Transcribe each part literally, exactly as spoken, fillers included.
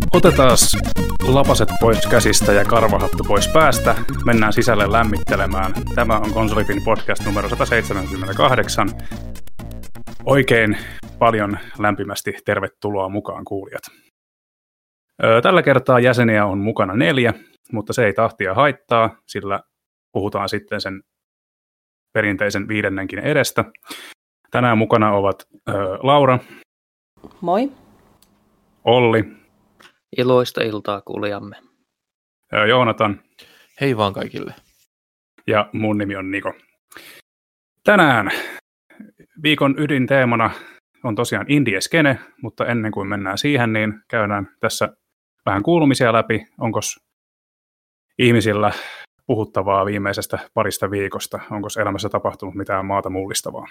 Otetaan lapaset pois käsistä ja karvahattu pois päästä. Mennään sisälle lämmittelemään. Tämä on Konsolifin podcast numero sata seitsemänkymmentäkahdeksan. Oikein paljon lämpimästi tervetuloa mukaan kuulijat. Tällä kertaa jäseniä on mukana neljä, mutta se ei tahtia haittaa, sillä puhutaan sitten sen perinteisen viidennenkin edestä. Tänään mukana ovat ö, Laura. Moi. Olli. Iloista iltaa kuulijamme. Ö, Joonatan. Hei vaan kaikille. Ja mun nimi on Niko. Tänään viikon ydinteemana on tosiaan indie-skene, mutta ennen kuin mennään siihen, niin käydään tässä vähän kuulumisia läpi. Onko ihmisillä puhuttavaa viimeisestä parista viikosta? Onko elämässä tapahtunut mitään maata mullistavaa?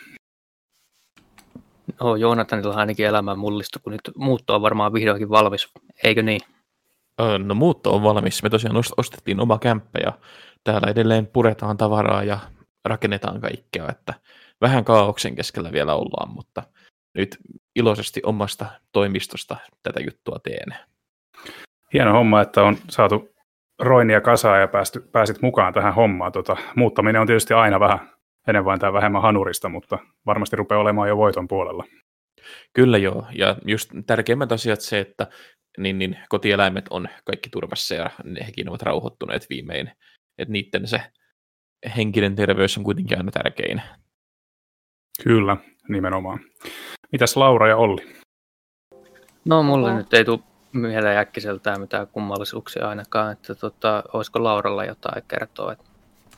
No, Joonatanilla on ainakin elämä mullistu, kun nyt muutto on varmaan vihdoinkin valmis, eikö niin? No muutto on valmis. Me tosiaan ostettiin oma kämppä ja täällä edelleen puretaan tavaraa ja rakennetaan kaikkea, että vähän kaaoksen keskellä vielä ollaan, mutta nyt iloisesti omasta toimistosta tätä juttua teen. Hieno homma, että on saatu roinia kasaan ja päästy, pääsit mukaan tähän hommaan. Tota, muuttaminen on tietysti aina vähän enemmän tai vähemmän hanurista, mutta varmasti rupeaa olemaan jo voiton puolella. Kyllä joo, ja just tärkeimmät asiat se, että niin, niin, kotieläimet on kaikki turvassa ja hekin ovat rauhoittuneet viimein. Että niiden se henkinen terveys on kuitenkin aina tärkein. Kyllä, nimenomaan. Mitäs Laura ja Olli? No mulle nyt ei tule mieleen äkkiseltään mitään kummallisuuksia ainakaan, että tota, olisiko Lauralla jotain kertoa? Että...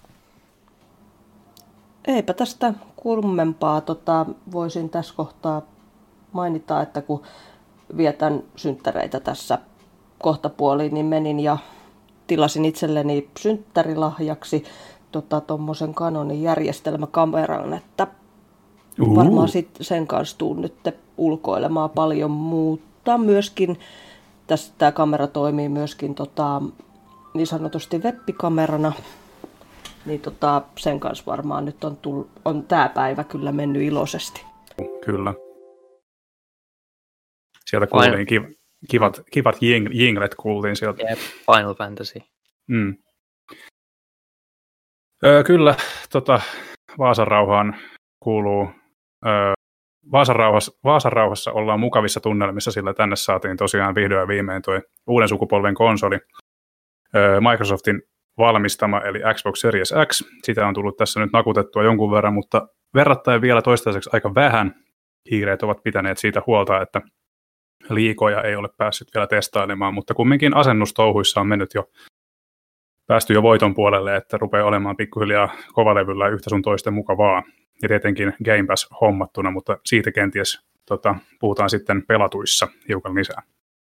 Eipä tästä kummempaa. Tota, voisin tässä kohtaa mainita, että kun vietän synttäreitä tässä kohtapuoliin, niin menin ja tilasin itselleni synttärilahjaksi tuommoisen tota, Canonin järjestelmäkameran, että uh. varmaan sit sen kanssa tuun nyt ulkoilemaan paljon, mutta myöskin tässä tämä kamera toimii myöskin tota, niin sanotusti web-kamerana, niin tota, sen kanssa varmaan nyt on, tull, on tämä päivä kyllä mennyt iloisesti. Kyllä. Sieltä kuultiin kiv, kivat, kivat jing, jinglet kuultiin sieltä. Yep, Final Fantasy. Mm. Öö, kyllä, tota, Vaasan rauhaan kuuluu. Öö, Vaasan, rauhassa, Vaasan rauhassa ollaan mukavissa tunnelmissa, sillä tänne saatiin tosiaan vihdoin ja viimein tuo uuden sukupolven konsoli. Öö, Microsoftin valmistama, eli Xbox Series X. Sitä on tullut tässä nyt nakutettua jonkun verran, mutta verrattain vielä toistaiseksi aika vähän. Hiireet ovat pitäneet siitä huolta, että liikoja ei ole päässyt vielä testailemaan, mutta kumminkin asennustouhuissa on mennyt jo, päästy jo voiton puolelle, että rupeaa olemaan pikkuhiljaa kovalevyllä yhtä sun toisten mukavaa. Ja tietenkin Game Pass hommattuna, mutta siitä kenties tota, puhutaan sitten pelatuissa hiukan lisää.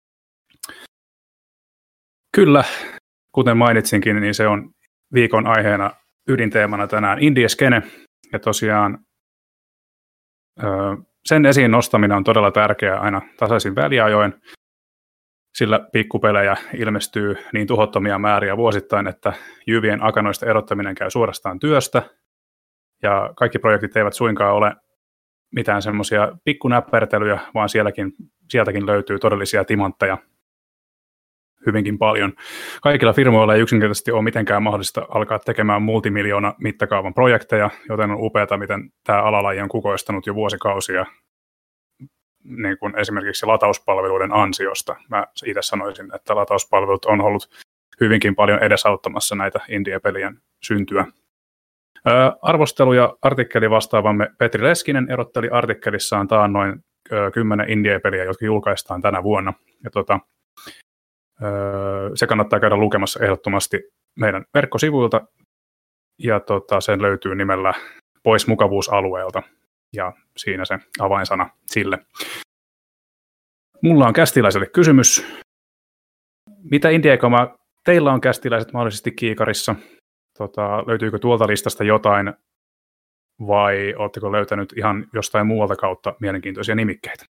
Kyllä, kuten mainitsinkin, niin se on viikon aiheena ydinteemana tänään indie-skene. Ja tosiaan öö, sen esiin nostaminen on todella tärkeää aina tasaisin väliajoin, sillä pikkupelejä ilmestyy niin tuhottomia määriä vuosittain, että jyvien akanoista erottaminen käy suorastaan työstä. Ja kaikki projektit eivät suinkaan ole mitään semmoisia pikkunäppertelyjä, vaan sielläkin, sieltäkin löytyy todellisia timantteja hyvinkin paljon. Kaikilla firmoilla ei yksinkertaisesti ole mitenkään mahdollista alkaa tekemään multimiljoona mittakaavan projekteja, joten on upeata, miten tämä alalaji on kukoistanut jo vuosikausia niin kuin esimerkiksi latauspalveluiden ansiosta. Mä itse sanoisin, että latauspalvelut on ollut hyvinkin paljon edesauttamassa näitä indie-pelien syntyä. Öö, arvostelu- ja artikkeli vastaavamme Petri Leskinen erotteli artikkelissaan taannoin öö, kymmenen indie-peliä, jotka julkaistaan tänä vuonna. Ja tota, öö, se kannattaa käydä lukemassa ehdottomasti meidän verkkosivuilta, ja tota, sen löytyy nimellä Pois mukavuusalueelta, ja siinä se avainsana sille. Mulla on kästiläiselle kysymys. Mitä indie-kamaa teillä on kästiläiset mahdollisesti kiikarissa? Tota, löytyykö tuolta listasta jotain, vai oletteko löytänyt ihan jostain muualta kautta mielenkiintoisia nimikkeitä?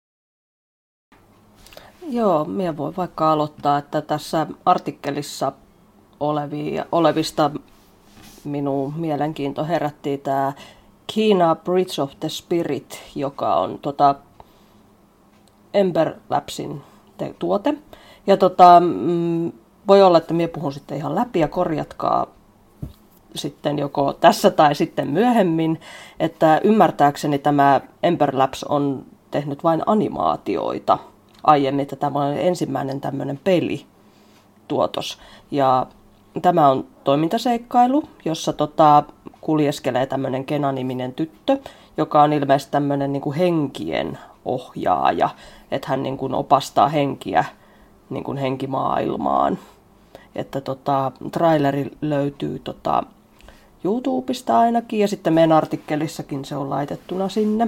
Joo, minä voin vaikka aloittaa, että tässä artikkelissa olevia, olevista minun mielenkiinto herätti tämä Kena Bridge of the Spirit, joka on tota Ember Labsin te- tuote. Ja tota, mm, voi olla, että minä puhun sitten ihan läpi ja korjatkaa sitten joko tässä tai sitten myöhemmin, että ymmärtääkseni tämä Ember Labs on tehnyt vain animaatioita aiemmin, että tämä on ensimmäinen tämmöinen pelituotos. Ja tämä on toimintaseikkailu, jossa tota, kuljeskelee tämmöinen Kena-niminen tyttö, joka on ilmeisesti tämmöinen niin kuin henkien ohjaaja, että hän niin kuin opastaa henkiä niin kuin henkimaailmaan. Että tota, traileri löytyy tota, YouTubesta ainakin, ja sitten meidän artikkelissakin se on laitettuna sinne.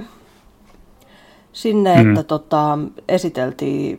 Sinne, mm. että tota, esiteltiin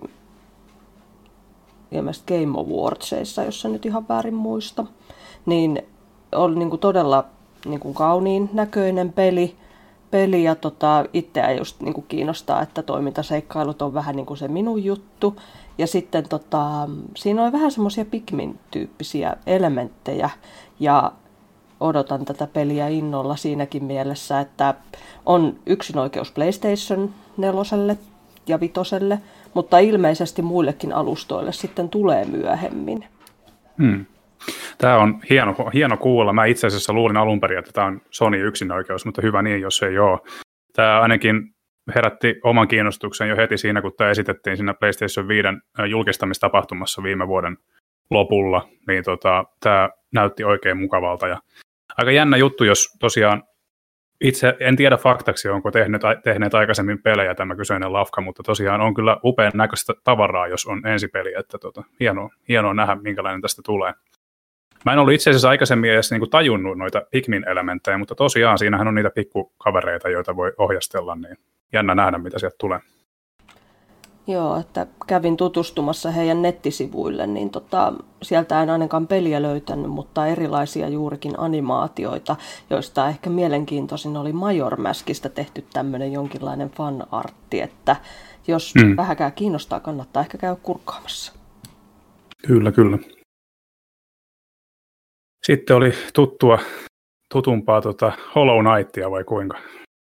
ilmeisesti Game Awardsissa, jos se nyt ihan väärin muista, niin oli niin kuin todella niin kuin kauniin näköinen peli, peli ja tota, itseä just niin kuin kiinnostaa, että toimintaseikkailut on vähän niin kuin se minun juttu. Ja sitten tota, siinä oli vähän semmoisia Pikmin-tyyppisiä elementtejä, ja odotan tätä peliä innolla siinäkin mielessä, että on yksinoikeus PlayStation neloselle ja vitoselle, mutta ilmeisesti muillekin alustoille sitten tulee myöhemmin. Hmm. Tämä on hieno, hieno kuulla. Mä itse asiassa luulin alun perin, että tämä on Sony yksinoikeus, mutta hyvä niin, jos ei ole. Tämä ainakin herätti oman kiinnostuksen jo heti siinä, kun tämä esitettiin siinä PlayStation viisi julkistamistapahtumassa viime vuoden lopulla, niin tota, tämä näytti oikein mukavalta. Ja aika jännä juttu, jos tosiaan itse en tiedä faktaksi, onko tehneet, tehneet aikaisemmin pelejä tämä kyseinen lafka, mutta tosiaan on kyllä upean näköistä tavaraa, jos on ensipeli, että tota, hienoa, hienoa nähdä, minkälainen tästä tulee. Mä en ollut itse asiassa aikaisemmin edes niin kuin tajunnut noita Pikmin-elementtejä, mutta tosiaan siinähän on niitä pikkukavereita, joita voi ohjastella, niin jännä nähdä, mitä sieltä tulee. Joo, että kävin tutustumassa heidän nettisivuille, niin tota, sieltä en ainakaan peliä löytänyt, mutta erilaisia juurikin animaatioita, joista ehkä mielenkiintoisin oli Major Maskista tehty tämmöinen jonkinlainen fanartti, että jos mm. vähäkään kiinnostaa, kannattaa ehkä käydä kurkkaamassa. Kyllä, kyllä. Sitten oli tuttua, tutumpaa tota Hollow Knightia vai kuinka?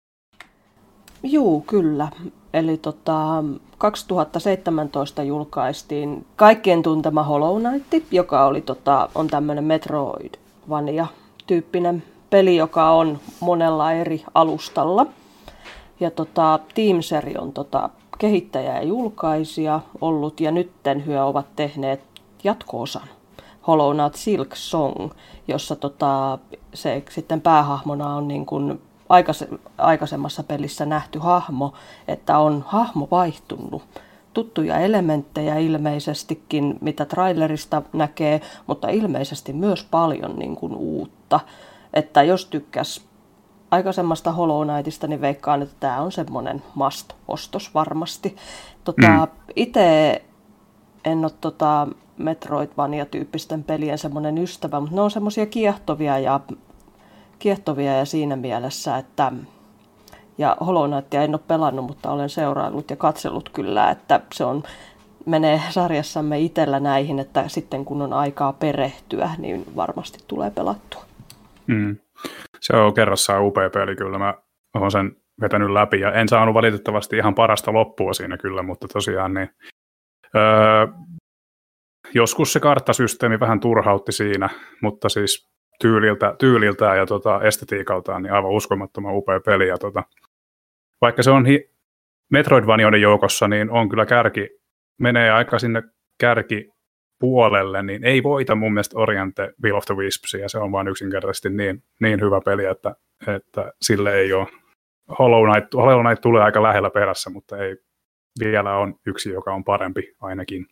Juu, kyllä. Eli tota, kaksituhattaseitsemäntoista julkaistiin kaikkien tuntema Hollow Knight, joka oli, tota, on tämmöinen Metroidvania-tyyppinen peli, joka on monella eri alustalla. Ja tota, Teamseri on tota, kehittäjä ja julkaisija ollut, ja nytten he ovat tehneet jatko-osan Hollow Knight Silk Song, jossa tota, se sitten päähahmona on niin kuin Aikaise- aikaisemmassa pelissä nähty hahmo, että on hahmo vaihtunut. Tuttuja elementtejä ilmeisestikin, mitä trailerista näkee, mutta ilmeisesti myös paljon niin kuin uutta. Että jos tykkäs aikaisemmasta Hollow Knightista, niin veikkaan, että tämä on semmoinen must-ostos varmasti. Tota, mm. Itse en ole tota Metroidvania-tyyppisten pelien semmoinen ystävä, mutta ne on semmoisia kiehtovia ja kiehtovia ja siinä mielessä, että ja Hollow Knightia en ole pelannut, mutta olen seuraillut ja katsellut kyllä, että se on, menee sarjassamme itsellä näihin, että sitten kun on aikaa perehtyä, niin varmasti tulee pelattua. Mm. Se on kerrassaan upea peli kyllä, mä olen sen vetänyt läpi ja en saanut valitettavasti ihan parasta loppua siinä kyllä, mutta tosiaan niin öö, joskus se karttasysteemi vähän turhautti siinä, mutta siis tyyliltä, tyyliltään ja tota, estetiikaltaan niin aivan uskomattoman upea peli. Ja tota, vaikka se on hi- Metroidvanioiden joukossa, niin on kyllä kärki, menee aika sinne kärkipuolelle, niin ei voita mun mielestä Oriente Will of the Wispsia, ja se on vaan yksinkertaisesti niin, niin hyvä peli, että, että sille ei ole. Hollow Knight, Hollow Knight tulee aika lähellä perässä, mutta ei vielä on yksi, joka on parempi ainakin.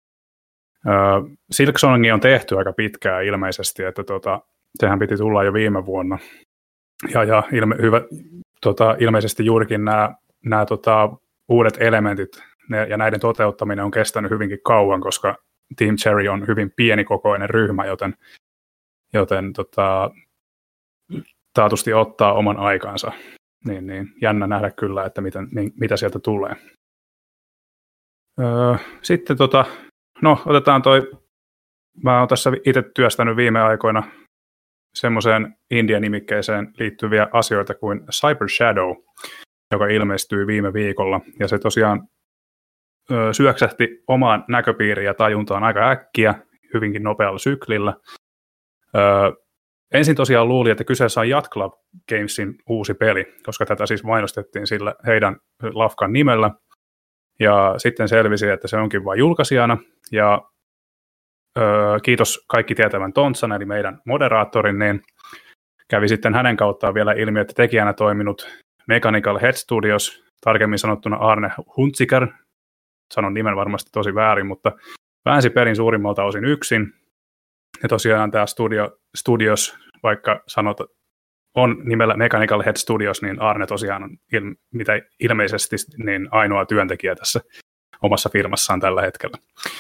Uh, Silk Songi on tehty aika pitkään ilmeisesti, että tota, sehän piti tulla jo viime vuonna. Ja, ja ilme, hyvä, tota, ilmeisesti juurikin nämä, nämä tota, uudet elementit ne, ja näiden toteuttaminen on kestänyt hyvinkin kauan, koska Team Cherry on hyvin pienikokoinen ryhmä, joten, joten tota, taatusti ottaa oman aikansa. Niin, niin, jännä nähdä kyllä, että miten, niin, mitä sieltä tulee. Öö, sitten tota, no otetaan toi, mä oon tässä itse työstänyt viime aikoina semmoiseen India-nimikkeeseen liittyviä asioita kuin Cyber Shadow, joka ilmestyi viime viikolla. Ja se tosiaan ö, syöksähti omaan näköpiiriin ja tajuntaan aika äkkiä, hyvinkin nopealla syklillä. Ö, ensin tosiaan luuli, että kyseessä on Yacht Club Gamesin uusi peli, koska tätä siis mainostettiin sillä heidän lafkan nimellä. Ja sitten selvisi, että se onkin vain julkaisijana. Ja ö, kiitos kaikki tietävän Tontsan, eli meidän moderaattorin, niin kävi sitten hänen kauttaan vielä ilmi, että tekijänä toiminut Mechanical Head Studios, tarkemmin sanottuna Arne Hunziker, sanon nimen varmasti tosi väärin, mutta väänsi perin suurimmalta osin yksin. Ja tosiaan tämä studio, Studios, vaikka sanot, on nimellä Mechanical Head Studios, niin Arne tosiaan on il, mitä ilmeisesti niin ainoa työntekijä tässä omassa firmassaan tällä hetkellä.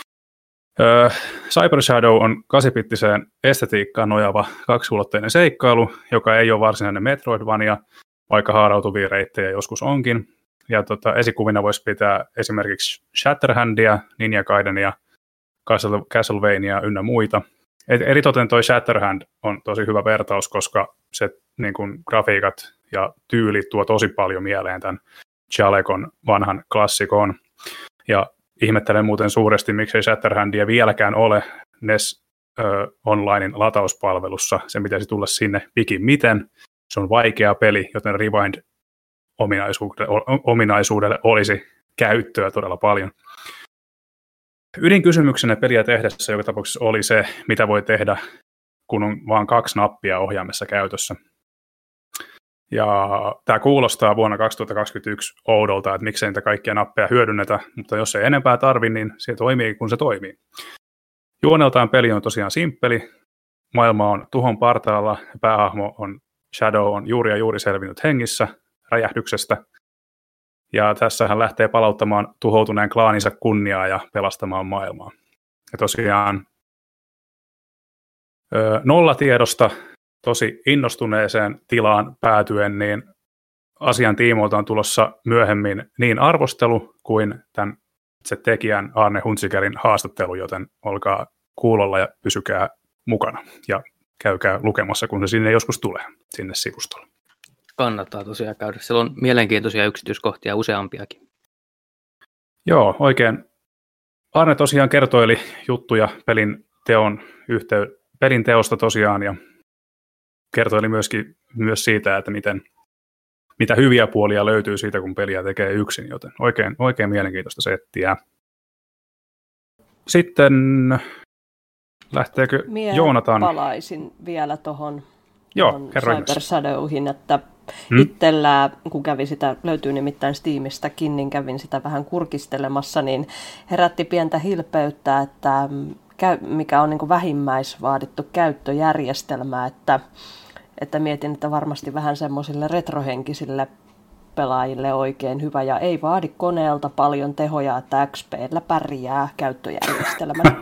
Öö, Cyber Shadow on kahdeksanbittiseen estetiikkaan nojaava kaksiulotteinen seikkailu, joka ei ole varsinainen Metroidvania, vaikka haarautuvia reittejä joskus onkin. Ja tota, esikuvina voisi pitää esimerkiksi Shatterhandia, Ninja Gaidenia, Castlevania ynnä muita. Eritoten toi Shatterhand on tosi hyvä vertaus, koska se niin kun, grafiikat ja tyyli tuo tosi paljon mieleen tämän Jalekon vanhan klassikon. Ja ihmettelen muuten suuresti, miksei Shatterhandia vieläkään ole N E S ö, Onlinein latauspalvelussa. Se pitäisi tulla sinne pikimmiten. Se on vaikea peli, joten Rewind-ominaisuudelle, ominaisuudelle olisi käyttöä todella paljon. Ydinkysymyksenä peliä tehdessä joka tapauksessa oli se, mitä voi tehdä, kun on vain kaksi nappia ohjaimessa käytössä. Ja tämä kuulostaa vuonna kaksituhattakaksikymmentäyksi oudolta, että miksei niitä kaikkia nappeja hyödynnetä, mutta jos ei enempää tarvi, niin se toimii, kun se toimii. Juoneltaan peli on tosiaan simppeli, maailma on tuhon partaalla, päähahmo on Shadow on juuri ja juuri selvinnyt hengissä räjähdyksestä, ja tässä hän lähtee palauttamaan tuhoutuneen klaaninsa kunniaa ja pelastamaan maailmaa. Ja tosiaan nollatiedosta tosi innostuneeseen tilaan päätyen, niin asian tiimoilta on tulossa myöhemmin niin arvostelu kuin tämän itse tekijän Arne Hunzikerin haastattelu, joten olkaa kuulolla ja pysykää mukana ja käykää lukemassa, kun se sinne joskus tulee, sinne sivustolle. Kannattaa tosiaan käydä. Siellä on mielenkiintoisia yksityiskohtia useampiakin. Joo, oikein. Arne tosiaan kertoili juttuja pelin, teon yhtey- pelin teosta tosiaan ja kertoili myöskin myös siitä, että miten, mitä hyviä puolia löytyy siitä, kun peliä tekee yksin, joten oikein, oikein mielenkiintoista settiä. Sitten lähteekö Mie Joonatan? Palaisin vielä tuohon Cyber Shadowhin, että hmm? itsellä, kun kävi sitä, löytyy nimittäin Steamistäkin, niin kävin sitä vähän kurkistelemassa, niin herätti pientä hilpeyttä, että mikä on niin kuin vähimmäisvaadittu käyttöjärjestelmä, että, että mietin, että varmasti vähän semmoisille retrohenkisille pelaajille oikein hyvä ja ei vaadi koneelta paljon tehoja, että X P:llä pärjää käyttöjärjestelmänä.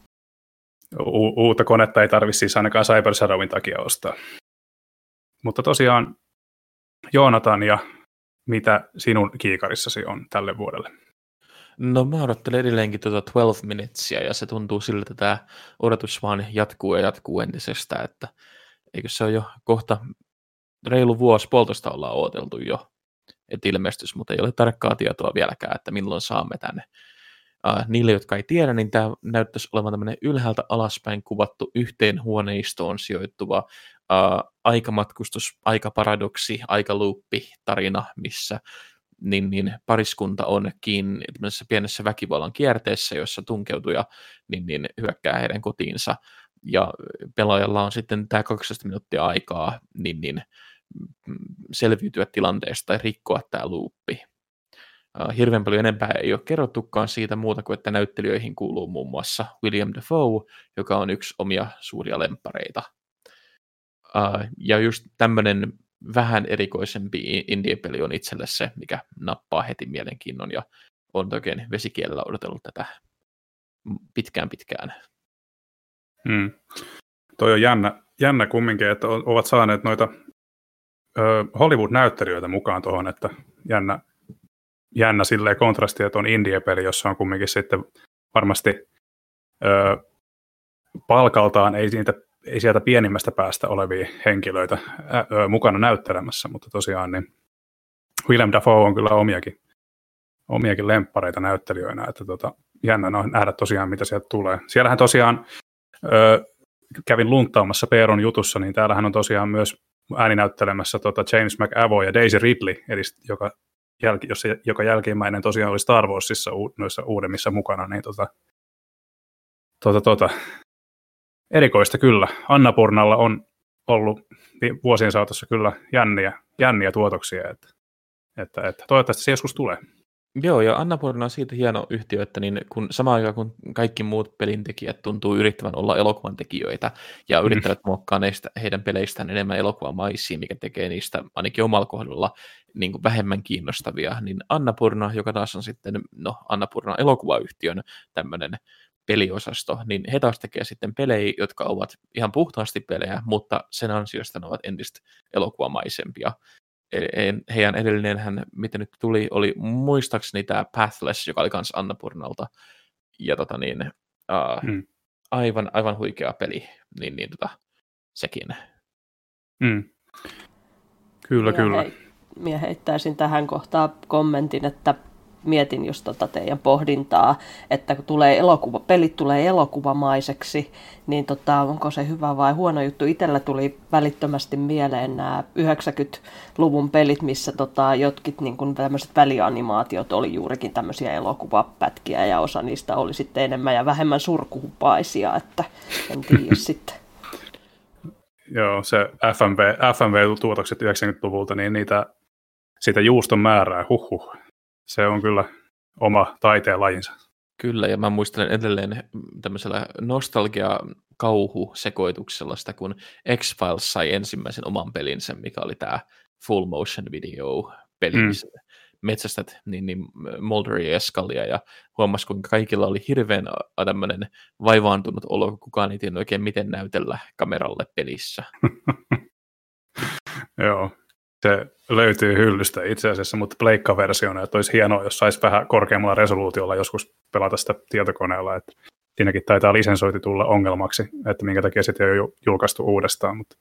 U- uutta konetta ei tarvitse siis ainakaan Cyber Shadowin takia ostaa. Mutta tosiaan, Joonatan, ja mitä sinun kiikarissasi on tälle vuodelle? No mä odottelen edelleenkin tuota twelve minutesia, ja se tuntuu siltä, että tämä odotus vaan jatkuu ja jatkuu entisestä, että eikö se ole jo kohta reilu vuosi, puolitoista ollaan odoteltu jo, että ilmestys, mutta ei ole tarkkaa tietoa vieläkään, että milloin saamme tänne. Uh, niille, jotka ei tiedä, niin tämä näyttäisi olevan tämmöinen ylhäältä alaspäin kuvattu yhteen huoneistoon sijoittuva uh, aikamatkustus, aikaparadoksi, aikaluuppi tarina, missä niin, niin pariskunta on kiinni tämmöisessä pienessä väkivallan kierteessä, jossa tunkeutuja niin, niin hyökkää heidän kotiinsa, ja pelaajalla on sitten tämä kaksitoista minuuttia aikaa niin, niin, selviytyä tilanteesta tai rikkoa tämä luuppi. Uh, hirveän paljon enempää ei ole kerrottukaan siitä muuta kuin, että näyttelijöihin kuuluu muun muassa William Dafoe, joka on yksi omia suuria lemppareita. Uh, ja just tämmöinen vähän erikoisempi indie-peli on itselle se, mikä nappaa heti mielenkiinnon, ja on oikein vesikielellä odotellut tätä pitkään pitkään. Hmm. Toi on jännä, jännä kumminkin, että ovat saaneet noita ö, Hollywood-näyttelijöitä mukaan tuohon, että jännä, jännä silleen kontrasti, että on indie-peli, jossa on kumminkin sitten varmasti ö, palkaltaan ei, niitä, ei sieltä pienimmästä päästä olevia henkilöitä ä, ö, mukana näyttelemässä, mutta tosiaan niin Willem Dafoe on kyllä omiakin omiakin lemppareita näyttelijöinä, että tota, jännä nähdä tosiaan, mitä sieltä tulee. Siellähän tosiaan ö, kävin luntaamassa Peeron jutussa, niin täällähän on tosiaan myös ääninäyttelemässä tota James McAvoy ja Daisy Ridley, eli joka, jälki, jos se, joka jälkimmäinen tosiaan oli Star Warsissa u, noissa uudemmissa mukana, niin tota, tota, tota, erikoista kyllä. Annapurnalla on ollut vuosien saatossa kyllä jänniä, jänniä tuotoksia, että, että, että toivottavasti se joskus tulee. Joo, ja Annapurna on siitä hieno yhtiö, että niin kun samaan aikaan kun kaikki muut pelintekijät tuntuu yrittävän olla elokuvan tekijöitä ja yrittävät mm. muokkaa neistä, heidän peleistään enemmän elokuvamaisia, mikä tekee niistä ainakin omalla kohdalla niin kuin vähemmän kiinnostavia, niin Annapurna, joka taas on sitten, no Annapurna elokuvayhtiön tämmöinen peliosasto, niin he taas tekee sitten pelejä, jotka ovat ihan puhtaasti pelejä, mutta sen ansiosta ne ovat entistä elokuvamaisempia. Heidän edellinenhän, mitä nyt tuli, oli muistaakseni tämä Pathless, joka oli myös Annapurnalta, ja tota niin, uh, mm. aivan, aivan huikea peli, niin, niin tota, sekin. Mm. Kyllä, minä kyllä. Hei, minä heittäisin tähän kohtaan kommentin, että mietin just tota teidän pohdintaa, että kun tulee elokuva, pelit tulee elokuvamaiseksi, niin tota, onko se hyvä vai huono juttu? Itsellä tuli välittömästi mieleen nämä yhdeksänkymmentäluvun pelit, missä tota, jotkin niin kun tämmöiset välianimaatiot oli juurikin tämmöisiä elokuvapätkiä, ja osa niistä oli sitten enemmän ja vähemmän surkuhupaisia, että en tiedä sitten. Joo, se F M V, F M V-tuotokset yhdeksänkymmentäluvulta, niin niitä, sitä juuston määrää, huhhuh. Se on kyllä oma taiteen lajinsa. Kyllä, ja mä muistelen edelleen tämmöisellä nostalgia-kauhu-sekoituksella sitä, kun X-Files sai ensimmäisen oman pelinsä, mikä oli tämä full motion video-peli, mm. missä metsästät niin, niin Mulderia ja Scullia, ja huomasi, kuinka kaikilla oli hirveän tämmöinen vaivaantunut olo, kun kukaan ei tiedä oikein miten näytellä kameralle pelissä. Joo. Se löytyy hyllystä itse asiassa, mutta pleikka-versiona, että olisi hienoa, jos saisi vähän korkeammalla resoluutiolla joskus pelata sitä tietokoneella. Että siinäkin taitaa lisensointi tulla ongelmaksi, että minkä takia sitä ei ole julkaistu uudestaan. Mutta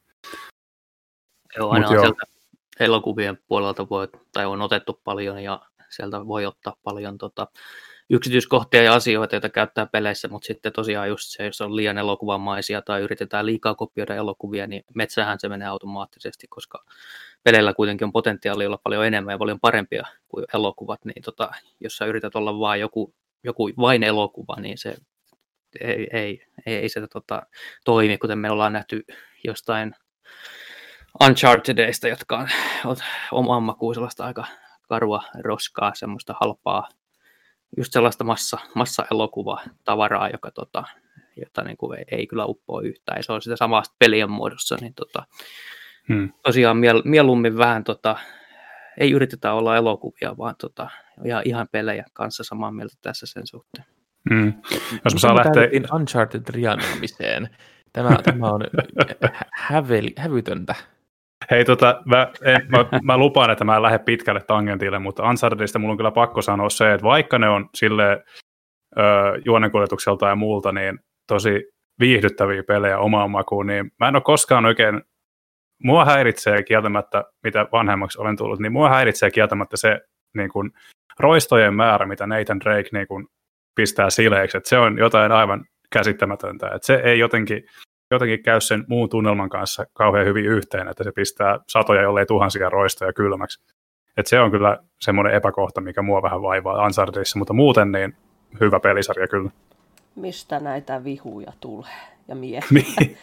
joo, aina Mut sieltä elokuvien puolelta voi, tai on otettu paljon ja sieltä voi ottaa paljon tota, yksityiskohtia ja asioita, joita käyttää peleissä, mutta sitten tosiaan just se, jos on liian elokuvamaisia tai yritetään liikaa kopioida elokuvia, niin metsähän se menee automaattisesti, koska peleillä kuitenkin on potentiaalia olla paljon enemmän ja paljon parempia kuin elokuvat, niin tota, jos sä yrität olla vain joku, joku vain elokuva, niin se ei, ei, ei, ei se tota, toimi, kuten me ollaan nähty jostain Unchartedista, jotka on, on oman makuun sellaista aika karua roskaa, semmoista halpaa, just sellaista massa, massa-elokuvaa-tavaraa, joka, tota, jota niin kuin ei, ei kyllä uppoa yhtään. Ja se on sitä samaa pelien muodossa, niin tota, hmm. tosiaan miel, mieluummin vähän, tota, ei yritetä olla elokuvia, vaan tota, ja ihan pelejä kanssa samaa mieltä tässä sen suhteen. Hmm. Jos mä saan lähteä Uncharted-rianaamiseen, tämä, tämä on häveli, hävytöntä. Hei, tota, mä, en, mä, mä lupaan, että mä en lähde pitkälle tangentille, mutta Unchartedista mulla on kyllä pakko sanoa se, että vaikka ne on silleen ö, juonenkuljetukselta ja muulta, niin tosi viihdyttäviä pelejä omaan makuun, niin mä en ole koskaan oikein, mua häiritsee kieltämättä, mitä vanhemmaksi olen tullut, niin mua häiritsee kieltämättä se niin kun, roistojen määrä, mitä Nathan Drake niin kun, pistää sileeksi, että se on jotain aivan käsittämätöntä, että se ei jotenkin jotenkin käy sen muun tunnelman kanssa kauhean hyvin yhteen, että se pistää satoja, jollei tuhansia roistoja kylmäksi. Et se on kyllä semmoinen epäkohta, mikä mua vähän vaivaa Unchartedissa, mutta muuten niin hyvä pelisarja kyllä. Mistä näitä vihuja tulee ja miehiä? Niin.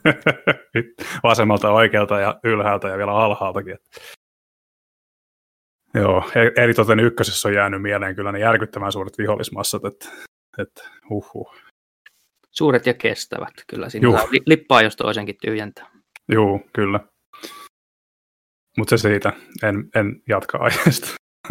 Vasemmalta, oikealta ja ylhäältä ja vielä alhaaltakin. Joo, eli toten ykkösessä on jäänyt mieleen kyllä ne järkyttävän suuret vihollismassat, että et, huhhuh. Suuret ja kestävät, kyllä siinä saa lippaa, jos toisenkin tyhjentää. Joo, kyllä. Mutta se siitä, en, en jatka aiheesta.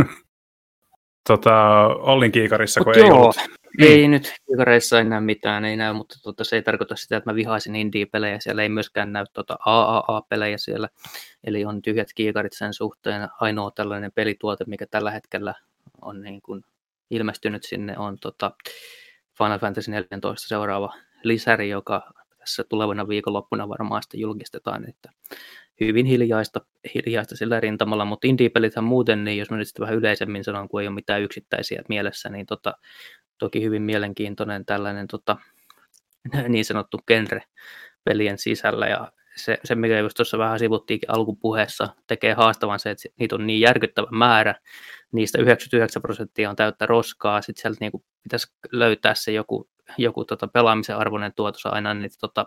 tota, Ollin kiikarissa, kun Mut ei joo, ollut. Ei nyt kiikareissa ei näy mitään, ei näy, mutta tota, se ei tarkoita sitä, että mä vihaisin indie-pelejä. Siellä ei myöskään näy tota A A A-pelejä siellä, eli on tyhjät kiikarit sen suhteen. Ainoa tällainen pelituote, mikä tällä hetkellä on niin kuin ilmestynyt sinne, on tota Final Fantasy neljätoista seuraava lisäri, joka tässä tulevana viikonloppuna varmaan sitten julkistetaan, että hyvin hiljaista, hiljaista sillä rintamalla, mutta indie-pelithän muuten, niin jos mä nyt sitten vähän yleisemmin sanon, kun ei ole mitään yksittäisiä mielessä, niin tota, toki hyvin mielenkiintoinen tällainen tota, niin sanottu genre pelien sisällä, ja se, se mikä just tuossa vähän sivuttiinkin alkupuheessa, tekee haastavan se, että niitä on niin järkyttävä määrä, niistä yhdeksänkymmentäyhdeksän prosenttia on täyttä roskaa, sitten sieltä niinku pitäisi löytää se joku, joku tota pelaamisen arvoinen tuotos aina, niin tota,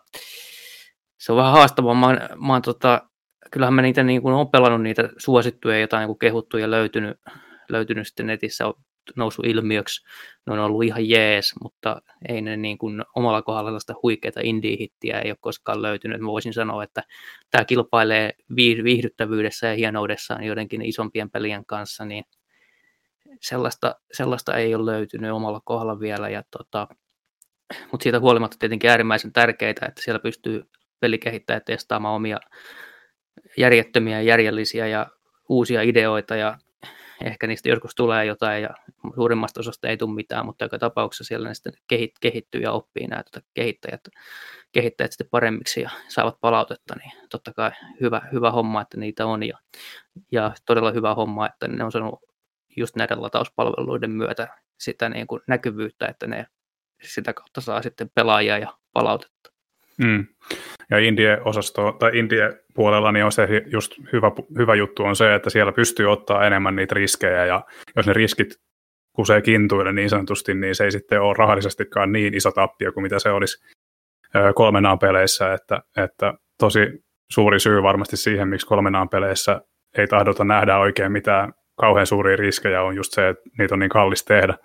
se on vähän haastavaa. Mä, oon, mä oon, tota, kyllähän mä niitä niin kuin olen pelannut niitä suosittuja, jotain niin kuin kehuttu ja löytynyt, löytynyt sitten netissä, on noussut ilmiöksi. Ne on ollut ihan jees, mutta ei ne niin kuin omalla kohdalla sellaista huikeita indie-hittiä ei ole koskaan löytynyt. Mä voisin sanoa, että tämä kilpailee viihdyttävyydessä ja hienoudessaan joidenkin isompien pelien kanssa, niin sellaista, sellaista ei ole löytynyt omalla kohdalla vielä. Ja tota, mutta siitä huolimatta tietenkin äärimmäisen tärkeää, että siellä pystyy pelikehittäjät testaamaan omia järjettömiä, järjellisiä ja uusia ideoita, ja ehkä niistä joskus tulee jotain, ja suurimmasta osasta ei tule mitään, mutta joka tapauksessa siellä ne sitten kehittyy ja oppii nämä tuota, kehittäjät, kehittäjät sitten paremmiksi ja saavat palautetta, niin totta kai hyvä, hyvä homma, että niitä on, ja, ja todella hyvä homma, että ne on saanut just näiden latauspalveluiden myötä sitä niin kuin näkyvyyttä, että ne sitä kautta saa sitten pelaajia ja palautetta. Mm. Ja Indie-osasto tai Indie-puolella niin on se just hyvä, hyvä juttu on se, että siellä pystyy ottaa enemmän niitä riskejä, ja jos ne riskit kusee kintuille niin sanotusti, niin se ei sitten ole rahallisestikaan niin iso tappio kuin mitä se olisi kolmenaan peleissä, että, että tosi suuri syy varmasti siihen, miksi kolmenaan peleissä ei tahdota nähdä oikein mitään kauhean suuria riskejä, on just se, että niitä on niin kallis tehdä.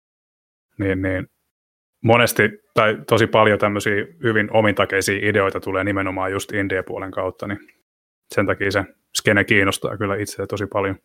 Niin, niin monesti, tai tosi paljon tämmöisiä hyvin omintakeisia ideoita tulee nimenomaan just indie-puolen kautta, niin sen takia se skene kiinnostaa kyllä itseä tosi paljon.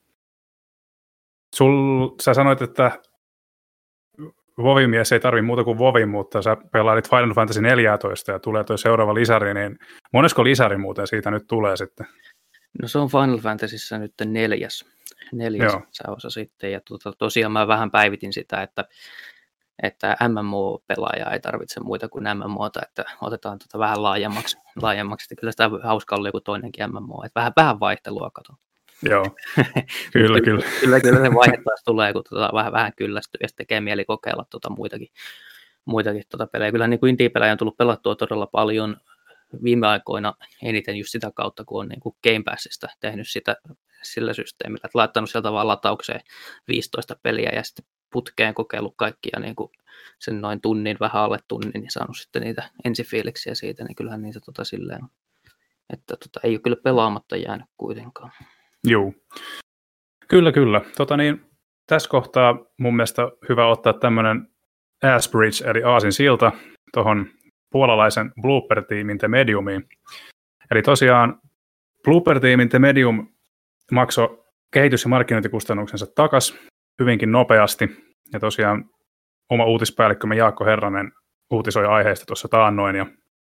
Sul, sä sanoit, että Vovimies ei tarvitse muuta kuin Vovin, mutta sä pelailit Final Fantasy neljätoista ja tulee tuo seuraava lisäri, niin monesko lisäri muuten siitä nyt tulee sitten? No se on Final Fantasyssä nyt neljäs, neljäs osa sitten, ja tuota, tosiaan mä vähän päivitin sitä, että että M M O-pelaaja ei tarvitse muita kuin M M O:ta, että otetaan tuota vähän laajemmaksi, laajemmaksi, että kyllä sitä hauskaa oli joku toinenkin M M O, että vähän, vähän vaihtelua kato. Joo, kyllä, kyllä. kyllä, kyllä se vaihe taas tulee, kun tuota vähän, vähän kyllästyy ja sitten tekee mieli kokeilla tuota muitakin, muitakin tuota pelejä. Kyllä niin kuin indie-pelejä on tullut pelattua todella paljon viime aikoina, eniten just sitä kautta, kun on niin kuin Game Passista tehnyt sitä sillä systeemillä, että laittanut sieltä vaan lataukseen viisitoista peliä ja sitten putkeen kokeillut kaikkia niin kuin sen noin tunnin, vähän alle tunnin, niin saanut sitten niitä ensifiiliksiä siitä, niin kyllähän niitä tota silleen, että tota, ei ole kyllä pelaamatta jäänyt kuitenkaan. Joo, kyllä, kyllä. Tota niin, tässä kohtaa mun mielestä hyvä ottaa tämmöinen ass bridge, eli aasin silta, tuohon puolalaisen Blooper-tiimin The Mediumiin. Eli tosiaan Blooper-tiimin The Medium maksoi kehitys- ja markkinointikustannuksensa takaisin hyvinkin nopeasti, ja tosiaan oma uutispäällikkömme Jaakko Herranen uutisoi aiheesta tuossa taannoin, ja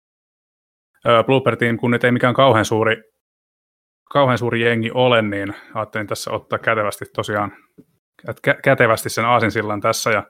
Blooper Team, kun nyt ei mikään kauhean suuri, kauhean suuri jengi ole, niin ajattelin tässä ottaa kätevästi tosiaan, kä- kätevästi sen aasinsillan tässä, ja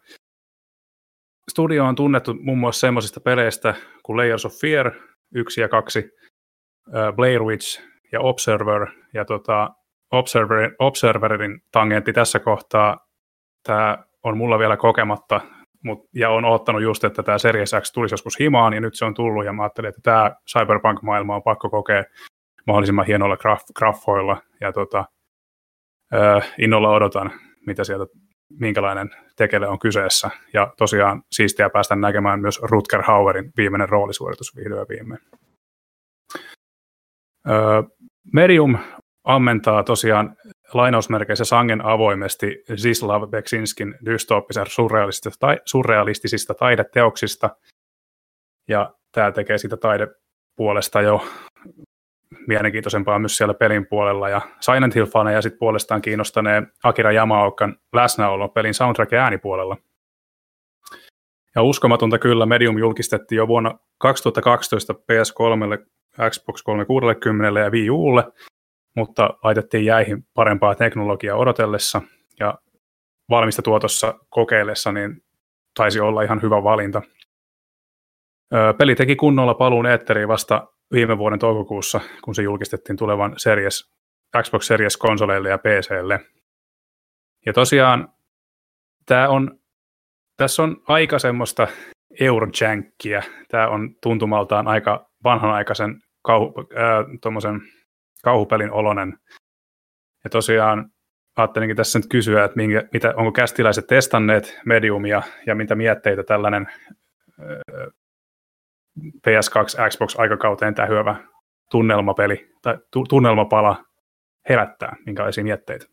studio on tunnettu muun muassa semmoisista peleistä kuin Layers of Fear, yksi ja kaksi, Blair Witch ja Observer, ja tota, Observer, Observerin tangentti tässä kohtaa, tämä on mulla vielä kokematta, mut, ja on odottanut just, että tämä Series X tulisi joskus himaan, ja nyt se on tullut, ja mä ajattelin, että tämä Cyberpunk-maailma on pakko kokea mahdollisimman hienoilla graf- graffoilla, ja tota, äh, innolla odotan, mitä sieltä, minkälainen tekele on kyseessä, ja tosiaan siistiä päästä näkemään myös Rutger Hauerin viimeinen roolisuoritus vihdoin viimein. Äh, Medium ammentaa tosiaan lainausmerkeissä sangen avoimesti Zdzislaw Beksinskin dystooppisen surrealistisista, ta- surrealistisista taideteoksista, ja tämä tekee sitä taidepuolesta jo mielenkiintoisempaa myös siellä pelin puolella, ja Silent Hill-faneja sitten puolestaan kiinnostanee Akira Yamaokan läsnäolo pelin soundtrack- ja äänipuolella. Ja uskomatonta kyllä, Medium julkistettiin jo vuonna kaksituhattakaksitoista P S kolme, Xbox kolmesataakuusikymmentä ja Wii Ulle, mutta laitettiin jäihin parempaa teknologiaa odotellessa, ja valmista tuotossa kokeillessa niin taisi olla ihan hyvä valinta. Peli teki kunnolla paluun eetteriin vasta viime vuoden toukokuussa, kun se julkistettiin tulevan Series, Xbox Series-konsoleille ja P C:lle. Ja tosiaan tää on, tässä on aika semmoista eurojankkiä. Tämä on tuntumaltaan aika vanhanaikaisen kauhu, äh, kauhupelin oloinen. Ja tosiaan ajattelinkin tässä nyt kysyä, että minkä, mitä, onko kästiläiset testanneet Mediumia ja mitä mietteitä tällainen äh, P S kaksi Xbox-aikakauteen tähyävä tunnelmapeli tai tu- tunnelmapala herättää, minkälaisia mietteitä?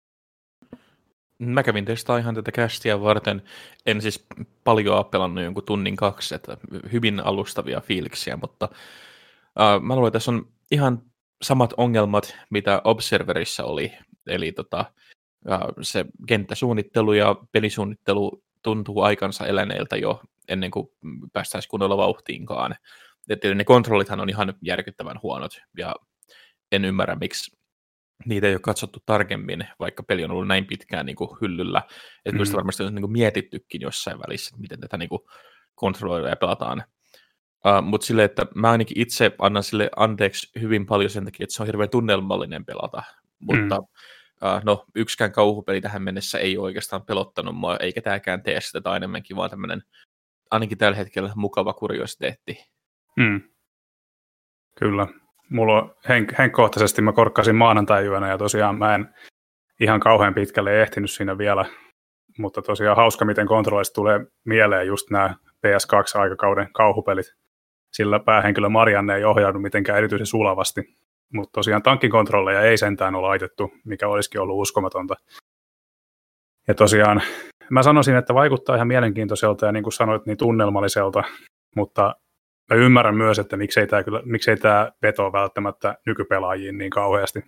Mä kävin testaa ihan tätä castia varten. En siis paljon pelannut jonkun tunnin kaksi, että hyvin alustavia fiiliksiä, mutta uh, mä luulen, että tässä on ihan samat ongelmat, mitä Observerissa oli. Eli tota, uh, se kenttäsuunnittelu ja pelisuunnittelu tuntuu aikansa eläneeltä jo ennen kuin päästäisiin kunnolla vauhtiinkaan. Että ne kontrollithan on ihan järkyttävän huonot, ja en ymmärrä, miksi niitä ei ole katsottu tarkemmin, vaikka peli on ollut näin pitkään niin kuin hyllyllä. Että mm-hmm. varmasti on niin kuin mietittykin jossain välissä, että miten tätä niin kuin kontrolloidaan ja pelataan. Uh, Mutta silleen, että mä ainakin itse annan sille anteeksi hyvin paljon sen takia, että se on hirveän tunnelmallinen pelata. Mutta mm. uh, no, yksikään kauhupeli tähän mennessä ei oikeastaan pelottanut mua, eikä tämäkään tee sitä, tai enemmänkin vaan tämmöinen, ainakin tällä hetkellä mukava kuriositeetti. Mm. Kyllä. Mulla on henk- henkkohtaisesti, mä korkkasin maanantai-yönä ja tosiaan mä en ihan kauhean pitkälle ehtinyt siinä vielä, mutta tosiaan hauska, miten kontrollista tulee mieleen just nämä P S kaksi-aikakauden kauhupelit, sillä päähenkilö Marianne ei ohjaudu mitenkään erityisen sulavasti, mutta tosiaan tankkikontrolleja ei sentään ole laitettu, mikä olisikin ollut uskomatonta. Ja tosiaan mä sanoisin, että vaikuttaa ihan mielenkiintoiselta ja niin kuin sanoit, niin tunnelmalliselta, mutta mä ymmärrän myös, että miksei tämä, kyllä, miksei tämä veto välttämättä nykypelaajiin niin kauheasti.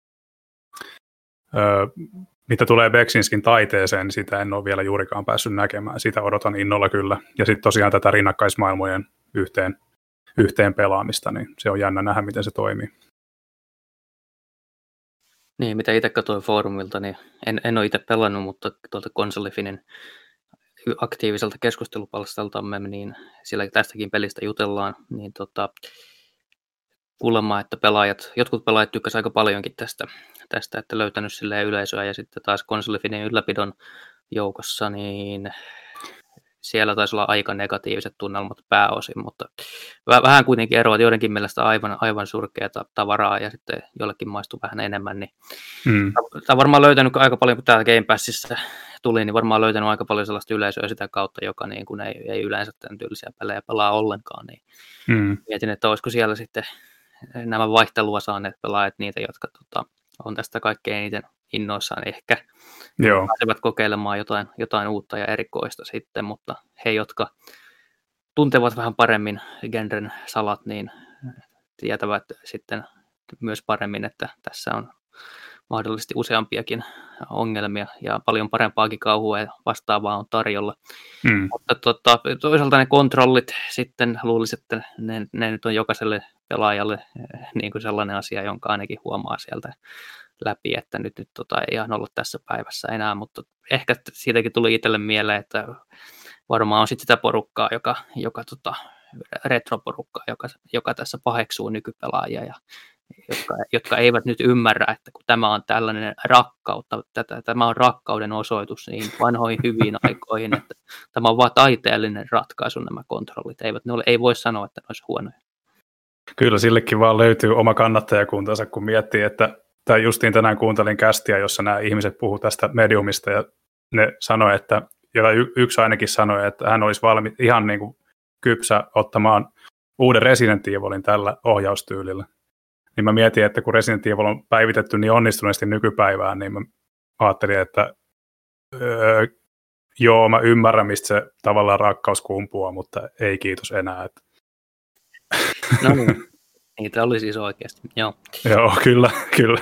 Öö, mitä tulee Beksinskin taiteeseen, niin sitä en ole vielä juurikaan päässyt näkemään. Sitä odotan innolla kyllä. Ja sitten tosiaan tätä rinnakkaismaailmojen yhteen, yhteen pelaamista, niin se on jännä nähdä, miten se toimii. Niin, mitä itse katsoin foorumilta, niin en, en ole itse pelannut, mutta tuolta Konsolifinin aktiiviselta keskustelupalstaltamme, niin siellä tästäkin pelistä jutellaan, niin tota, kuulemma, että pelaajat, jotkut pelaajat tykkäsivät aika paljonkin tästä, tästä että löytänyt silleen yleisöä, ja sitten taas Konsolifinin ylläpidon joukossa, niin siellä taisi olla aika negatiiviset tunnelmat pääosin, mutta vähän kuitenkin eroat joidenkin mielestä aivan, aivan surkeata tavaraa, ja sitten jollekin maistuu vähän enemmän, niin mm. tämä on varmaan löytänyt aika paljon, kun täällä Game Passissa tuli, niin varmaan löytänyt aika paljon sellaista yleisöä sitä kautta, joka niin kuin ei, ei yleensä tämän tyylisiä pelejä pelaa ollenkaan, niin mm. mietin, että olisiko siellä sitten nämä vaihtelua saaneet pelaajat niitä, jotka tota, on tästä kaikkein eniten innoissaan ehkä. Joo. Pääsevät kokeilemaan jotain, jotain uutta ja erikoista sitten, mutta he, jotka tuntevat vähän paremmin genren salat, niin tietävät sitten myös paremmin, että tässä on mahdollisesti useampiakin ongelmia ja paljon parempaakin kauhua ja vastaavaa on tarjolla. Mm. Mutta tota, toisaalta ne kontrollit sitten luulisin, että ne, ne nyt on jokaiselle pelaajalle niin kuin sellainen asia, jonka ainakin huomaa sieltä läpi, että nyt, nyt tota, ei ihan ollut tässä päivässä enää, mutta ehkä siitäkin tuli itselle mieleen, että varmaan on sitten sitä porukkaa, joka, joka tota, retroporukkaa, joka, joka tässä paheksuu nykypelaajia ja Jotka, jotka eivät nyt ymmärrä, että kun tämä on tällainen rakkautta, tätä, tämä on rakkauden osoitus niin vanhoihin hyviin aikoihin, että tämä on vain taiteellinen ratkaisu nämä kontrollit. Eivät, ne ole, ei voi sanoa, että ne olisi huonoja. Kyllä sillekin vaan löytyy oma kannattajakuntansa, kun miettii, että tai justiin tänään kuuntelin kästiä, jossa nämä ihmiset puhuu tästä Mediumista ja ne sanoi, että ja yksi ainakin sanoi, että hän olisi valmis ihan niin kuin kypsä ottamaan uuden Resident Evilin tällä ohjaustyylillä. Niin mä mietin, että kun Resident Evil on päivitetty niin onnistuneesti nykypäivään, niin mä ajattelin, että öö, joo, mä ymmärrän, mistä se tavallaan rakkaus kumpuaa, mutta ei kiitos enää. Että. No niin, niitä oli siis oikeasti, joo. Joo, kyllä, kyllä.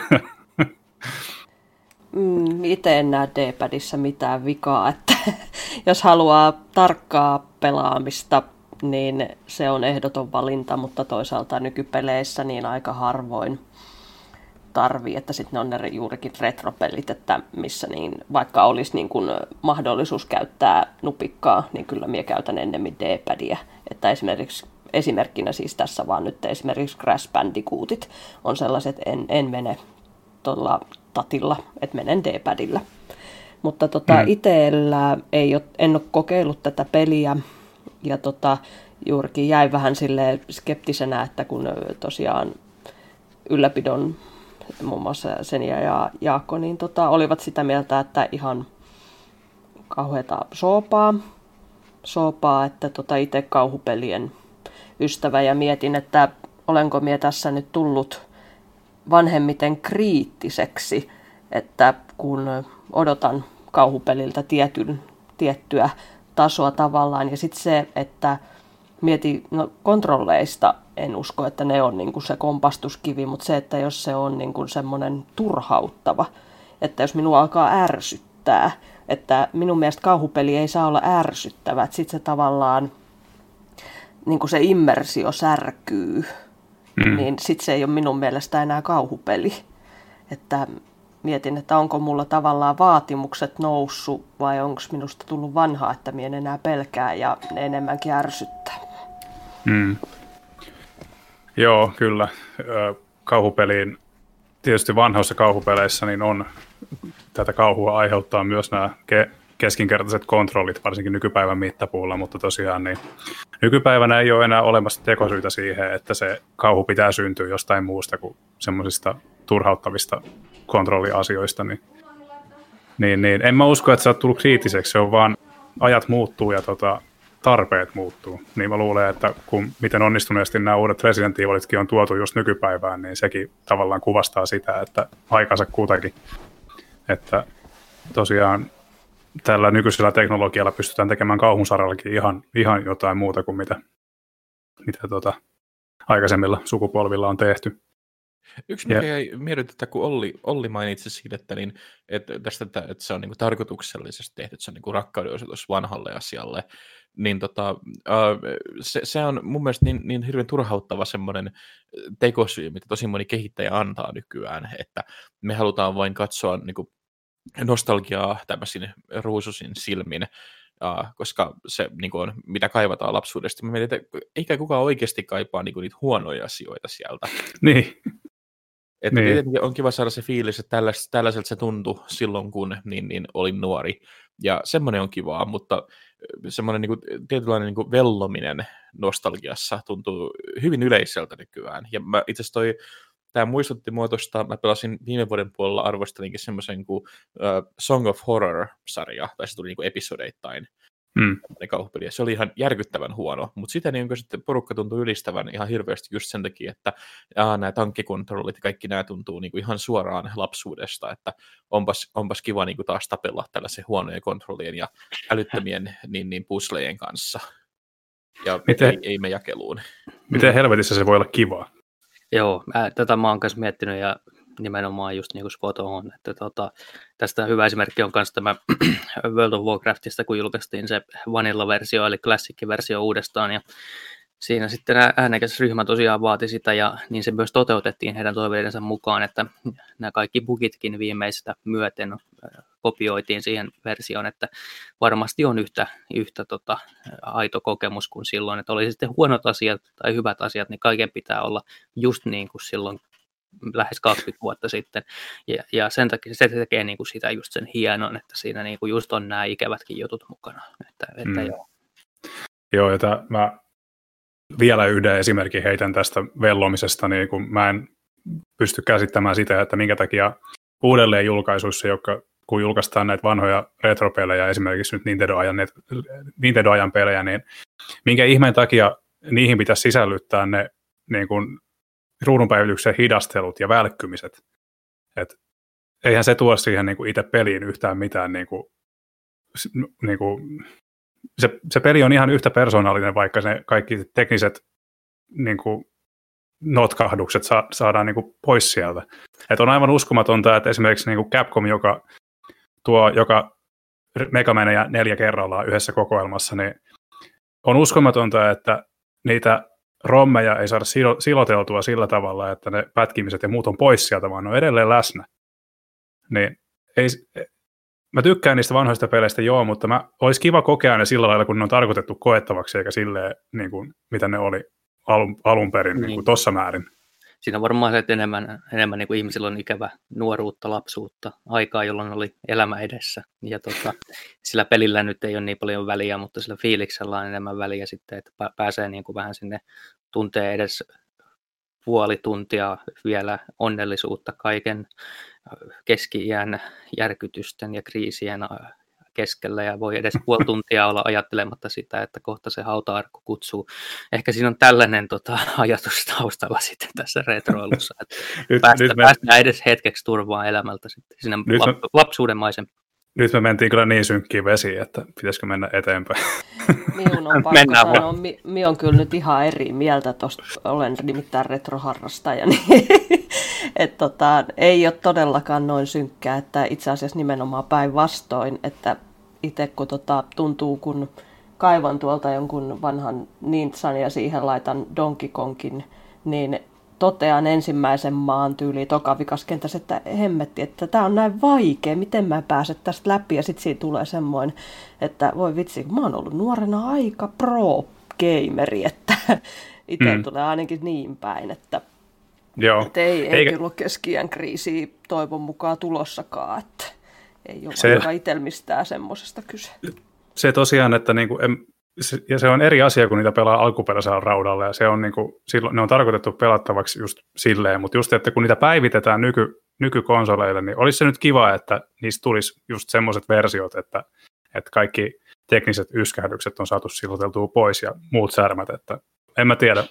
Mm, itse en näe D-padissa mitään vikaa, että jos haluaa tarkkaa pelaamista, niin se on ehdoton valinta, mutta toisaalta nykypeleissä niin aika harvoin tarvii, että sitten ne on ne juurikin retropelit, että missä niin, vaikka olisi niin kuin mahdollisuus käyttää nupikkaa, niin kyllä minä käytän ennemmin D-padia. Että esimerkiksi esimerkkinä siis tässä vaan nyt esimerkiksi Crash Bandicootit on sellaiset, en, en mene tuolla tatilla, että menen D-padilla. Mutta tota, mm. itsellä ei ole, en ole kokeillut tätä peliä ja tota, juurikin jäi vähän silleen skeptisenä, että kun tosiaan ylläpidon muun muassa Senja ja Jaakko niin tota, olivat sitä mieltä, että ihan kauheata soopaa, soopaa että tota, itse kauhupelien ystävä ja mietin, että olenko minä tässä nyt tullut vanhemmiten kriittiseksi, että kun odotan kauhupeliltä tietyn, tiettyä tasoa tavallaan ja sitten se, että mietin, no kontrolleista en usko, että ne on niinku se kompastuskivi, mutta se, että jos se on niinku semmoinen turhauttava, että jos minua alkaa ärsyttää, että minun mielestä kauhupeli ei saa olla ärsyttävä, että sitten se tavallaan niinku se immersio särkyy, mm. niin sitten se ei ole minun mielestä enää kauhupeli. Että mietin, että onko mulla tavallaan vaatimukset noussut vai onko minusta tullut vanhaa, että minä en enää pelkää ja ne enemmänkin ärsyttää. Mm. Joo, kyllä. Kauhupeliin, tietysti vanhoissa kauhupeleissä niin on tätä kauhua aiheuttaa myös nämä ke- keskinkertaiset kontrollit, varsinkin nykypäivän mittapuulla, mutta tosiaan niin nykypäivänä ei ole enää olemassa tekosyitä siihen, että se kauhu pitää syntyä jostain muusta kuin semmoisista turhauttavista kontrolliasioista. Niin, niin, niin. En mä usko, että sä oot tullut kriittiseksi, se on vaan ajat muuttuu ja tota, tarpeet muuttuu. Niin mä luulen, että kun miten onnistuneesti nämä uudet Resident Evilitkin on tuotu just nykypäivään, niin sekin tavallaan kuvastaa sitä, että aikansa kutakin. Että tosiaan tällä nykyisellä teknologialla pystytään tekemään kauhun sarallakin ihan, ihan jotain muuta kuin mitä, mitä tota, aikaisemmilla sukupolvilla on tehty. Yksi mikä jäi mietityttää, kun Olli, Olli mainitsi siitä, että, niin, että, tästä, että, että se on niin kuin tarkoituksellisesti tehty, että se on niin kuin rakkaudenosoitus vanhalle asialle, niin tota, se, se on mun mielestä niin, niin hirveän turhauttava semmoinen tekosyy, mitä tosi moni kehittäjä antaa nykyään, että me halutaan vain katsoa niin kuin nostalgiaa tämmöisin ruususin silmin, Uh, koska se niin kuin on, mitä kaivataan lapsuudesta. Mä mietin, että eikä kukaan oikeasti kaipaa niin kuin, niitä huonoja asioita sieltä. Niin. Että niin. Tietenkin on kiva saada se fiilis, että tällais, tällaiselta se tuntui silloin, kun niin, niin olin nuori. Ja semmoinen on kivaa, mutta semmoinen niin kuin, tietynlainen niin kuin vellominen nostalgiassa tuntuu hyvin yleiseltä nykyään. Ja mä itse asiassa toi Tämä muistutti mua tuosta, mä pelasin viime vuoden puolella, arvostelinkin semmoisen kuin uh, Song of Horror-sarja, tai se tuli niin kuin episodeittain, mm. kauhupeli. Se oli ihan järkyttävän huono, mutta sitä niin sitten porukka tuntui ylistävän ihan hirveästi just sen takia, että aa, nämä tankkikontrollit ja kaikki nämä tuntuu niin kuin ihan suoraan lapsuudesta, että onpas, onpas kiva niin kuin taas tapella tällaisen huonojen kontrollien ja älyttömien niin, niin puzzlejen kanssa. Ja miten, ei, ei me jakeluun. Miten helvetissä se voi olla kivaa? Joo, mä, tätä mä oon kanssa miettinyt ja nimenomaan just niin kuin spot on, että tota, tästä hyvä esimerkki on myös tämä World of Warcraftista, kun julkaistiin se vanilla-versio, eli klassikki-versio uudestaan, ja siinä sitten äänekäs ryhmä tosiaan vaati sitä, ja niin se myös toteutettiin heidän toiveidensa mukaan, että nämä kaikki bugitkin viimeistä myöten kopioitiin siihen versioon, että varmasti on yhtä, yhtä tota, aito kokemus kuin silloin, että oli sitten huonot asiat tai hyvät asiat, niin kaiken pitää olla just niin kuin silloin lähes kaksikymmentä vuotta sitten, ja, ja sen takia se tekee niin kuin sitä just sen hienon, että siinä niin kuin just on nämä ikävätkin jutut mukana. Että, että mm. joo. Joo, että mä vielä yhden esimerkin heitän tästä vellomisesta, niin kun mä en pysty käsittämään sitä, että minkä takia uudelleen julkaisuissa, jotka, kun julkaistaan näitä vanhoja retropelejä, esimerkiksi nyt Nintendo-ajan, Nintendo-ajan pelejä, niin minkä ihmeen takia niihin pitäisi sisällyttää ne niin kun ruudunpäivityksen hidastelut ja välkkymiset. Et eihän se tuo siihen niin kuin itse peliin yhtään mitään. Niin kuin, niin kuin, se, se peli on ihan yhtä persoonallinen, vaikka ne kaikki tekniset niin kuin, notkahdukset sa, saadaan niin kuin, pois sieltä. Et on aivan uskomatonta, että esimerkiksi niin kuin Capcom, joka tuo joka Mega Mania neljä kerrallaan yhdessä kokoelmassa, niin on uskomatonta, että niitä rommeja ei saada siloteltua sillä tavalla, että ne pätkimiset ja muut on pois sieltä, vaan ne on edelleen läsnä. Niin ei, mä tykkään niistä vanhoista peleistä, joo, mutta mä, olisi kiva kokea ne sillä lailla, kun ne on tarkoitettu koettavaksi, eikä silleen, niin kuin, mitä ne oli alun, alun perin niin. Niin Niin tuossa määrin. Siinä on varmaan se, että enemmän, enemmän niin kuin ihmisillä on ikävä nuoruutta, lapsuutta, aikaa, jolloin oli elämä edessä. Ja tota, sillä pelillä nyt ei ole niin paljon väliä, mutta sillä fiiliksellä on enemmän väliä sitten, että pääsee niin kuin vähän sinne, tuntee edes puoli tuntia vielä onnellisuutta kaiken keski-iän järkytysten ja kriisien keskellä ja voi edes puoli tuntia olla ajattelematta sitä, että kohta se hauta-arkku kutsuu. Ehkä siinä on tällainen tota, ajatus taustalla sitten tässä retroilussa, että nyt, päästä, nyt me... päästään edes hetkeksi turvaan elämältä sitten sinne lap, me... lapsuuden maisen. Nyt me mentiin kyllä niin synkkiin vesiin, että pitäisikö mennä eteenpäin. Minun on pakko sanoa, mi, mi on kyllä nyt ihan eri mieltä tuosta, olen nimittäin retroharrastaja, niin et tota, ei ole todellakaan noin synkkää, että itse asiassa nimenomaan päinvastoin, että itse kun tota, tuntuu, kun kaivan tuolta jonkun vanhan Nintsan ja siihen laitan Donkey Kongin, niin totean ensimmäisen maan tyyliin tokavikaskentässä, että hemmetti, että tämä on näin vaikea, miten mä pääsen tästä läpi, ja sitten siinä tulee semmoinen, että voi vitsi, mä oon ollut nuorena aika pro-gameri, että itse mm. tulee ainakin niin päin, että, Joo. että ei, ei Eikä... kyllä ole keski-iän kriisiä toivon mukaan tulossakaan, että ei ole se... aika itsellä mistään semmoisesta kyse. Se tosiaan, että niinku, en... ja se on eri asia, kun niitä pelaa alkuperäisellä raudalla, ja se on niinku, silloin, ne on tarkoitettu pelattavaksi just silleen, mutta just, että kun niitä päivitetään nyky, nykykonsoleille, niin olisi se nyt kiva, että niistä tulisi just semmoiset versiot, että, että kaikki tekniset yskähdykset on saatu siloteltua pois ja muut särmät, että en mä tiedä.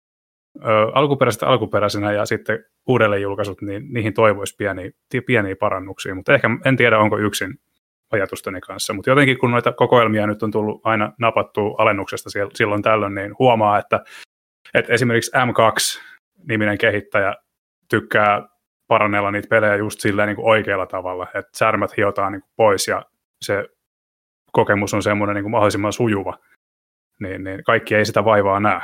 Ö, alkuperäiset alkuperäisenä ja sitten uudelleenjulkaisut, niin niihin toivoisi pieniä, pieniä parannuksia, mutta ehkä en tiedä, onko yksin ajatusteni kanssa, mutta jotenkin kun noita kokoelmia nyt on tullut aina napattua alennuksesta silloin tällöin, niin huomaa, että, että esimerkiksi M kaksi-niminen kehittäjä tykkää parannella niitä pelejä just silleen niin kuin oikealla tavalla, että särmät hiotaan niin kuin pois ja se kokemus on semmoinen niin kuin mahdollisimman sujuva, niin, niin kaikki ei sitä vaivaa näe.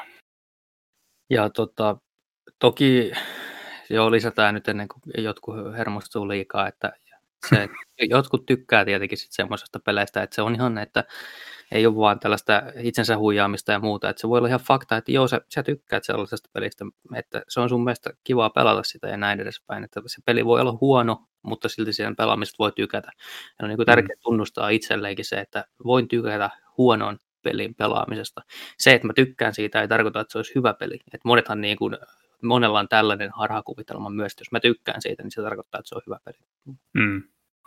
Ja tota, toki joo, lisätään nyt ennen kuin jotkut hermostuu liikaa, että se, jotkut tykkää tietenkin sit semmoisesta peleistä, että se on ihan, että ei ole vaan tällaista itsensä huijaamista ja muuta, että se voi olla ihan fakta, että joo, sä, sä tykkäät sellaisesta pelistä, että se on sun mielestä kivaa pelata sitä ja näin edespäin, että se peli voi olla huono, mutta silti siihen pelaamista voi tykätä. Ja on niin kuin tärkeää tunnustaa itselleenkin se, että voin tykätä huonon pelin pelaamisesta. Se, että mä tykkään siitä, ei tarkoita, että se olisi hyvä peli. Että monethan niin kuin, monella on tällainen harhakuvitelma myös, että jos mä tykkään siitä, niin se tarkoittaa, että se on hyvä peli. Mm.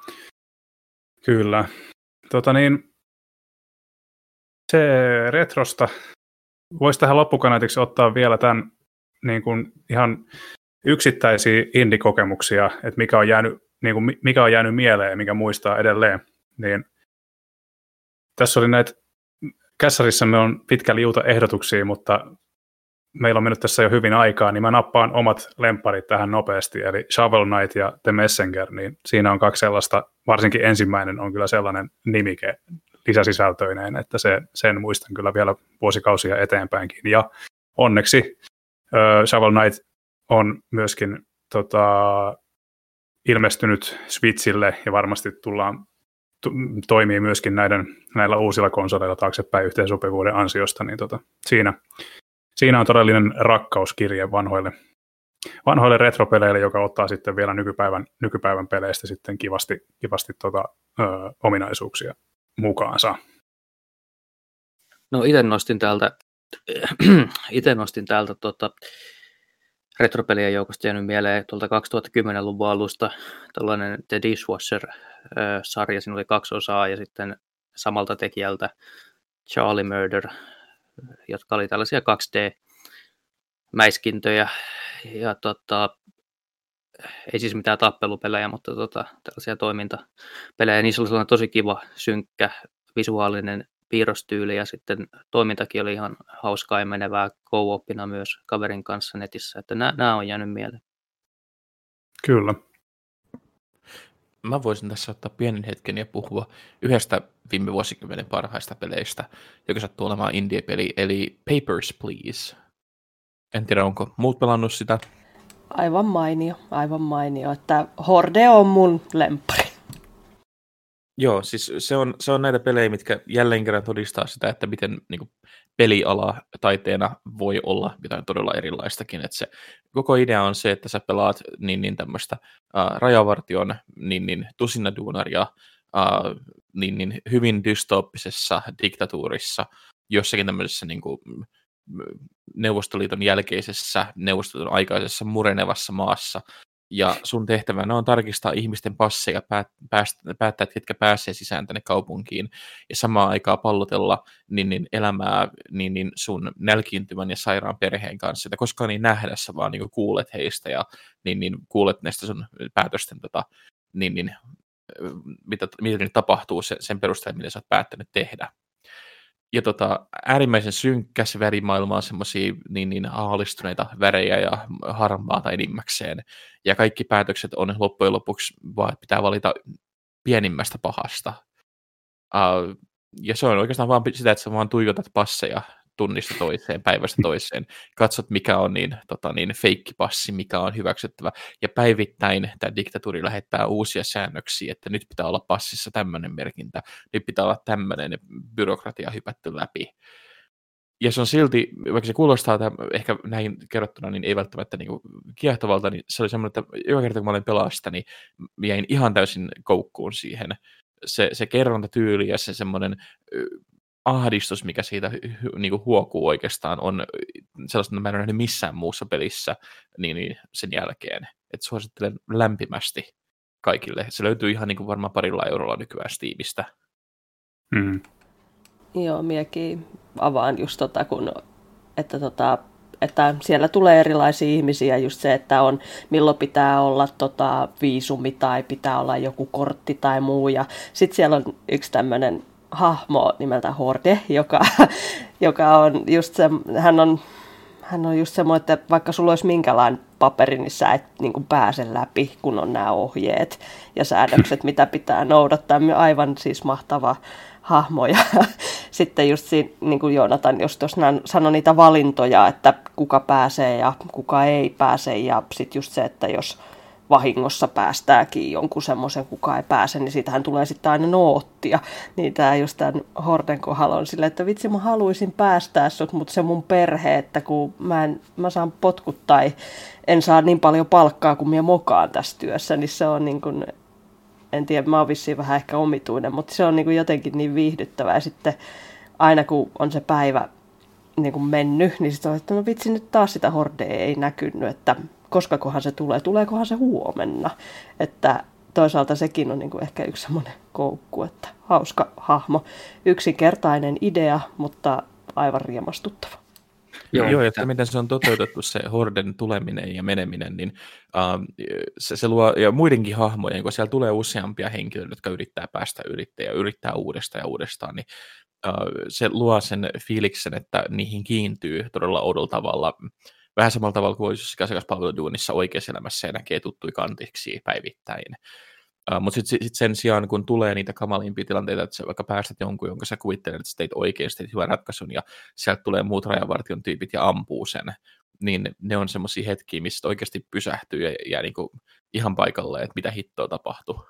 Kyllä. Tota niin, se retrosta voisi tähän loppukaneetiksi ottaa vielä tämän niin kuin ihan yksittäisiä indie-kokemuksia, että mikä on jäänyt, niin kuin, mikä on jäänyt mieleen ja mikä muistaa edelleen. Niin, tässä oli näitä, kässarissamme on pitkä liuta ehdotuksia, mutta meillä on mennyt tässä jo hyvin aikaa, niin mä nappaan omat lempparit tähän nopeasti, eli Shovel Knight ja The Messenger, niin siinä on kaksi sellaista, varsinkin ensimmäinen on kyllä sellainen nimike lisäsisältöinen, että se, sen muistan kyllä vielä vuosikausia eteenpäinkin, ja onneksi äh, Shovel Knight on myöskin tota, ilmestynyt Switchille, ja varmasti tullaan to, toimii myöskin näiden, näillä uusilla konsoleilla taaksepäin yhteensopivuuden ansiosta, niin tota, siinä Siinä on todellinen rakkauskirje vanhoille, vanhoille retropeleille, joka ottaa sitten vielä nykypäivän, nykypäivän peleistä sitten kivasti, kivasti tota, ö, ominaisuuksia mukaansa. No itse nostin täältä, itse nostin täältä tota, retropelien joukosta jäänyt mieleen tuolta kaksituhattakymmenluvun alusta tällainen The Dishwasher-sarja, siinä oli kaksi osaa ja sitten samalta tekijältä Charlie Murder, jotka oli tällaisia kaksi D-mäiskintöjä, ja tota, ei siis mitään tappelupelejä, mutta tota, tällaisia toimintapelejä. Niissä oli sellainen tosi kiva, synkkä, visuaalinen piirrostyyli, ja sitten toimintakin oli ihan hauskaa ja menevää co-opina myös kaverin kanssa netissä, että nämä, nämä on jäänyt mieleen. Kyllä. Mä voisin tässä ottaa pienen hetken ja puhua yhdestä viime vuosikymmenen parhaista peleistä, joka sattuu olemaan indie-peli, eli Papers, Please. En tiedä, onko muut pelannut sitä? Aivan mainio, aivan mainio, että Horde on mun lemppari. Joo, siis se on, se on näitä pelejä, mitkä jälleen kerran todistaa sitä, että miten niin kuin, peliala taiteena voi olla jotain todella erilaistakin. Että se koko idea on se, että sä pelaat niin, niin tämmöistä uh, rajavartion niin, niin tusinaduunaria uh, niin, niin hyvin dystooppisessa diktatuurissa, jossakin tämmöisessä niin kuin, Neuvostoliiton jälkeisessä, Neuvostoliiton aikaisessa murenevassa maassa, ja sun tehtävänä on tarkistaa ihmisten passeja, päät, päästä, päättää, että ketkä pääsee sisään tänne kaupunkiin, ja samaan aikaan pallotella niin, niin elämää niin, niin sun nälkiintyvän ja sairaan perheen kanssa, että koskaan ei nähdä, sä vaan niin kuulet heistä, ja niin, niin kuulet näistä sun päätösten, tota, niin, niin, mitä, mitä nyt tapahtuu sen, sen perusteella, mitä sä oot päättänyt tehdä. Ja tota, äärimmäisen synkkäs värimaailma on semmoisia niin, niin haalistuneita värejä ja harmaata enimmäkseen. Ja kaikki päätökset on loppujen lopuksi vaan, että pitää valita pienimmästä pahasta. Uh, ja se on oikeastaan vaan sitä, että sä vaan tuijotat passeja tunnista toiseen, päivästä toiseen. Katsot, mikä on niin, tota, niin feikkipassi, mikä on hyväksyttävä. Ja päivittäin tämä diktatuuri lähettää uusia säännöksiä, että nyt pitää olla passissa tämmöinen merkintä, nyt pitää olla tämmöinen byrokratia hypätty läpi. Ja se on silti, vaikka se kuulostaa tämän, ehkä näin kerrottuna, niin ei välttämättä niin kuin kiehtovalta, niin se oli semmoinen, että joka kerta kun mä olin pelaa sitä, niin jäin ihan täysin koukkuun siihen. Se, se kerrontatyyli ja se semmoinen ahdistus, mikä siitä niin kuin huokuu oikeastaan, on sellaista, että mä en ole nähnyt missään muussa pelissä niin, niin sen jälkeen. Että suosittelen lämpimästi kaikille. Se löytyy ihan niin kuin varmaan parilla eurolla nykyään Steamista. Mm. Joo, miekin avaan just tota, kun, että, tota, että siellä tulee erilaisia ihmisiä, just se, että on, milloin pitää olla tota, viisumi tai pitää olla joku kortti tai muu. Ja sitten siellä on yksi tämmöinen hahmo nimeltä Horde, joka, joka on just se, hän on, hän on just semmoinen, että vaikka sulla olisi minkälainen paperi, niin sä et niin kuin pääse läpi, kun on nämä ohjeet ja säädökset, mitä pitää noudattaa. Aivan siis mahtava hahmo. Ja sitten just siinä, niin kuin Joonatan, jos tuossa sanoi niitä valintoja, että kuka pääsee ja kuka ei pääse. Ja sitten just se, että jos vahingossa päästääkin jonkun semmoisen, kuka ei pääse, niin siitähän tulee sitten aina noottia. Niin tämä just tämän Horden kohdalla on silleen, että vitsi, mä haluaisin päästää sut, mutta se mun perhe, että kun mä, en, mä saan potkut tai en saa niin paljon palkkaa kuin minä mokaan tässä työssä, niin se on niin kuin, en tiedä, mä oon vissiin vähän ehkä omituinen, mutta se on niin kuin jotenkin niin viihdyttävää. Ja sitten aina kun on se päivä niin kuin mennyt, niin sitten on, että no vitsi, nyt taas sitä Hordea ei näkynyt, että koskakohan se tulee, tuleekohan se huomenna. Että toisaalta sekin on niin kuin ehkä yksi semmoinen koukku, että hauska hahmo. Yksinkertainen idea, mutta aivan riemastuttava. Joo, Joo, että miten se on toteutettu se Horden tuleminen ja meneminen, niin uh, se, se luo, ja muidenkin hahmojen, kun siellä tulee useampia henkilöitä, jotka yrittää päästä yrittäjä, yrittää uudestaan ja uudestaan, niin uh, se luo sen fiiliksen, että niihin kiintyy todella oudolla tavalla. Vähän samalla tavalla kuin olisi asiakaspalveluduunissa oikeassa elämässä ja näkee tuttui kantiksi päivittäin. Uh, mutta sitten sit sen sijaan, kun tulee niitä kamalimpia tilanteita, että sä vaikka päästät jonkun, jonka sä kuvittelet, että sä teit oikeasti teit hyvän ratkaisun, ja sieltä tulee muut rajavartion tyypit ja ampuu sen, niin ne on semmoisia hetkiä, missä oikeasti pysähtyy ja jää niinku ihan paikalle, että mitä hittoa tapahtuu.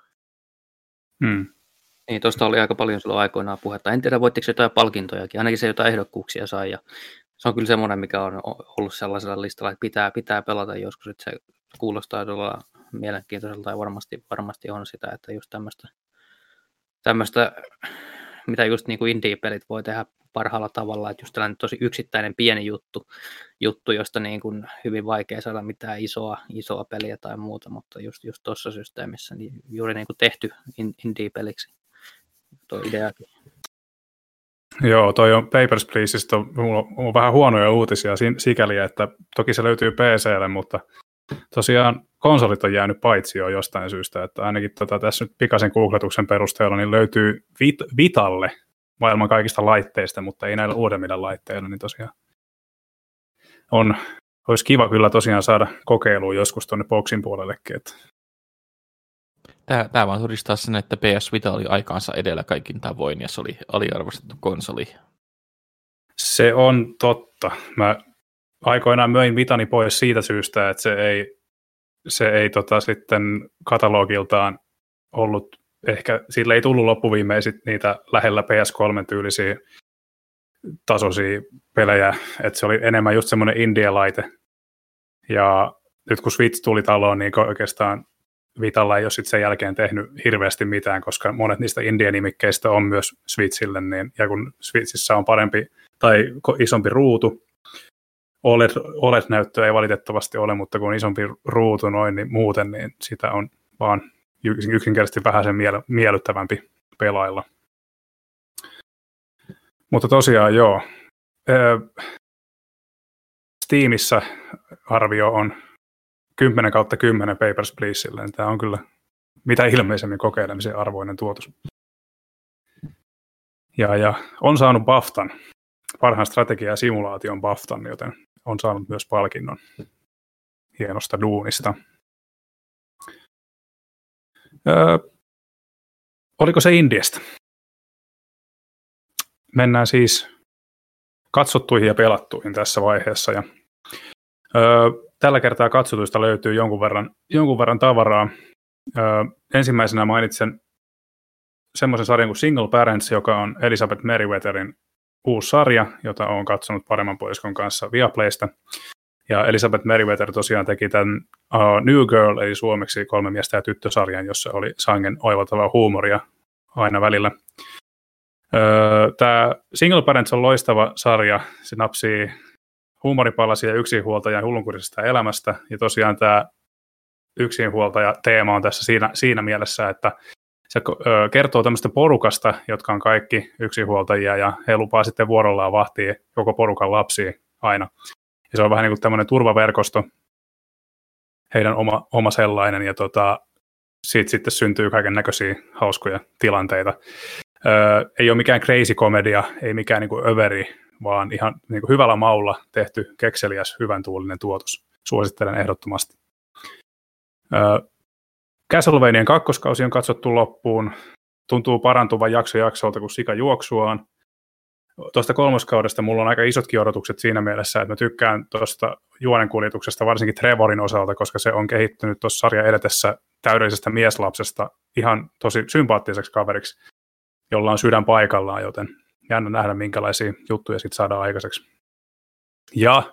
Hmm. Niin, tuosta oli aika paljon silloin aikoinaan puhetta. En tiedä, voitteko jotain palkintojakin, ainakin se jotain ehdokkuuksia sai, ja se on kyllä semmoinen, mikä on ollut sellaisella listalla, että pitää, pitää pelata joskus, että se kuulostaa todella mielenkiintoiselta ja varmasti, varmasti on sitä, että just tämmöistä, tämmöistä mitä just niin kuin indie-pelit voi tehdä parhaalla tavalla, että just tällainen tosi yksittäinen pieni juttu, juttu josta niin kuin hyvin vaikea saada mitään isoa, isoa peliä tai muuta, mutta just, just tuossa systeemissä niin juuri niin kuin tehty indie-peliksi tuo ideakin. Joo, toi on Papers, Pleaseista on, on vähän huonoja uutisia sikäli, että toki se löytyy P C:lle, mutta tosiaan konsolit on jäänyt paitsi jo jostain syystä, että ainakin tota, tässä nyt pikaisen googletuksen perusteella niin löytyy Vit- Vitalle maailman kaikista laitteista, mutta ei näillä uudemmilla laitteilla, niin tosiaan on, olisi kiva kyllä tosiaan saada kokeiluun joskus tuonne Boxin puolellekin. Että. Tämä, tämä vaan todistaa sen, että P S Vita oli aikaansa edellä kaikin tavoin, ja se oli aliarvostettu konsoli. Se on totta. Mä aikoinaan möin Vitani pois siitä syystä, että se ei, se ei tota, sitten katalogiltaan ollut ehkä sille ei tullut loppuviimein sit niitä lähellä P S kolme-tyylisiä tasoisia pelejä, että se oli enemmän just semmoinen indie-laite. Ja nyt kun Switch tuli taloon, niin oikeastaan Vitalla ei ole sit sen jälkeen tehnyt hirveästi mitään, koska monet niistä indie-nimikkeistä on myös Switchille, niin, ja kun Switchissä on parempi tai isompi ruutu, O L E D, O L E D-näyttöä ei valitettavasti ole, mutta kun on isompi ruutu noin, niin muuten, niin sitä on vaan yksinkertaisesti vähän sen miellyttävämpi pelailla. Mutta tosiaan joo, Steamissa arvio on kymmenen kautta kymmenen Papers, Pleaselle. Tämä on kyllä mitä ilmeisemmin kokeilemisen arvoinen tuotos. Ja, ja on saanut BAFTAn, parhaan strategia- ja simulaation BAFTAn, joten on saanut myös palkinnon hienosta duunista. Öö, oliko se Indiasta? Mennään siis katsottuihin ja pelattuihin tässä vaiheessa. Ja, öö, tällä kertaa katsotuista löytyy jonkun verran, jonkun verran tavaraa. Öö, ensimmäisenä mainitsen semmoisen sarjan kuin Single Parents, joka on Elizabeth Meriwetherin uusi sarja, jota olen katsonut paremman puoliskon kanssa Viaplaysta. Ja Elizabeth Meriwether tosiaan teki tämän uh, New Girl, eli suomeksi kolme miestä ja tyttösarjan, jossa oli sangen oivaltavaa huumoria aina välillä. Öö, tämä Single Parents on loistava sarja. Se napsii huumoripalasia yksinhuoltajan hullunkurisesta elämästä. Ja tosiaan tämä yksinhuoltaja-teema on tässä siinä, siinä mielessä, että se öö, kertoo tämmöistä porukasta, jotka on kaikki yksinhuoltajia, ja he lupaa sitten vuorollaan vahtia koko porukan lapsia aina. Ja se on vähän niin kuin tämmöinen turvaverkosto, heidän oma, oma sellainen, ja tota, siitä sitten syntyy kaiken näköisiä hauskoja tilanteita. Öö, ei ole mikään crazy komedia, ei mikään niin kuin överi, vaan ihan niin kuin hyvällä maulla tehty kekseliäs, hyvän tuulinen tuotos. Suosittelen ehdottomasti. Öö, Castlevanian kakkoskausi on katsottu loppuun. Tuntuu parantuvan jakso jaksolta, kun sika juoksuaan. Tuosta kolmoskaudesta mulla on aika isotkin odotukset siinä mielessä, että mä tykkään tuosta juonenkuljetuksesta, varsinkin Trevorin osalta, koska se on kehittynyt tuossa sarjan edetessä täydellisestä mieslapsesta ihan tosi sympaattiseksi kaveriksi, jolla on sydän paikallaan, joten jännä nähdä, minkälaisia juttuja sitten saadaan aikaiseksi. Ja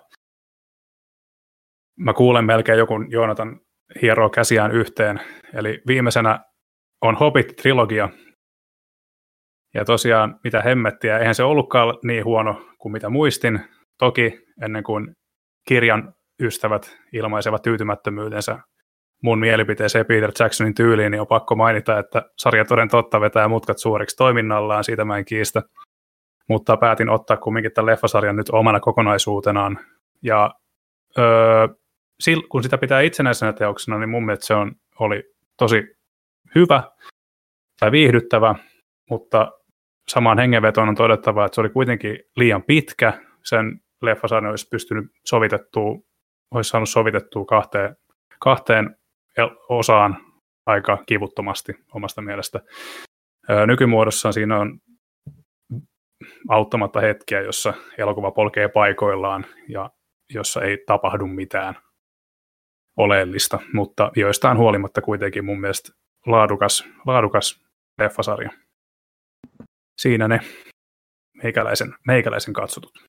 mä kuulen melkein joku Joonatan hieroo käsiään yhteen, eli viimeisenä on Hobbit-trilogia. Ja tosiaan, mitä hemmettiä, eihän se ollutkaan niin huono kuin mitä muistin. Toki ennen kuin kirjan ystävät ilmaisevat tyytymättömyytensä mun mielipiteeseen Peter Jacksonin tyyliin, niin on pakko mainita, että sarja toden totta vetää mutkat suuriksi toiminnallaan, siitä mä en kiistä. Mutta päätin ottaa kumminkin tämän leffasarjan nyt omana kokonaisuutenaan. Ja öö, kun sitä pitää itsenäisenä teoksena, niin mun mielestä se on, oli tosi hyvä tai viihdyttävä, mutta samaan hengenvetoon on todettava, että se oli kuitenkin liian pitkä. Sen leffasarjan olisi pystynyt sovitettua, olisi saanut sovitettua kahteen, kahteen osaan aika kivuttomasti omasta mielestä. Nykymuodossaan siinä on auttamatta hetkiä, jossa elokuva polkee paikoillaan ja jossa ei tapahdu mitään oleellista, mutta joistain huolimatta kuitenkin mun mielestä laadukas, laadukas leffasarja. Siinä ne meikäläisen, meikäläisen katsotut.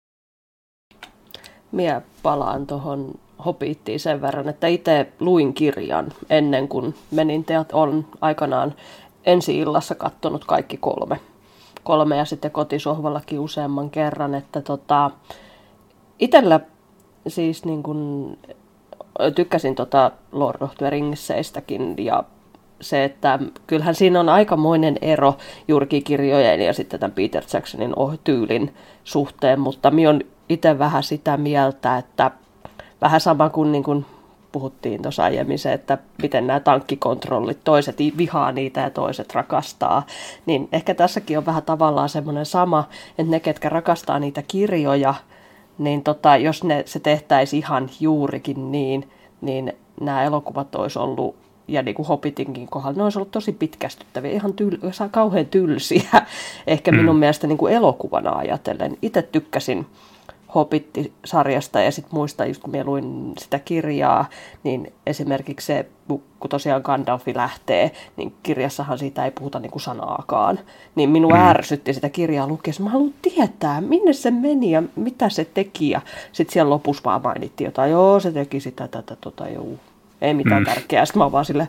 Mie palaan tuohon Hobbittiin sen verran, että itse luin kirjan ennen kuin menin teat on aikanaan ensi-illassa katsonut kaikki kolme. Kolme ja sitten kotisohvallakin useamman kerran, että tota, itsellä siis niin kun, tykkäsin tota Lord of the Ringsseistäkin ja se, että kyllähän siinä on aikamoinen ero juurikin kirjojen ja sitten tämän Peter Jacksonin tyylin suhteen, mutta minä olen itse vähän sitä mieltä, että vähän sama kuin, niin kuin puhuttiin tuossa aiemmin se, että miten nämä tankkikontrollit, toiset vihaa niitä ja toiset rakastaa, niin ehkä tässäkin on vähän tavallaan semmoinen sama, että ne, ketkä rakastaa niitä kirjoja, niin tota, jos ne, se tehtäisiin ihan juurikin niin, niin nämä elokuvat olisi ollut, ja niin kuin Hobbitinkin kohdalla, ne olisi ollut tosi pitkästyttäviä, ihan tyl- kauhean tylsiä, ehkä minun mm. mielestä niin kuin elokuvana ajatellen. Itse tykkäsin Hobbit-sarjasta ja sitten muistan, just kun minä luin sitä kirjaa, niin esimerkiksi se, kun tosiaan Gandalfi lähtee, niin kirjassahan siitä ei puhuta niin kuin sanaakaan. Niin minua mm. ärsytti sitä kirjaa lukiessa. Mä haluan tietää, minne se meni ja mitä se teki. Ja sitten siellä lopussa vaan mainittiin jotain, joo se teki sitä, tätä, tota, joo. Ei mitään mm. tärkeää. Sitten mä oon vaan silleen,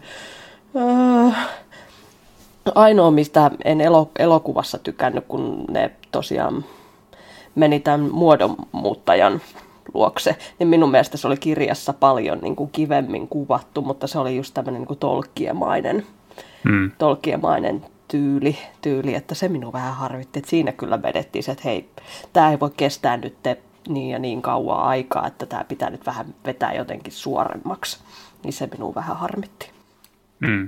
äh, ainoa mistä en elo, elokuvassa tykännyt, kun ne tosiaan meni tämän muodonmuuttajan luokse, niin minun mielestä se oli kirjassa paljon niin kuin kivemmin kuvattu, mutta se oli just tämmöinen niin kuin tolkiemainen, hmm. tolkiemainen tyyli, tyyli, että se minun vähän harvitti, että siinä kyllä vedettiin se, että hei, tämä ei voi kestää nyt niin ja niin kauan aikaa, että tämä pitää nyt vähän vetää jotenkin suoremmaksi, niin se minun vähän harmitti. Hmm.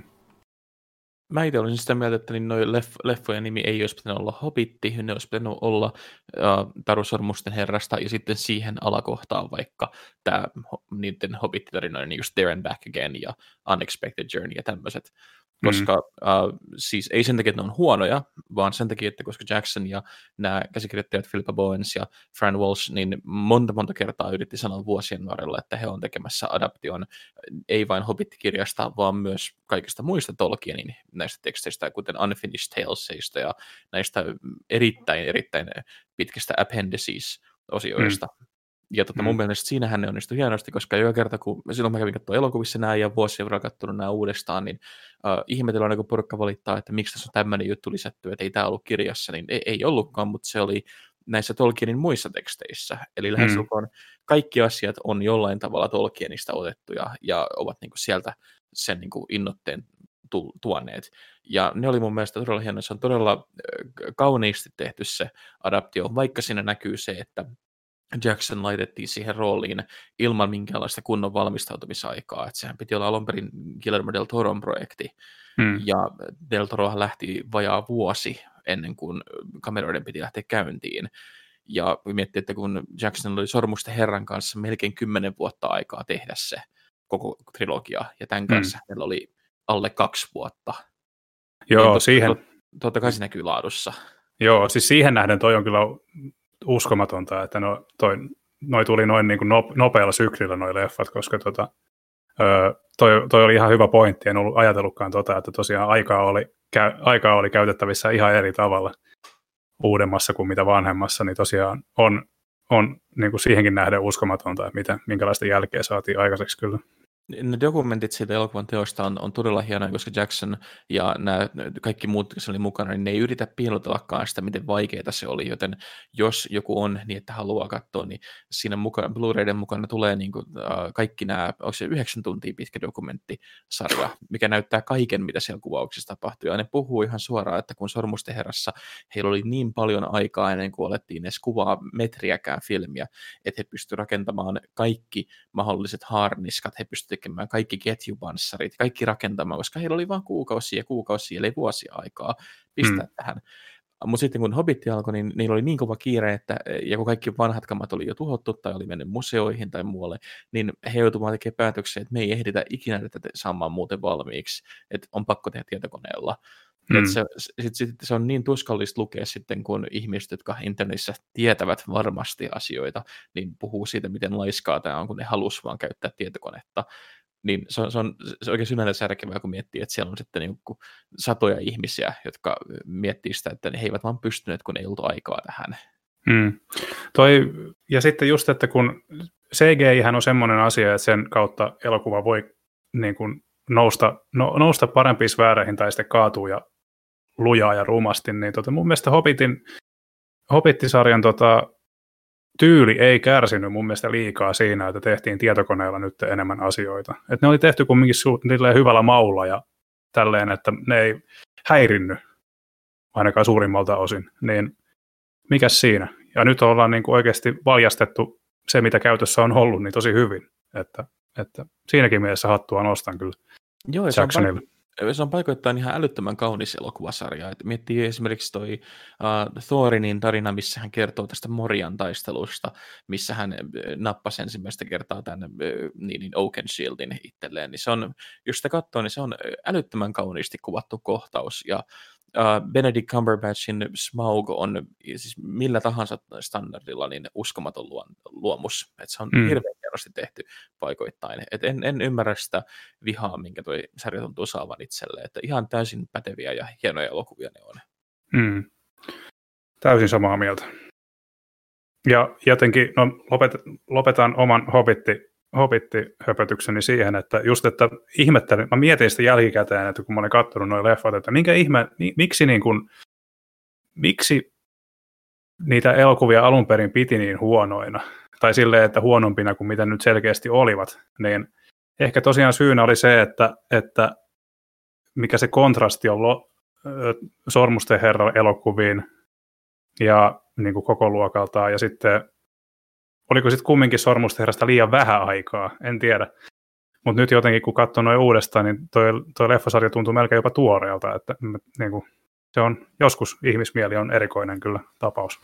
Mä itse olisin sitä mieltä, että niin noin leff- leffojen nimi ei olisi pitänyt olla Hobitti, ne olisi pitänyt olla uh, Taru Sormusten herrasta, ja sitten siihen alakohtaan vaikka tämä niiden Hobbit-tarinoiden, niin just There and Back Again ja Unexpected Journey ja tämmöiset. Koska mm. uh, siis ei sen takia, että ne on huonoja, vaan sen takia, että koska Jackson ja nämä käsikirjoittajat Philippa Bowens ja Fran Walsh, niin monta monta kertaa yritti sanoa vuosien varrella, että he on tekemässä adaption ei vain Hobbit-kirjasta, vaan myös kaikista muista Tolkienin näistä teksteistä, kuten Unfinished Talesista ja näistä erittäin, erittäin pitkistä appendices-osioista. Mm. Ja tota, mun mm. mielestä siinähän ne onnistui hienosti, koska joka kerta, kun silloin mä kävin katsoa elokuvissa nämä ja vuosien verran katsonut nämä uudestaan, niin uh, ihmetellä aina kun porukka valittaa, että miksi tässä on tämmöinen juttu lisätty, että ei tämä ollut kirjassa, niin ei, ei ollutkaan, mutta se oli näissä Tolkienin muissa teksteissä. Eli lähestulkoon mm. kaikki asiat on jollain tavalla Tolkienista otettuja ja ovat niin kuin sieltä sen niin kuin innoitteen tu- tuoneet. Ja ne oli mun mielestä todella hienoa, se on todella kauniisti tehty se adaptio, vaikka siinä näkyy se, että Jackson laitettiin siihen rooliin ilman minkäänlaista kunnon valmistautumisaikaa, että sehän piti olla alun perin Guillermo del Toron projekti, hmm. ja del Torohan lähti vajaa vuosi ennen kuin kameroiden piti lähteä käyntiin, ja miettii, että kun Jackson oli Sormusten herran kanssa melkein kymmenen vuotta aikaa tehdä se koko trilogia, ja tämän kanssa hmm. meillä oli alle kaksi vuotta. Joo, niin totta, siihen... Tot, totta kai se näkyy laadussa. Joo, siis siihen nähden toi on kyllä uskomatonta, että no, toi, noi tuli noin niin kuin nopealla syklillä noi leffat, koska tota, toi, toi oli ihan hyvä pointti, en ollut ajatellutkaan tota, että tosiaan aikaa oli, käy, aikaa oli käytettävissä ihan eri tavalla uudemmassa kuin mitä vanhemmassa, niin tosiaan on, on niin kuin siihenkin nähden uskomatonta, että miten, minkälaista jälkeä saatiin aikaiseksi kyllä. Ne dokumentit siitä elokuvan teosta on, on todella hienoja, koska Jackson ja nämä kaikki muut, jotka oli mukana, niin ne ei yritä piilotellakaan sitä, miten vaikeaa se oli, joten jos joku on niin, että haluaa katsoa, niin siinä muka, Blu-rayden mukana tulee niin kuin, äh, kaikki nämä, onko se yhdeksän tuntia pitkä dokumenttisarja, mikä näyttää kaiken, mitä siellä kuvauksessa tapahtui, ja ne puhuu ihan suoraan, että kun Sormusten herrassa heillä oli niin paljon aikaa ennen kuin alettiin edes kuvaa metriäkään filmiä, että he pystyivät rakentamaan kaikki mahdolliset haarniskat, he pystyivät tekemään kaikki ketjupanssarit, kaikki rakentamaan, koska heillä oli vain kuukausia ja kuukausia, eli vuosia aikaa pistää hmm. tähän. Mutta sitten kun Hobbit alkoi, niin niillä oli niin kova kiire, että ja kun kaikki vanhat kamat oli jo tuhottu tai oli mennyt museoihin tai muualle, niin he joutuivat tekemään päätöksiä, että me ei ehditä ikinä tätä saamaan muuten valmiiksi, että on pakko tehdä tietokoneella. Mm. Se, sit, sit, se on niin tuskallista lukea sitten, kun ihmiset, jotka internetissä tietävät varmasti asioita, niin puhuu siitä, miten laiskaa tämä on, kun ne halusi vaan käyttää tietokonetta. Niin se on, se on, se on oikein sydäntä särkevää, kun miettii, että siellä on sitten niin kuin satoja ihmisiä, jotka miettii sitä, että he eivät vaan pystyneet, kun ei ollut aikaa tähän. Mm. Toi, ja sitten just, että kun C G I-hän on semmoinen asia, että sen kautta elokuva voi niin kuin nousta, no, nousta parempiin sfääreihin tai sitten kaatuu ja lujaa ja rumasti, niin tota, mun mielestä Hobbitin, Hobbit-sarjan tota, tyyli ei kärsinyt mun mielestä liikaa siinä, että tehtiin tietokoneella nyt enemmän asioita. Et ne oli tehty kumminkin su- hyvällä maulla ja tälleen, että ne ei häirinnyt ainakaan suurimmalta osin. Niin mikäs siinä? Ja nyt ollaan niin kuin oikeasti valjastettu se, mitä käytössä on ollut, niin tosi hyvin. Että, että siinäkin mielessä hattua nostan kyllä Joo, Jacksonille. Se on paikoittain ihan älyttömän kaunis elokuvasarja. Et miettii esimerkiksi toi uh, Thorinin tarina, missä hän kertoo tästä Morian taistelusta, missä hän nappasi ensimmäistä kertaa tämän uh, niin, Oakenshieldin itselleen. Niin se on, jos sitä katsoo, niin se on älyttömän kauniisti kuvattu kohtaus. Ja uh, Benedict Cumberbatchin Smaug on siis millä tahansa standardilla niin uskomaton luomus. Et se on mm. hirveän hienosti tehty paikoittain. Et en, en ymmärrä sitä vihaa, minkä toi sarja tuntuu saavan itselle. Että ihan täysin päteviä ja hienoja elokuvia ne on. Mm. Täysin samaa mieltä. Ja jotenkin, no lopet, lopetan oman hobitti, hobitti-höpötykseni siihen, että just, että ihmettelin, mä mietin sitä jälkikäteen, että kun mä olin katsonut nuo leffat, että minkä ihme, miksi, niin kun, miksi niitä elokuvia alun perin piti niin huonoina, tai silleen, että huonompina kuin mitä nyt selkeästi olivat, niin ehkä tosiaan syynä oli se, että, että mikä se kontrasti on lo, Sormusten herra elokuviin ja niin kuin koko luokaltaan, ja sitten oliko sitten kumminkin Sormusten herrasta liian vähän aikaa, en tiedä. Mutta nyt jotenkin, kun katson noin uudestaan, niin toi, toi leffasarja tuntuu melkein jopa tuoreelta, että niin kuin, se on, joskus ihmismieli on erikoinen kyllä tapaus.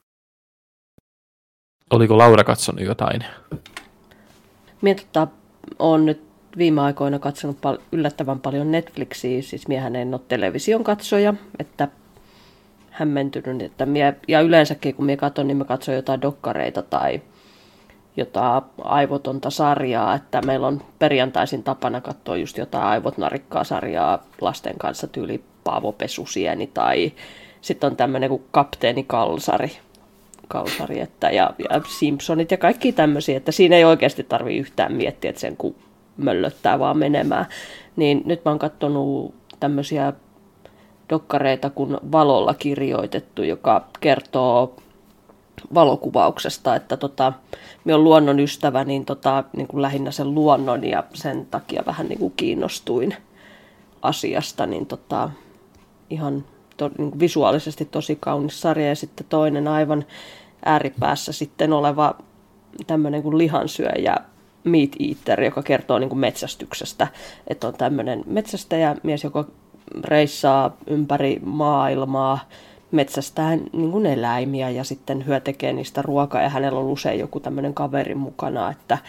Oliko Laura katsonut jotain? Mietitään, olen nyt viime aikoina katsonut pal- yllättävän paljon Netflixiä, siis miehän en ole television katsoja, että hämmentynyt, että mie, ja yleensäkin kun minä katson, niin mä katson jotain dokkareita tai jotain aivotonta sarjaa, että meillä on perjantaisin tapana katsoa just jotain aivot narikkaa sarjaa lasten kanssa, tyyli Paavo Pesusieni tai sitten on tämmöinen kuin Kapteeni Kalsari, Kalsari että, ja, ja Simpsonit ja kaikki tämmöisiä, että siinä ei oikeasti tarvitse yhtään miettiä, että sen kun möllöttää vaan menemään. Niin nyt mä oon katsonut tämmöisiä dokkareita kuin Valolla kirjoitettu, joka kertoo valokuvauksesta, että tota, minä olen luonnon ystävä, niin, tota, niin kuin lähinnä sen luonnon ja sen takia vähän niin kuin kiinnostuin asiasta, niin tota, ihan to, niin kuin visuaalisesti tosi kaunis sarja ja sitten toinen aivan ääripäässä sitten oleva tämmöinen kuin lihansyöjä Meat Eater, joka kertoo niin kuin metsästyksestä, että on tämmöinen metsästäjämies, joka reissaa ympäri maailmaa, metsästää niin kuin eläimiä ja sitten hyö tekee niistä ruokaa ja hänellä on usein joku tämmöinen kaveri mukana, että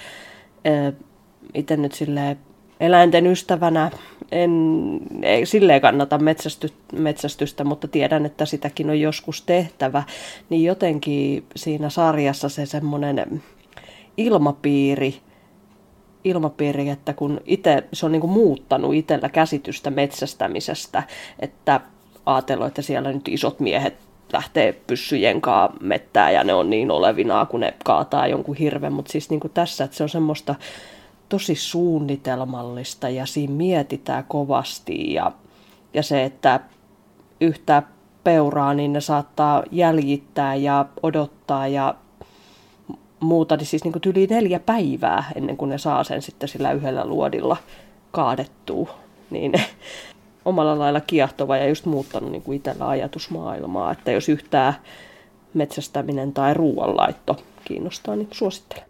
itse nyt silleen eläinten ystävänä en ei, silleen kannata metsästy, metsästystä, mutta tiedän, että sitäkin on joskus tehtävä, niin jotenkin siinä sarjassa se semmoinen ilmapiiri, ilmapiiri, että kun itse, se on niin kuin muuttanut itsellä käsitystä metsästämisestä, että ajatellut, että siellä nyt isot miehet lähtee pyssyjen kaa mettää ja ne on niin olevinaa, kun ne kaataa jonkun hirven, mutta siis niin kuin tässä, että se on semmoista tosi suunnitelmallista ja siinä mietitään kovasti ja, ja se, että yhtä peuraa, niin ne saattaa jäljittää ja odottaa ja muuta, niin siis niin kuin yli neljä päivää ennen kuin ne saa sen sitten sillä yhdellä luodilla kaadettua, niin omalla lailla kiehtova ja just muuttanut niin kuin itsellä ajatusmaailmaa, että jos yhtään metsästäminen tai ruoanlaitto kiinnostaa, niin suosittelen.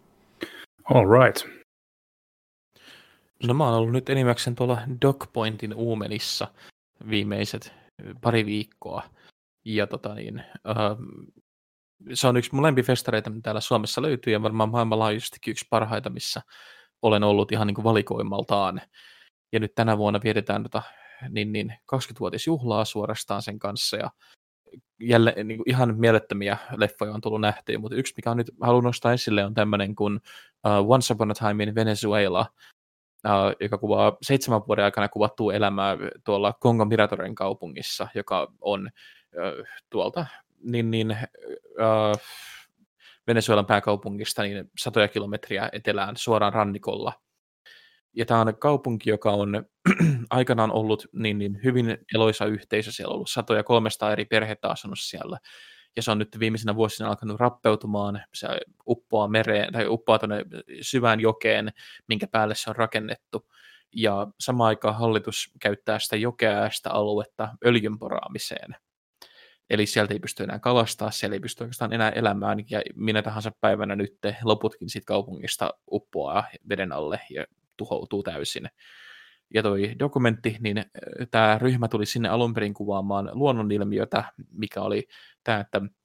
All right. No mä oon ollut nyt enimmäkseen tuolla Dogpointin Uumenissa viimeiset pari viikkoa. Ja tota niin, uh, se on yksi mun lempifestareita, mitä täällä Suomessa löytyy, ja varmaan maailmanlaajuisestikin yksi parhaita, missä olen ollut ihan niin kuin valikoimaltaan. Ja nyt tänä vuonna vietetään tota, niin, niin kaksikymmentävuotisjuhlaa suorastaan sen kanssa, ja jälleen niin kuin ihan mielettömiä leffoja on tullut nähtyä, mutta yksi, mikä on nyt haluan nostaa esille, on tämmöinen kuin uh, Once Upon a Time in Venezuela, uh, joka kuvaa seitsemän vuoden aikana kuvattua elämää tuolla Kongon Miratoren kaupungissa, joka on uh, tuolta niin, niin, uh, Venezuelan pääkaupungista niin satoja kilometriä etelään suoraan rannikolla. Ja tämä on kaupunki, joka on aikanaan ollut niin, niin hyvin eloisa yhteisö. Siellä on ollut satoja kolmesta eri perhettä asunut siellä. Ja se on nyt viimeisenä vuosina alkanut rappeutumaan. Se uppoaa mereen tai uppoaa tuonne syvään jokeen, minkä päälle se on rakennettu. Ja samaan aikaan hallitus käyttää sitä jokea ja sitä aluetta öljyn poraamiseen. Eli sieltä ei pysty enää kalastaa, siellä ei pysty oikeastaan enää elämään. Ja minä tahansa päivänä nyt loputkin siitä kaupungista uppoaa veden alle ja tuhoutuu täysin. Ja toi dokumentti, niin tämä ryhmä tuli sinne alun perin kuvaamaan luonnonilmiötä, mikä oli tämä, että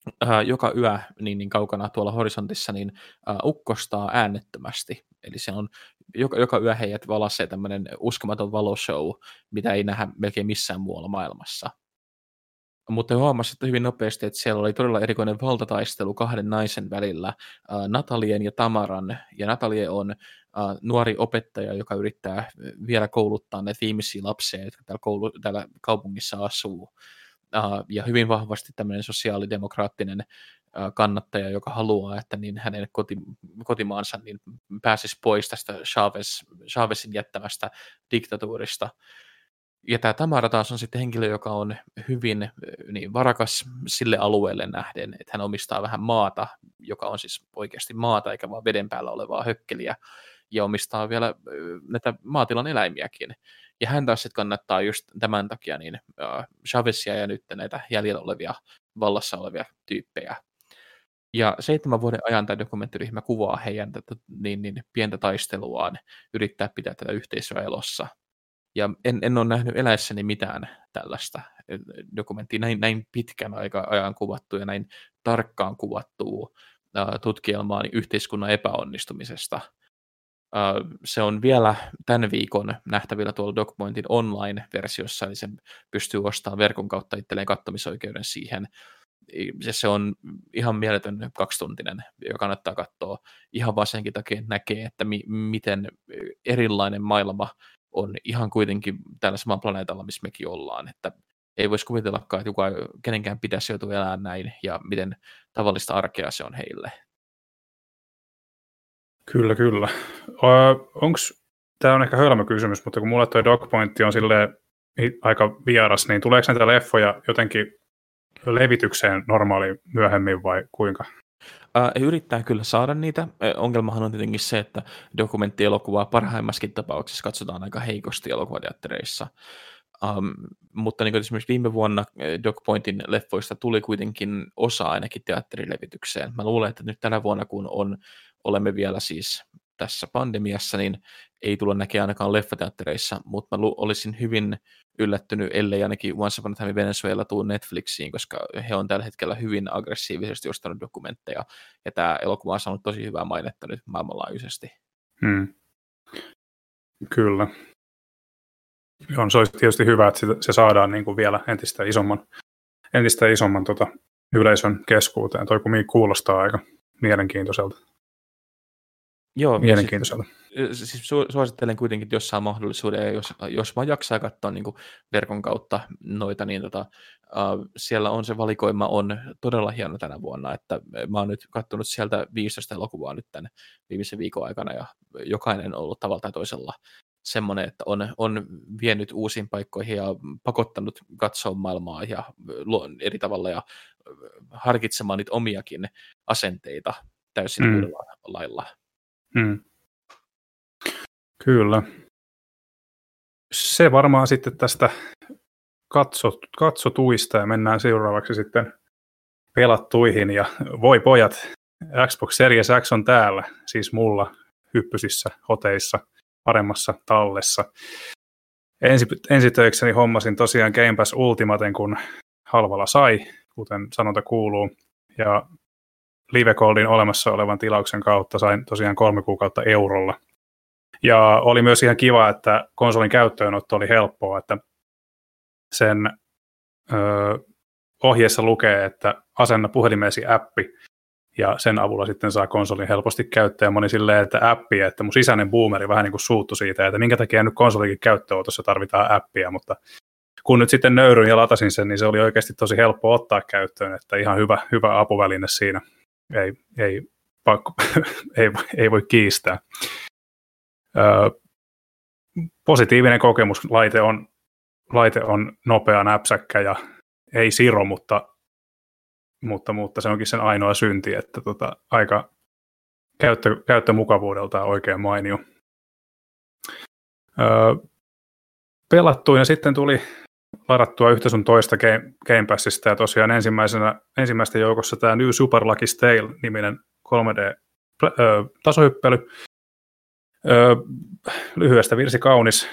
äh, joka yö niin, niin kaukana tuolla horisontissa niin äh, ukkostaa äänettömästi. Eli se on joka, joka yö heidät valaisee tämmöinen uskomaton valoshow, mitä ei nähdä melkein missään muualla maailmassa. Mutta huomasitte hyvin nopeasti, että siellä oli todella erikoinen valtataistelu kahden naisen välillä, äh, Natalien ja Tamaran. Ja Natalie on äh, nuori opettaja, joka yrittää vielä kouluttaa näitä viimeisiä lapsia, jotka täällä, koulu, täällä kaupungissa asuu. Uh, ja hyvin vahvasti tämmöinen sosiaalidemokraattinen uh, kannattaja, joka haluaa, että niin hänen koti, kotimaansa niin pääsisi pois tästä Chavez, Chavezin jättämästä diktatuurista. Ja tämä Tamara taas on sitten henkilö, joka on hyvin niin varakas sille alueelle nähden, että hän omistaa vähän maata, joka on siis oikeasti maata, eikä vaan veden päällä olevaa hökkeliä, ja omistaa vielä näitä maatilan eläimiäkin. Ja hän taas sitten kannattaa just tämän takia niin uh, Chavezia ja nyt näitä jäljellä olevia, vallassa olevia tyyppejä. Ja seitsemän vuoden ajan tämä dokumenttiryhmä kuvaa heidän tätä, niin, niin, pientä taisteluaan, yrittää pitää tätä yhteisöä elossa. Ja en, en ole nähnyt eläessäni mitään tällaista dokumenttia, näin, näin pitkän aika ajan kuvattu ja näin tarkkaan kuvattua uh, tutkielmaa niin yhteiskunnan epäonnistumisesta. Uh, se on vielä tämän viikon nähtävillä tuolla DocPointin online-versiossa, eli sen pystyy ostamaan verkon kautta itselleen katsomisoikeuden siihen. Ja se on ihan mieletön kaksituntinen, joka kannattaa katsoa ihan vaan senkin takia, että näkee, että mi- miten erilainen maailma on ihan kuitenkin tällä samalla planeetalla, missä mekin ollaan. Että ei voisi kuvitellakaan, että kukaan, kenenkään pitäisi joutua elämään näin, ja miten tavallista arkea se on heille. Kyllä, kyllä. Onko, tämä on ehkä hölmö kysymys, mutta kun mulle tuo DocPointti on silleen aika vieras, niin tuleeko näitä leffoja jotenkin levitykseen normaali myöhemmin vai kuinka? Äh, yrittää kyllä saada niitä. Ongelmahan on tietenkin se, että dokumenttielokuvaa parhaimmassakin tapauksessa katsotaan aika heikosti elokuvateattereissa. Um, mutta niin kuin esimerkiksi viime vuonna DocPointin leffoista tuli kuitenkin osa ainakin teatterilevitykseen. Mä luulen, että nyt tänä vuonna, kun on, olemme vielä siis tässä pandemiassa, niin ei tulla näkemään ainakaan leffateattereissa, mutta mä lu- olisin hyvin yllättynyt, ellei ainakin Once Upon a Time Venezuela tuu Netflixiin, koska he on tällä hetkellä hyvin aggressiivisesti ostanut dokumentteja, ja tämä elokuva on saanut tosi hyvää mainetta nyt maailmanlaajuisesti. Hmm. Kyllä. On, se olisi tietysti hyvä, että se saadaan niin kuin vielä entistä isomman, entistä isomman tota, yleisön keskuuteen. Toi kumminkin kuulostaa aika mielenkiintoiselta. Joo, mielenkiintoiselta. Siis, siis suosittelen kuitenkin, että jos saa mahdollisuuden, ja jos, jos vaan jaksaa katsoa niin kuin verkon kautta noita, niin tota, uh, siellä on se valikoima on todella hieno tänä vuonna, että mä oon nyt katsonut sieltä viisitoista elokuvaa nyt tämän viimeisen viikon aikana, ja jokainen on ollut tavalla tai toisella semmoinen, että on, on vienyt uusiin paikkoihin ja pakottanut katsoa maailmaa ja eri tavalla ja harkitsemaan niitä omiakin asenteita täysin mm. uudella lailla. Mm. Kyllä. Se varmaan sitten tästä katsot, katsotuista ja mennään seuraavaksi sitten pelattuihin. Ja voi pojat, Xbox Series X on täällä, siis mulla hyppysissä hoteissa, paremmassa tallessa. Ensi, ensitöikseni hommasin tosiaan Game Pass Ultimaten, kun halvalla sai, kuten sanonta kuuluu. Ja Live Goldin olemassa olevan tilauksen kautta sain tosiaan kolme kuukautta eurolla. Ja oli myös ihan kiva, että konsolin käyttöönotto oli helppoa, että sen ö, ohjeessa lukee, että asenna puhelimeesi appi, ja sen avulla sitten saa konsolin helposti käyttöön. Moni silleen, että appia, että mun sisäinen boomeri vähän niin kuin suuttui siitä, että minkä takia nyt konsolikin käyttöönotossa tarvitaan appia, mutta kun nyt sitten nöyryin ja latasin sen, niin se oli oikeasti tosi helppo ottaa käyttöön, että ihan hyvä, hyvä apuväline siinä. Ei, ei, pakko, ei, ei voi kiistää. Ö, positiivinen kokemus. Laite on, laite on nopea, näpsäkkä ja ei siro, mutta, mutta, mutta se onkin sen ainoa synti, että tota, aika käyttö, käyttömukavuudeltaan oikein mainio. Ö, pelattuin ja sitten tuli ladattua yhtä sun toista Game, Game Passista, ja tosiaan ensimmäisenä, ensimmäistä joukossa tämä New Super Lucky Tale-niminen kolme D-tasohyppely. Lyhyestä virsi kaunis.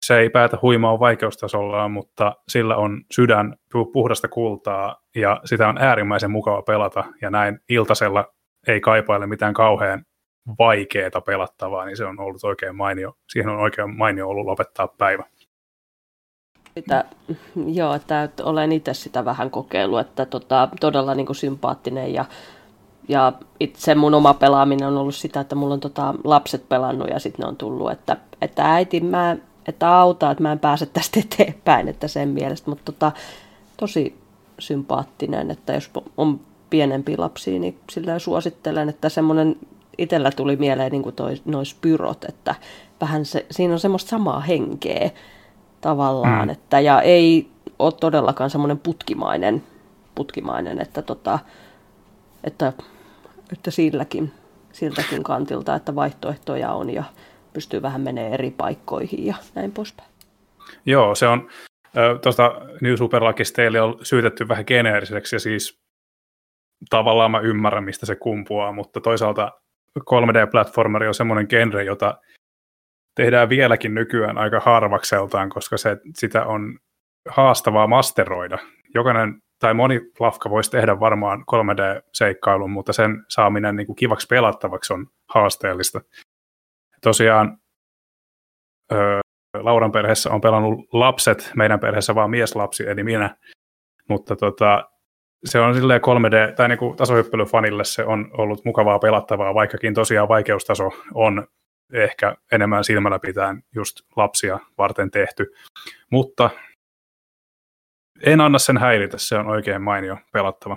se ei päätä huimaa vaikeustasollaan, mutta sillä on sydän puhdasta kultaa ja sitä on äärimmäisen mukava pelata ja näin iltasella ei kaipaile mitään kauhean vaikeaa pelattavaa, niin se on ollut oikein mainio. Siihen on oikein mainio ollut lopettaa päivä. Sitä, joo, että olen itse sitä vähän kokeillut, että tota, todella niin kuin sympaattinen ja, ja itse mun oma pelaaminen on ollut sitä, että mulla on tota, lapset pelannut ja sitten ne on tullut, että, että äiti, mä, että auta, että mä en pääse tästä eteenpäin, että sen mielestä, mutta tota, tosi sympaattinen, että jos on pienempiä lapsia, niin sillä suosittelen, että semmoinen itsellä tuli mieleen niin kuin toi, noi Spyrot, että vähän se, siinä on semmoista samaa henkeä tavallaan, mm. että ja ei ole todellakaan semmoinen putkimainen, putkimainen että, tota, että, että silläkin, siltäkin kantilta, että vaihtoehtoja on ja pystyy vähän menemään eri paikkoihin ja näin poispäin. Joo, se on, tuosta New Superlucky Tale on syytetty vähän geneeriseksi ja siis tavallaan mä ymmärrän, mistä se kumpuaa, mutta toisaalta kolme D-platformeri on semmoinen genre, jota tehdään vieläkin nykyään aika harvakseltaan, koska se, sitä on haastavaa masteroida. Jokainen tai moni lafka voisi tehdä varmaan kolme D-seikkailun, mutta sen saaminen niin kuin kivaksi pelattavaksi on haasteellista. Tosiaan öö, Lauran perheessä on pelannut lapset, meidän perheessä vaan mieslapsi, eli minä, mutta tota, se on silleen kolme D, tai niin kuin tasohyppelyfanille se on ollut mukavaa pelattavaa, vaikkakin tosiaan vaikeustaso on ehkä enemmän silmällä pitäen just lapsia varten tehty, mutta en anna sen häiritä, se on oikein mainio pelattava.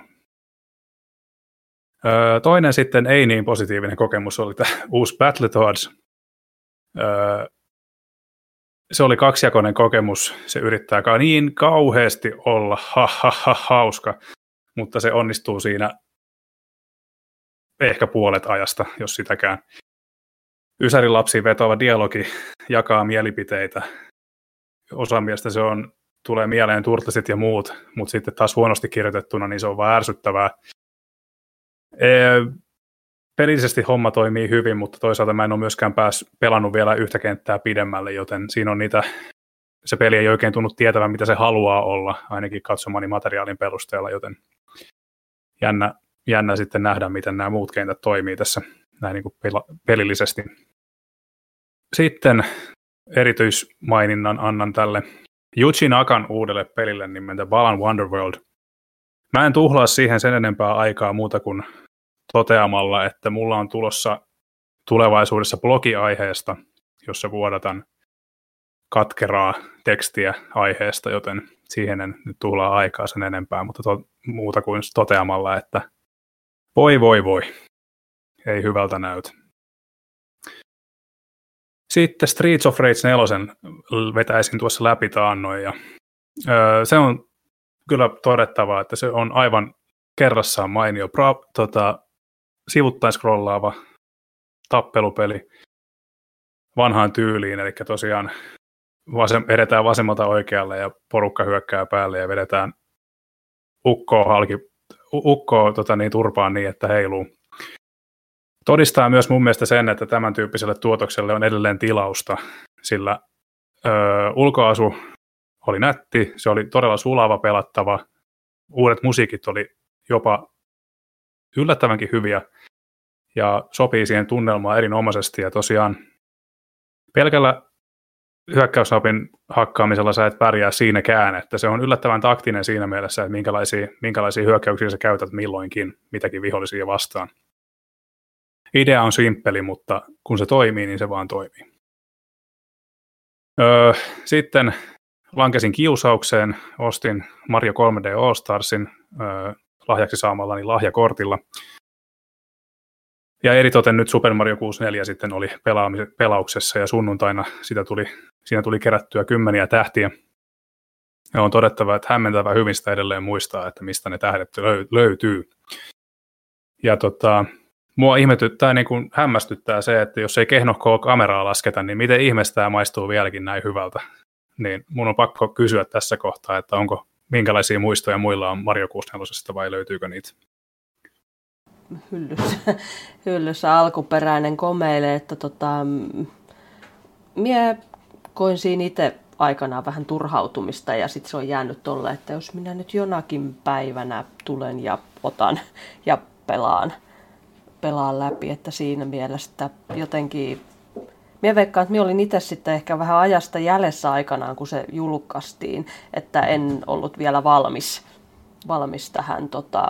Öö, toinen sitten ei niin positiivinen kokemus oli tämä uusi Battletoads. Öö, se oli kaksijakoinen kokemus, se yrittää niin kauheasti olla ha, ha, ha, hauska, mutta se onnistuu siinä ehkä puolet ajasta, jos sitäkään. Ysärin lapsiin vetoava dialogi jakaa mielipiteitä. Osa mielestä se on, tulee mieleen turtlesit ja muut, mutta sitten taas huonosti kirjoitettuna, niin se on vaan ärsyttävää. Ee, pelillisesti homma toimii hyvin, mutta toisaalta mä en ole myöskään päässyt pelannut vielä yhtä kenttää pidemmälle, joten siinä on niitä, se peli ei oikein tunnu tietävän, mitä se haluaa olla, ainakin katsomani materiaalin perusteella, joten jännä, jännä sitten nähdä, miten nämä muut kentät toimii tässä näin niin kuin pelillisesti. Sitten erityismaininnan annan tälle Yuji Nakan uudelle pelille nimeltä Balan Wonderworld. Mä en tuhlaa siihen sen enempää aikaa muuta kuin toteamalla, että mulla on tulossa tulevaisuudessa blogi aiheesta, jossa vuodatan katkeraa tekstiä aiheesta, joten siihen en nyt tuhlaa aikaa sen enempää, mutta to, muuta kuin toteamalla, että voi voi voi, ei hyvältä näytä. Sitten Streets of Rage neljä vetäisin tuossa läpi taannoin, ja öö, se on kyllä todettavaa, että se on aivan kerrassaan mainio pra, tota, sivuttain scrollaava tappelupeli vanhaan tyyliin, eli tosiaan vasem, edetään vasemmalta oikealle ja porukka hyökkää päälle ja vedetään ukkoa, halki, ukkoa tota niin, turpaan niin, että heiluu. Todistaa myös mun mielestä sen, että tämän tyyppiselle tuotokselle on edelleen tilausta, sillä ö, ulkoasu oli nätti, se oli todella sulava pelattava, uudet musiikit oli jopa yllättävänkin hyviä ja sopii siihen tunnelmaan erinomaisesti ja tosiaan pelkällä hyökkäysnapin hakkaamisella sä et pärjää siinäkään, että se on yllättävän taktinen siinä mielessä, että minkälaisia, minkälaisia hyökkäyksiä sä käytät milloinkin, mitäkin vihollisia vastaan. Idea on simppeli, mutta kun se toimii, niin se vaan toimii. Öö, sitten lankesin kiusaukseen, ostin Mario kolme D All Starsin öö, lahjaksi saamallani lahjakortilla. Ja eritoten nyt Super Mario kuusikymmentäneljä sitten oli pelauksessa ja sunnuntaina sitä tuli, siinä tuli kerättyä kymmeniä tähtiä. Ja on todettava, että hämmentävä hyvin sitä edelleen muistaa, että mistä ne tähdet löytyy. Ja tota, mua ihmetyttää, niin kuin hämmästyttää se, että jos ei kehnohkoa kameraa lasketa, niin miten ihmeestä tämä maistuu vieläkin näin hyvältä. Niin mun on pakko kysyä tässä kohtaa, että onko minkälaisia muistoja muilla on Mario kuusikymmentäneljä vai löytyykö niitä? Hyllyssä, hyllyssä alkuperäinen komeile, että tota, mie koin siinä itse aikanaan vähän turhautumista ja sitten se on jäänyt tolle, että jos minä nyt jonakin päivänä tulen ja otan ja pelaan, pelaan läpi, että siinä mielessä jotenkin, minä veikkaan, että minä olin itse sitten ehkä vähän ajasta jäljessä aikanaan, kun se julkaistiin, että en ollut vielä valmis, valmis tähän tota,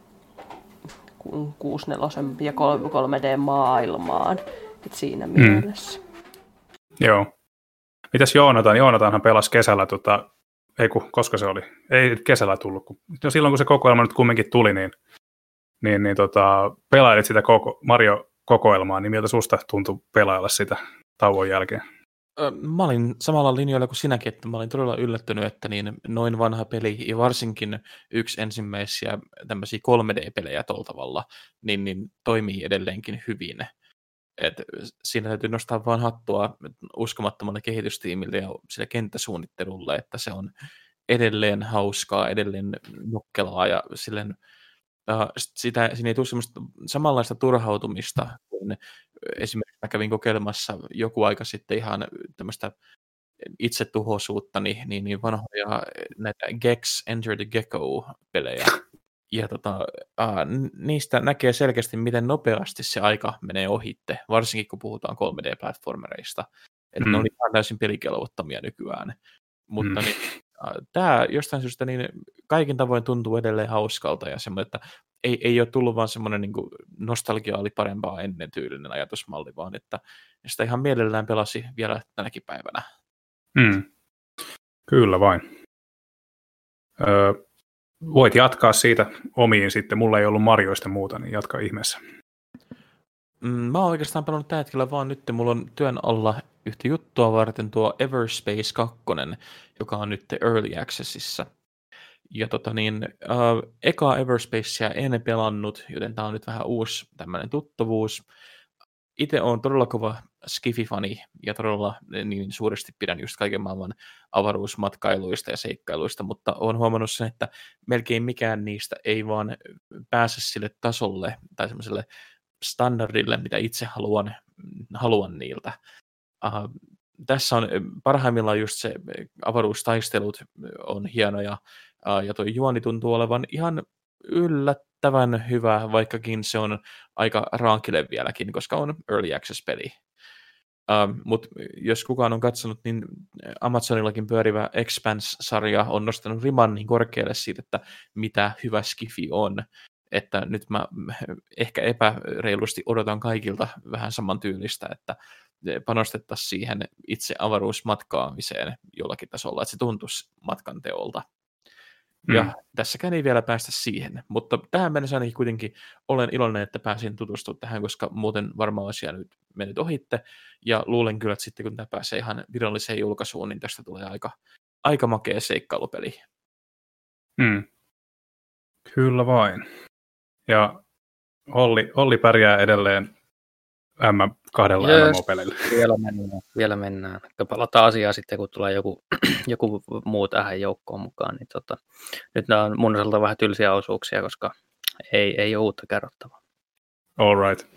kuusikymmentäneljä ja kolme D-maailmaan, että siinä mielessä. Mm. Joo. Mitäs Joonatan? Joonatanhan pelasi kesällä, tota, ei kun, koska se oli, ei kesällä tullut, kun, no silloin kun se kokoelma nyt kumminkin tuli, niin, niin, niin tota, pelailit sitä koko, Mario-kokoelmaa, niin miltä susta tuntui pelailla sitä tauon jälkeen? Mä olin samalla linjoilla kuin sinäkin, että mä olin todella yllättynyt, että niin noin vanha peli, ja varsinkin yksi ensimmäisiä tämmöisiä kolme D-pelejä tuolla tavalla, niin, niin toimii edelleenkin hyvin. Et siinä täytyy nostaa vaan hattua uskomattomalle kehitystiimille ja sille kenttäsuunnittelulle, että se on edelleen hauskaa, edelleen nokkelaa ja silleen, äh, sitä, siinä ei tule semmoista samanlaista turhautumista kuin esimerkiksi mä kävin kokeilemassa joku aika sitten ihan tämmöistä itsetuhoisuutta, niin, niin, niin vanhoja näitä Gex Enter the Gecko-pelejä. Ja tota, äh, niistä näkee selkeästi, miten nopeasti se aika menee ohitte, varsinkin kun puhutaan kolme D-platformereista. Että mm. ne on ihan täysin pelikelvottomia nykyään. Mutta mm. niin, äh, tämä jostain syystä niin kaikin tavoin tuntuu edelleen hauskalta ja semmoinen, että ei, ei ole tullut vaan semmoinen niin kuin nostalgia oli parempaa ennen tyylinen ajatusmalli, vaan että sitä ihan mielellään pelasi vielä tänäkin päivänä. Mm. Kyllä vain. Öö, voit jatkaa siitä omiin sitten. Mulla ei ollut Marioista muuta, niin jatka ihmeessä. Mm, mä oon oikeastaan pelannut tällä hetkellä vaan nyt. Mulla on työn alla yhtä juttua varten tuo Everspace kaksi, joka on nyt Early Accessissa. Ja tota niin, äh, eka Everspacea en pelannut, joten tää on nyt vähän uusi tämmöinen tuttavuus. Itse olen todella kova skifi-fani ja todella niin suuresti pidän just kaiken maailman avaruusmatkailuista ja seikkailuista, mutta olen huomannut sen, että melkein mikään niistä ei vaan pääse sille tasolle tai semmoiselle standardille, mitä itse haluan, haluan niiltä. Uh, tässä on parhaimmillaan just se avaruustaistelut on hienoja uh, ja tuo juoni tuntuu olevan ihan yllättävän hyvä, vaikkakin se on aika rankille vieläkin, koska on Early Access-peli. Uh, Mutta jos kukaan on katsonut, niin Amazonillakin pyörivä Expanse-sarja on nostanut riman niin korkealle siitä, että mitä hyvä skifi on. Että nyt mä ehkä epäreilusti odotan kaikilta vähän samantyylistä, että panostettaisiin siihen itse avaruusmatkaamiseen jollakin tasolla, että se tuntuisi matkan teolta. Ja mm. tässäkään ei vielä päästä siihen, mutta tähän mennessä ainakin kuitenkin olen iloinen, että pääsin tutustumaan tähän, koska muuten varmaan olisi nyt mennyt ohitte, ja luulen kyllä, että sitten kun tämä pääsee ihan viralliseen julkaisuun, niin tästä tulee aika, aika makea seikkailupeli. Mm. Kyllä vain. Ja Olli, Olli pärjää edelleen M kahdella yes, M M O-pelillä. Vielä mennään, vielä mennään. Palataan asiaa sitten, kun tulee joku, joku muu tähän joukkoon mukaan. Niin tota, nyt nämä on mun osalta vähän tylsiä osuuksia, koska ei, ei ole uutta kerrottavaa. All right.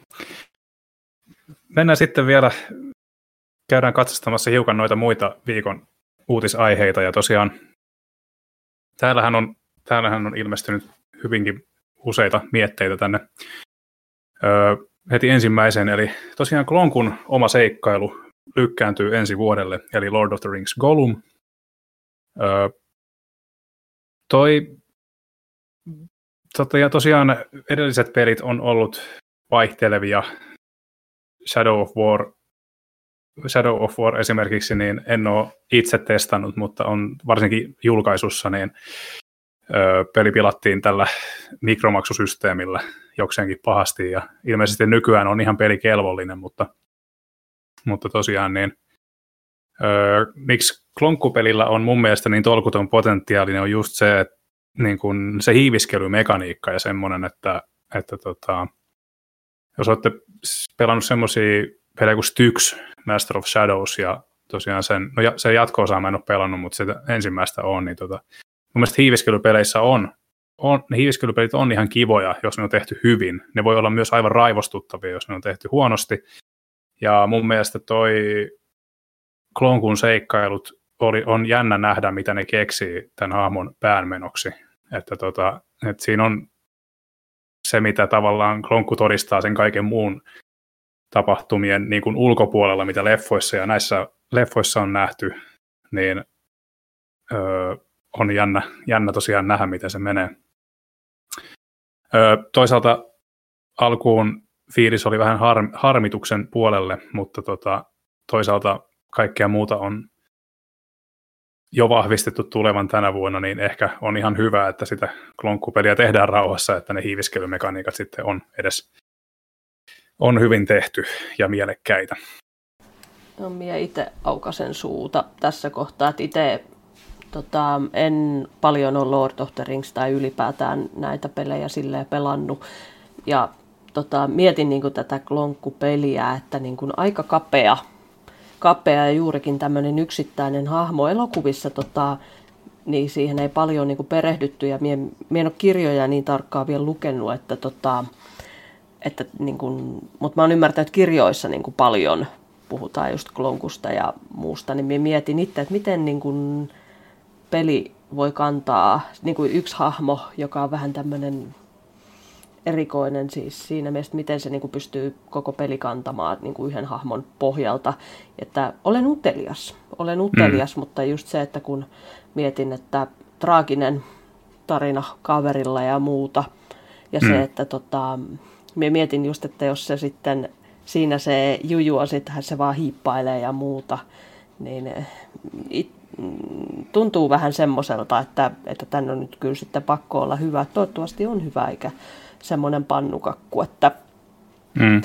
Mennään sitten vielä, käydään katsastamassa hiukan noita muita viikon uutisaiheita. Ja tosiaan täällähän on, täällähän on ilmestynyt hyvinkin useita mietteitä tänne öö, heti ensimmäiseen, eli tosiaan Klonkun oma seikkailu lykkääntyy ensi vuodelle, eli Lord of the Rings Gollum. Öö, toi, tota, ja tosiaan edelliset pelit on ollut vaihtelevia. Shadow of War, Shadow of War esimerkiksi, niin en ole itse testannut, mutta on varsinkin julkaisussa, niin peli pilattiin tällä mikromaksusysteemillä jokseenkin pahasti, ja ilmeisesti nykyään on ihan pelikelvollinen, mutta, mutta tosiaan niin, öö, miksi Klonkku-pelillä on mun mielestä niin tolkuton potentiaalinen on just se, että niin kun se hiiviskelymekaniikka ja semmoinen, että, että tota, jos olette pelannut semmoisia pelejä kuin Styx, Master of Shadows, ja tosiaan sen, no se jatko-osaa mä en ole pelannut, mutta se ensimmäistä on, niin tota, mun mielestä hiiviskelypeleissä on, on, ne hiiviskelypelit on ihan kivoja, jos ne on tehty hyvin. Ne voi olla myös aivan raivostuttavia, jos ne on tehty huonosti. Ja mun mielestä toi Klonkun seikkailut oli, on jännä nähdä, mitä ne keksii tämän hahmon päänmenoksi. Että tota, että siinä on se, mitä tavallaan Klonkku todistaa sen kaiken muun tapahtumien niin kuin ulkopuolella, mitä leffoissa ja näissä leffoissa on nähty, niin öö, on jännä, jännä tosiaan nähdä, miten se menee. Öö, toisaalta alkuun fiilis oli vähän har, harmituksen puolelle, mutta tota, toisaalta kaikkea muuta on jo vahvistettu tulevan tänä vuonna, niin ehkä on ihan hyvä, että sitä klonkkupeliä tehdään rauhassa, että ne hiiviskelymekaniikat sitten on edes on hyvin tehty ja mielekkäitä. No, minä itse aukasen suuta tässä kohtaa, että itse tota, en paljon ole Lord of the Rings tai ylipäätään näitä pelejä silleen pelannut. Ja tota, mietin niin kuin tätä klonkkupeliä, että niin kuin aika kapea, kapea ja juurikin tämmöinen yksittäinen hahmo elokuvissa, tota, niin siihen ei paljon niin kuin perehdytty ja minä, minä en ole kirjoja niin tarkkaan vielä lukenut, että tota, että niin kuin, mutta mä oon ymmärtänyt, että kirjoissa niin kuin paljon puhutaan just klonkusta ja muusta, niin minä mietin itse, että miten niin kuin peli voi kantaa niin kuin yksi hahmo, joka on vähän tämmöinen erikoinen siis siinä mielessä, miten se niin kuin pystyy koko peli kantamaan niin kuin yhden hahmon pohjalta. Että olen utelias, olen utelias, mm. mutta just se, että kun mietin, että traaginen tarina kaverilla ja muuta, ja mm. se, että tota, minä mietin just, että jos se sitten siinä se juju on, sittenhän se vaan hiippailee ja muuta, niin it, tuntuu vähän semmoiselta, että, että tämän on nyt kyllä sitten pakko olla hyvä. Toivottavasti on hyvä, eikä semmoinen pannukakku, että... Mm.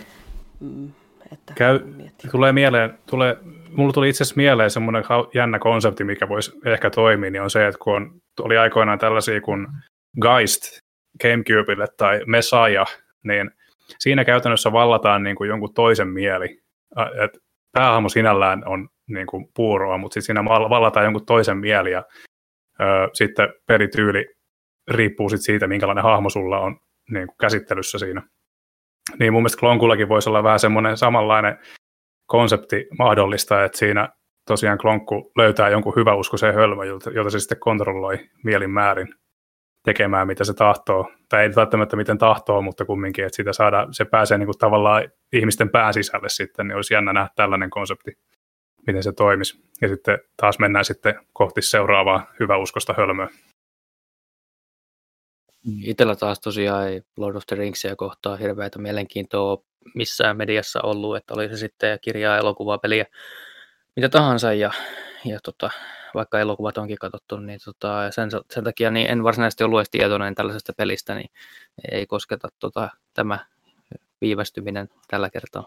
että Käy, tulee mieleen, tulee, mulla tuli itse asiassa mieleen semmoinen jännä konsepti, mikä voisi ehkä toimia, niin on se, että kun on, oli aikoinaan tällaisia kuin Geist GameCubelle tai Messiah, niin siinä käytännössä vallataan niin kuin jonkun toisen mieli. Et päähahmo sinällään on niin kuin puuroa, mutta sitten siinä vallataan jonkun toisen mieli ja ö, sitten pelityyli riippuu sit siitä, minkälainen hahmo sulla on niin kuin käsittelyssä siinä. Niin mun mielestä Klonkullakin voisi olla vähän semmoinen samanlainen konsepti mahdollista, että siinä tosiaan Klonkku löytää jonkun hyväuskoisen hölmön, jota se sitten kontrolloi mielin määrin tekemään, mitä se tahtoo. Tai ei välttämättä miten tahtoo, mutta kumminkin, että sitä saadaan, se pääsee niin kuin tavallaan ihmisten pään sisälle sitten, niin olisi jännä nähdä tällainen konsepti, miten se toimisi. Ja sitten taas mennään sitten kohti seuraavaa hyväuskosta hölmöä. Itsellä taas tosiaan ei Lord of the Ringsia kohtaa hirveätä mielenkiintoa missään mediassa ollut, että oli se sitten kirjaa, elokuvaa, peliä, mitä tahansa, ja, ja tota, vaikka elokuvat onkin katsottu, niin tota, sen, sen takia niin en varsinaisesti ollut edes tietoinen tällaisesta pelistä, niin ei kosketa tota, tämä viivästyminen tällä kertaa.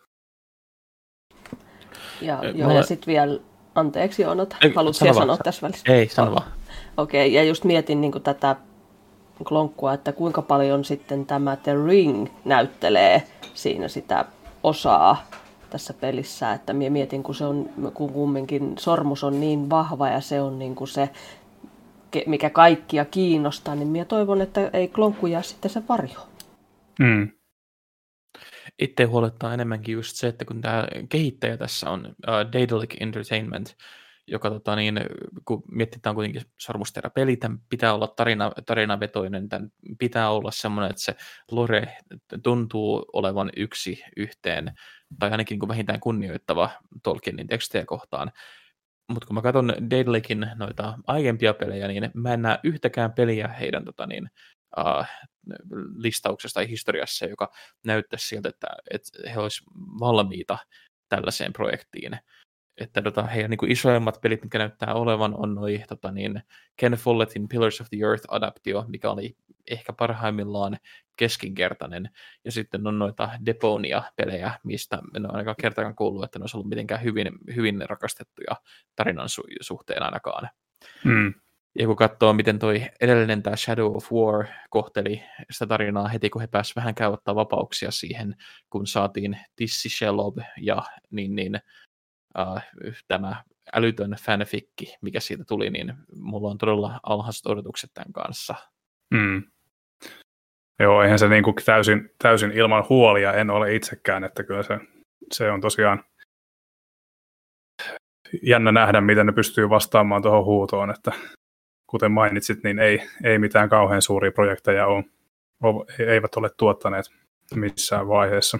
Ja, joo, ja sitten vielä, anteeksi Joonata, haluatko sinä sanoa tässä välissä? Ei, sano vaan. Okei, okay, ja just mietin niin kuin tätä klonkkua, että kuinka paljon sitten tämä The Ring näyttelee siinä sitä osaa tässä pelissä, että minä mietin, kun se on, kun kumminkin sormus on niin vahva ja se on niin kuin se, mikä kaikkia kiinnostaa, niin minä toivon, että ei klonkku jää sitten se varjo. Mm. Itse huolettaa enemmänkin just se, että kun tämä kehittäjä tässä on uh, Daedalic Entertainment, joka tota, niin, kun mietitään kuitenkin sormusterapeli, tämän pitää olla tarina, tarinavetoinen, tämän pitää olla semmoinen, että se lore tuntuu olevan yksi yhteen, tai ainakin niin vähintään kunnioittava Tolkienin tekstejä kohtaan. Mutta kun mä katson Daedalicin noita aiempia pelejä, niin mä en näe yhtäkään peliä heidän tota, niin, uh, listauksessa tai historiassa, joka näyttäisi siltä, että, että he olisivat valmiita tällaiseen projektiin. Että tota, heidän niin kuin isoimmat pelit, mitkä näyttää olevan, on noi tota, niin, Ken Follettin Pillars of the Earth-adaptio, mikä oli ehkä parhaimmillaan keskinkertainen. Ja sitten on noita Deponia-pelejä, mistä en ole ainakaan kertaakaan kuullut, että ne olisi ollut mitenkään hyvin, hyvin rakastettuja tarinan su- suhteen ainakaan. Mm. Ja kun katsoo, miten toi edellinen tämä Shadow of War kohteli sitä tarinaa heti, kun he pääsivät vähän käyttää vapauksia siihen, kun saatiin Tissi Shelob ja niin, niin Uh, tämä älytön fanfikki, mikä siitä tuli, niin mulla on todella alhaiset odotukset tämän kanssa. Mm. Joo, eihän se niin kuin täysin, täysin ilman huolia en ole itsekään, että kyllä se, se on tosiaan jännä nähdä, miten ne pystyy vastaamaan tuohon huutoon, että kuten mainitsit, niin ei, ei mitään kauhean suuria projekteja ole, eivät ole tuottaneet missään vaiheessa.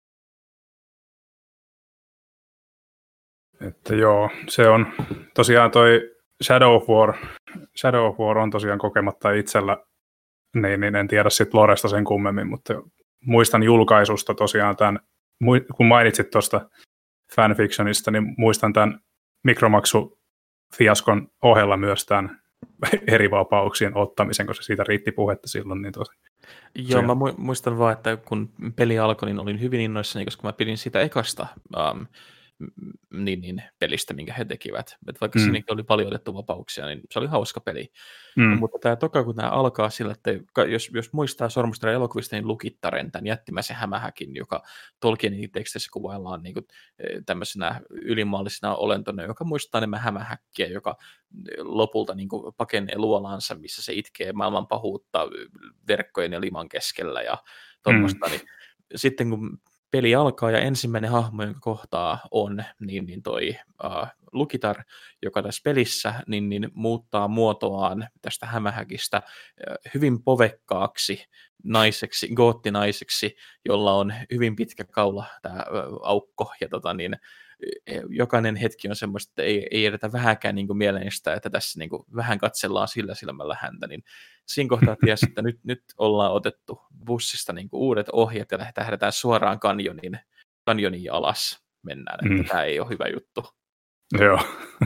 Että joo, se on tosiaan toi Shadow of War, Shadow of War on tosiaan kokematta itsellä, niin, niin en tiedä sitten Loresta sen kummemmin, mutta muistan julkaisusta tosiaan tämän, kun mainitsit tuosta fanfictionista, niin muistan tämän mikromaksufiaskon ohella myös tämän eri vapauksien ottamisen, koska siitä riitti puhetta silloin. Niin tosi. Joo, mä muistan vaan, että kun peli alkoi, niin olin hyvin innoissani, koska mä pidin sitä ekasta um, niin, niin, pelistä, minkä he tekivät. Et vaikka mm. siinäkin oli paljon otettu vapauksia, niin se oli hauska peli. Mm. Mutta tämä toka, kun tämä alkaa sillä, että jos, jos muistaa Sormusten elokuvista, niin Lukittaren, tämän jättimäisen hämähäkin, joka Tolkienin teksteissä kuvaillaan niin kuin tämmöisenä ylimaallisena olentona, joka muistaa enemmän hämähäkkiä, joka lopulta niin kuin pakenee luolaansa, missä se itkee maailman pahuutta verkkojen ja liman keskellä ja tuommoista. Mm. Niin sitten kun peli alkaa ja ensimmäinen hahmo, jonka kohtaa on, niin, niin toi uh, Lukitar, joka tässä pelissä niin, niin muuttaa muotoaan tästä hämähäkistä uh, hyvin povekkaaksi naiseksi, goottinaiseksi, jolla on hyvin pitkä kaula, tämä uh, aukko, ja tota, niin, jokainen hetki on semmoista, että ei, ei edetä vähänkään niin kuin mieleen sitä, että tässä niin kuin vähän katsellaan sillä silmällä häntä, niin siinä kohtaa tiesi, että nyt, nyt ollaan otettu bussista niin kuin uudet ohjeet ja lähdetään suoraan kanjonin, kanjonin alas mennään, että mm. tämä ei ole hyvä juttu. Joo,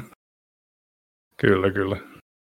kyllä, kyllä.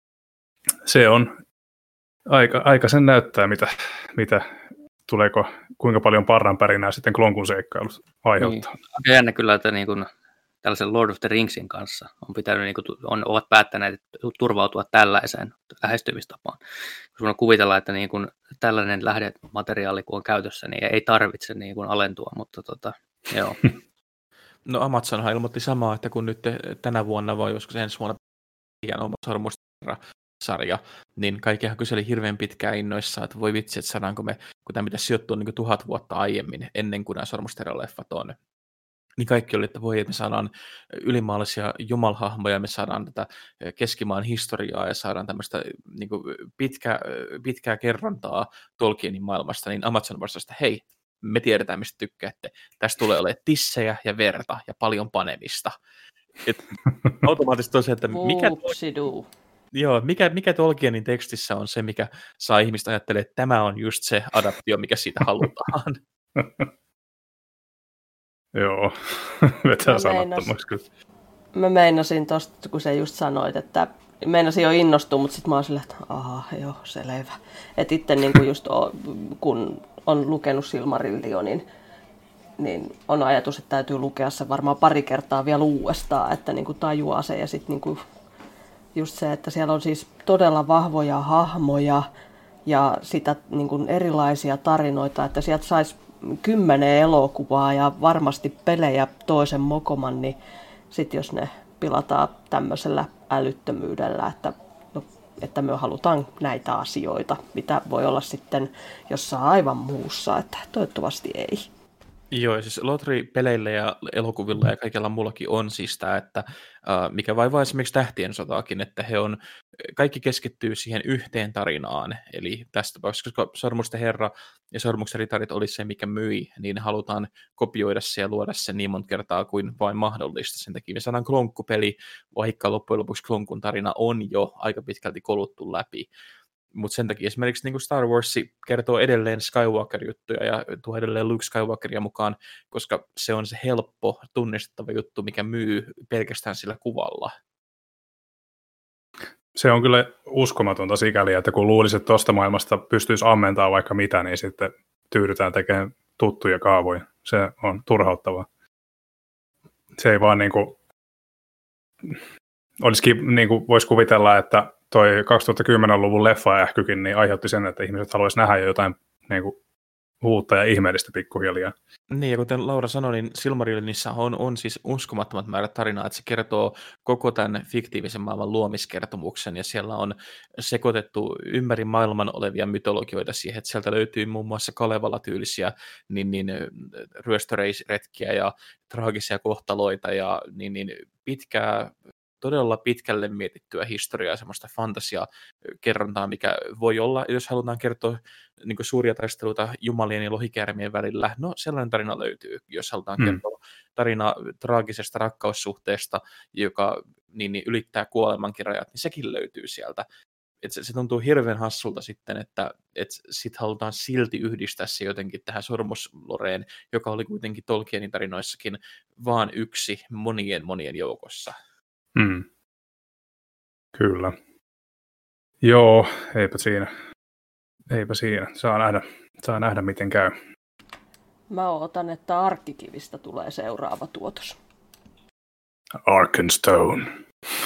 Se on, aika, aika sen näyttää, mitä, mitä tuleeko, kuinka paljon parran pärinää sitten Klonkun seikkailut aiheuttaa. Niin. Aika jännä kyllä, että niin kuin tällaisen Lord of the Ringsin kanssa on pitänyt, niin kuin, on, ovat päättäneet turvautua tällaiseen lähestymistapaan. Kun on kuvitella, että niin kuin, tällainen lähdemateriaali, kun on käytössä, niin ei tarvitse niin kuin, alentua, mutta tota, joo. No Amazonhan ilmoitti samaa, että kun nyt tänä vuonna vai joskus ensi vuonna ihan oma Sormusten-sarja, niin kaikkihan kyseli hirveän pitkään innoissaan, että voi vitsi, että saadaanko me, kun tämä pitäisi sijoittua niin kuin tuhat vuotta aiemmin, ennen kuin nämä Sormusten-leffat on, niin kaikki oli, että voi, että me saadaan ylimaalaisia jumalhahmoja, me saadaan tätä keskimaan historiaa ja saadaan tämmöistä niin kuin pitkä, pitkää kerrontaa Tolkienin maailmasta, niin Amazon vastasi, että hei, me tiedetään, mistä tykkäätte. Tästä tulee olemaan tissejä ja verta ja paljon panemista. Et automaattisesti on se, että mikä, joo, mikä, mikä Tolkienin tekstissä on se, mikä saa ihmistä ajattelemaan, että tämä on just se adaptio, mikä siitä halutaan. Joo, vetää sanattomaksi kyllä. Mä meinasin tosta, kun sä just sanoit, että meinasin jo innostua, mutta sitten mä oon sillä, että aha, joo, selvä. Että itse niin kuin just o, kun on lukenut Silmarillion, niin, niin on ajatus, että täytyy lukea se varmaan pari kertaa vielä uudestaan, että niin kuin tajuaa se. Ja sitten niin kuin just se, että siellä on siis todella vahvoja hahmoja ja sitä niin kuin erilaisia tarinoita, että sieltä saisi kymmenen elokuvaa ja varmasti pelejä toisen mokoman, niin sitten jos ne pilataan tämmöisellä älyttömyydellä, että, no, että me halutaan näitä asioita, mitä voi olla sitten jossain aivan muussa, että toivottavasti ei. Joo, siis Lotri-peleillä ja elokuvilla ja kaikella muullakin on siis tämä, että uh, mikä vaivaa esimerkiksi Tähtien sotaakin, että he on, kaikki keskittyy siihen yhteen tarinaan, eli tästä tapauksessa, koska Sormusten herra ja Sormuksen ritarit oli se, mikä myi, niin halutaan kopioida se ja luoda se niin monta kertaa kuin vain mahdollista. Sen takia me saadaan Klonkku-peli, vaikka loppujen lopuksi Klonkun tarina on jo aika pitkälti koluttu läpi. Mutta sen takia esimerkiksi niin kuin Star Wars kertoo edelleen Skywalker-juttuja ja tuo edelleen Luke Skywalkeria mukaan, koska se on se helppo, tunnistettava juttu, mikä myy pelkästään sillä kuvalla. Se on kyllä uskomatonta sikäli, että kun luulisi, että tuosta maailmasta pystyisi ammentamaan vaikka mitä, niin sitten tyydytään tekemään tuttuja kaavoja. Se on turhauttavaa. Se ei vaan niin kuin, olisikin, niin kuin voisi kuvitella, että toi kaksituhattakymmenluvun leffa-ähkykin niin aiheutti sen, että ihmiset haluaisivat nähdä jo jotain niin kuin uutta ja ihmeellistä pikkuhiljaa. Niin, ja kuten Laura sanoi, niin Silmarillionissa on, on siis uskomattomat määrät tarinaa, että se kertoo koko tämän fiktiivisen maailman luomiskertomuksen, ja siellä on sekoitettu ympäri maailman olevia mytologioita siihen, että sieltä löytyy muun muassa Kalevala-tyylisiä niin, niin, ryöstöretkiä ja traagisia kohtaloita, ja niin, niin, pitkää, todella pitkälle mietittyä historiaa, semmoista fantasiakerrontaa, mikä voi olla, jos halutaan kertoa niin kuin suuria taisteluita jumalien ja lohikäärmien välillä. No, sellainen tarina löytyy, jos halutaan mm. kertoa tarina traagisesta rakkaussuhteesta, joka niin, niin ylittää kuolemankin rajat, niin sekin löytyy sieltä. Et se, se tuntuu hirveän hassulta sitten, että et sit halutaan silti yhdistää se jotenkin tähän Sormusloreen, joka oli kuitenkin Tolkienin tarinoissakin vaan yksi monien monien joukossa. Hmm. Kyllä. Joo, eipä siinä. Eipä siinä. Saa nähdä, saa nähdä miten käy. Mä ootan, että Arkkikivistä tulee seuraava tuotos. Arkenstone.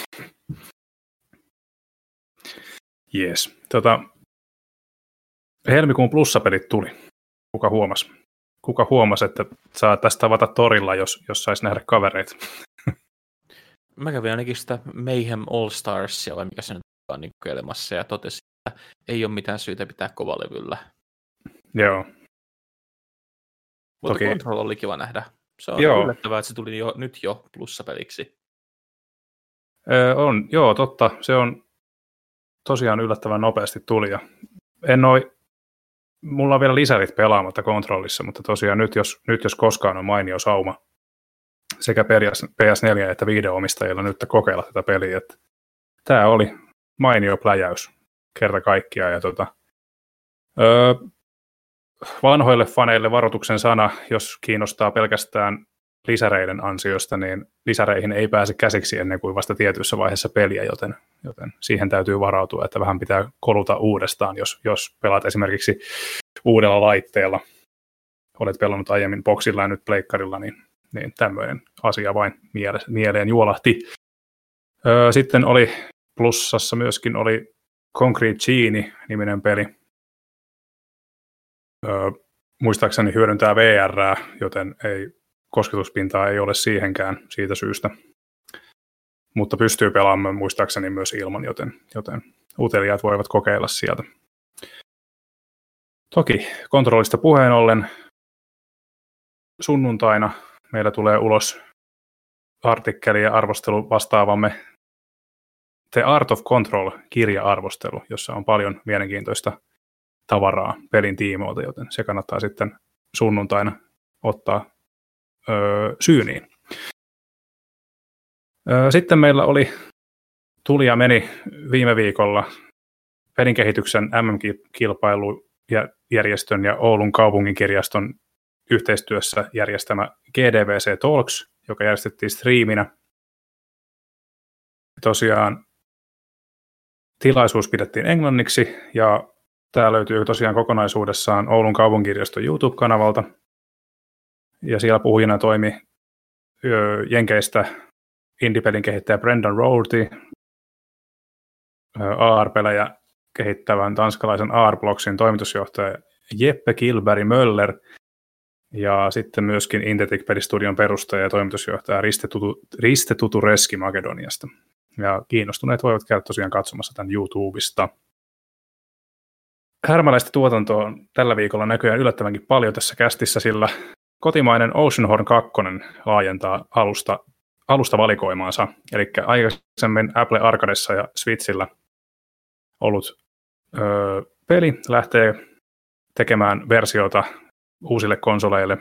Yes. Tota, helmikuun plussapelit tuli. Kuka huomasi? Kuka huomasi, että saa tästä tavata torilla, jos, jos saisi nähdä kavereita? Mä kävin ainakin sitä Mayhem All Starsia, vai mikä se nyt on niin keilemassa, ja totesin, että ei ole mitään syytä pitää kovalevyllä. Joo. Mutta Toki... Control oli kiva nähdä. Se on joo. Yllättävää, että se tuli jo, nyt jo plussapeliksi. Öö, on, joo, totta. Se on tosiaan yllättävän nopeasti tuli. Ja en ole, mulla on vielä lisärit pelaamatta Controlissa, mutta tosiaan nyt jos, nyt jos koskaan on mainio sauma sekä P S neljä että videoomistajilla nyt kokeilla tätä peliä. Että tämä oli mainio pläjäys kerta kaikkiaan. Ja tota, öö, vanhoille faneille varoituksen sana, jos kiinnostaa pelkästään lisäreiden ansiosta, niin lisäreihin ei pääse käsiksi ennen kuin vasta tietyssä vaiheessa peliä, joten, joten siihen täytyy varautua, että vähän pitää koluta uudestaan, jos, jos pelaat esimerkiksi uudella laitteella. Olet pelannut aiemmin boxilla ja nyt pleikkarilla, niin niin tämmöinen asia vain miele- mieleen juolahti. Öö, sitten oli plussassa myöskin oli Concrete Genie-niminen peli. Öö, muistaakseni hyödyntää V R:ää, joten ei, kosketuspintaa ei ole siihenkään siitä syystä. Mutta pystyy pelaamaan muistaakseni myös ilman, joten, joten uteliaat voivat kokeilla sieltä. Toki kontrollista puheen ollen sunnuntaina meillä tulee ulos artikkeli ja arvostelu vastaavamme The Art of Control-kirja-arvostelu, jossa on paljon mielenkiintoista tavaraa pelin tiimoilta, joten se kannattaa sitten sunnuntaina ottaa öö, syyniin. Öö, sitten meillä oli, tuli ja meni viime viikolla pelin kehityksen M M-kilpailujärjestön ja Oulun kaupunginkirjaston yhteistyössä järjestämä G D V C Talks, joka järjestettiin striiminä. Tosiaan tilaisuus pidettiin englanniksi, ja tämä löytyy tosiaan kokonaisuudessaan Oulun kaupunkirjaston YouTube-kanavalta. Ja siellä puhujina toimi Jenkeistä indie-pelin kehittäjä Brendan Rorty, A R-pelejä kehittävän tanskalaisen A R-blogsin toimitusjohtaja Jeppe Kilberg Möller, ja sitten myöskin Intetic-pelistudion perustaja ja toimitusjohtaja Riste Tutu, Riste Tutureski Makedoniasta. Ja kiinnostuneet voivat käydä tosiaan katsomassa tämän YouTubesta. Härmäläistä tuotantoa on tällä viikolla näköjään yllättävänkin paljon tässä kästissä, sillä kotimainen Oceanhorn kaksi laajentaa alusta, alusta valikoimaansa. Eli aikaisemmin Apple Arcadessa ja Switchillä ollut öö, peli lähtee tekemään versiota uusille konsoleille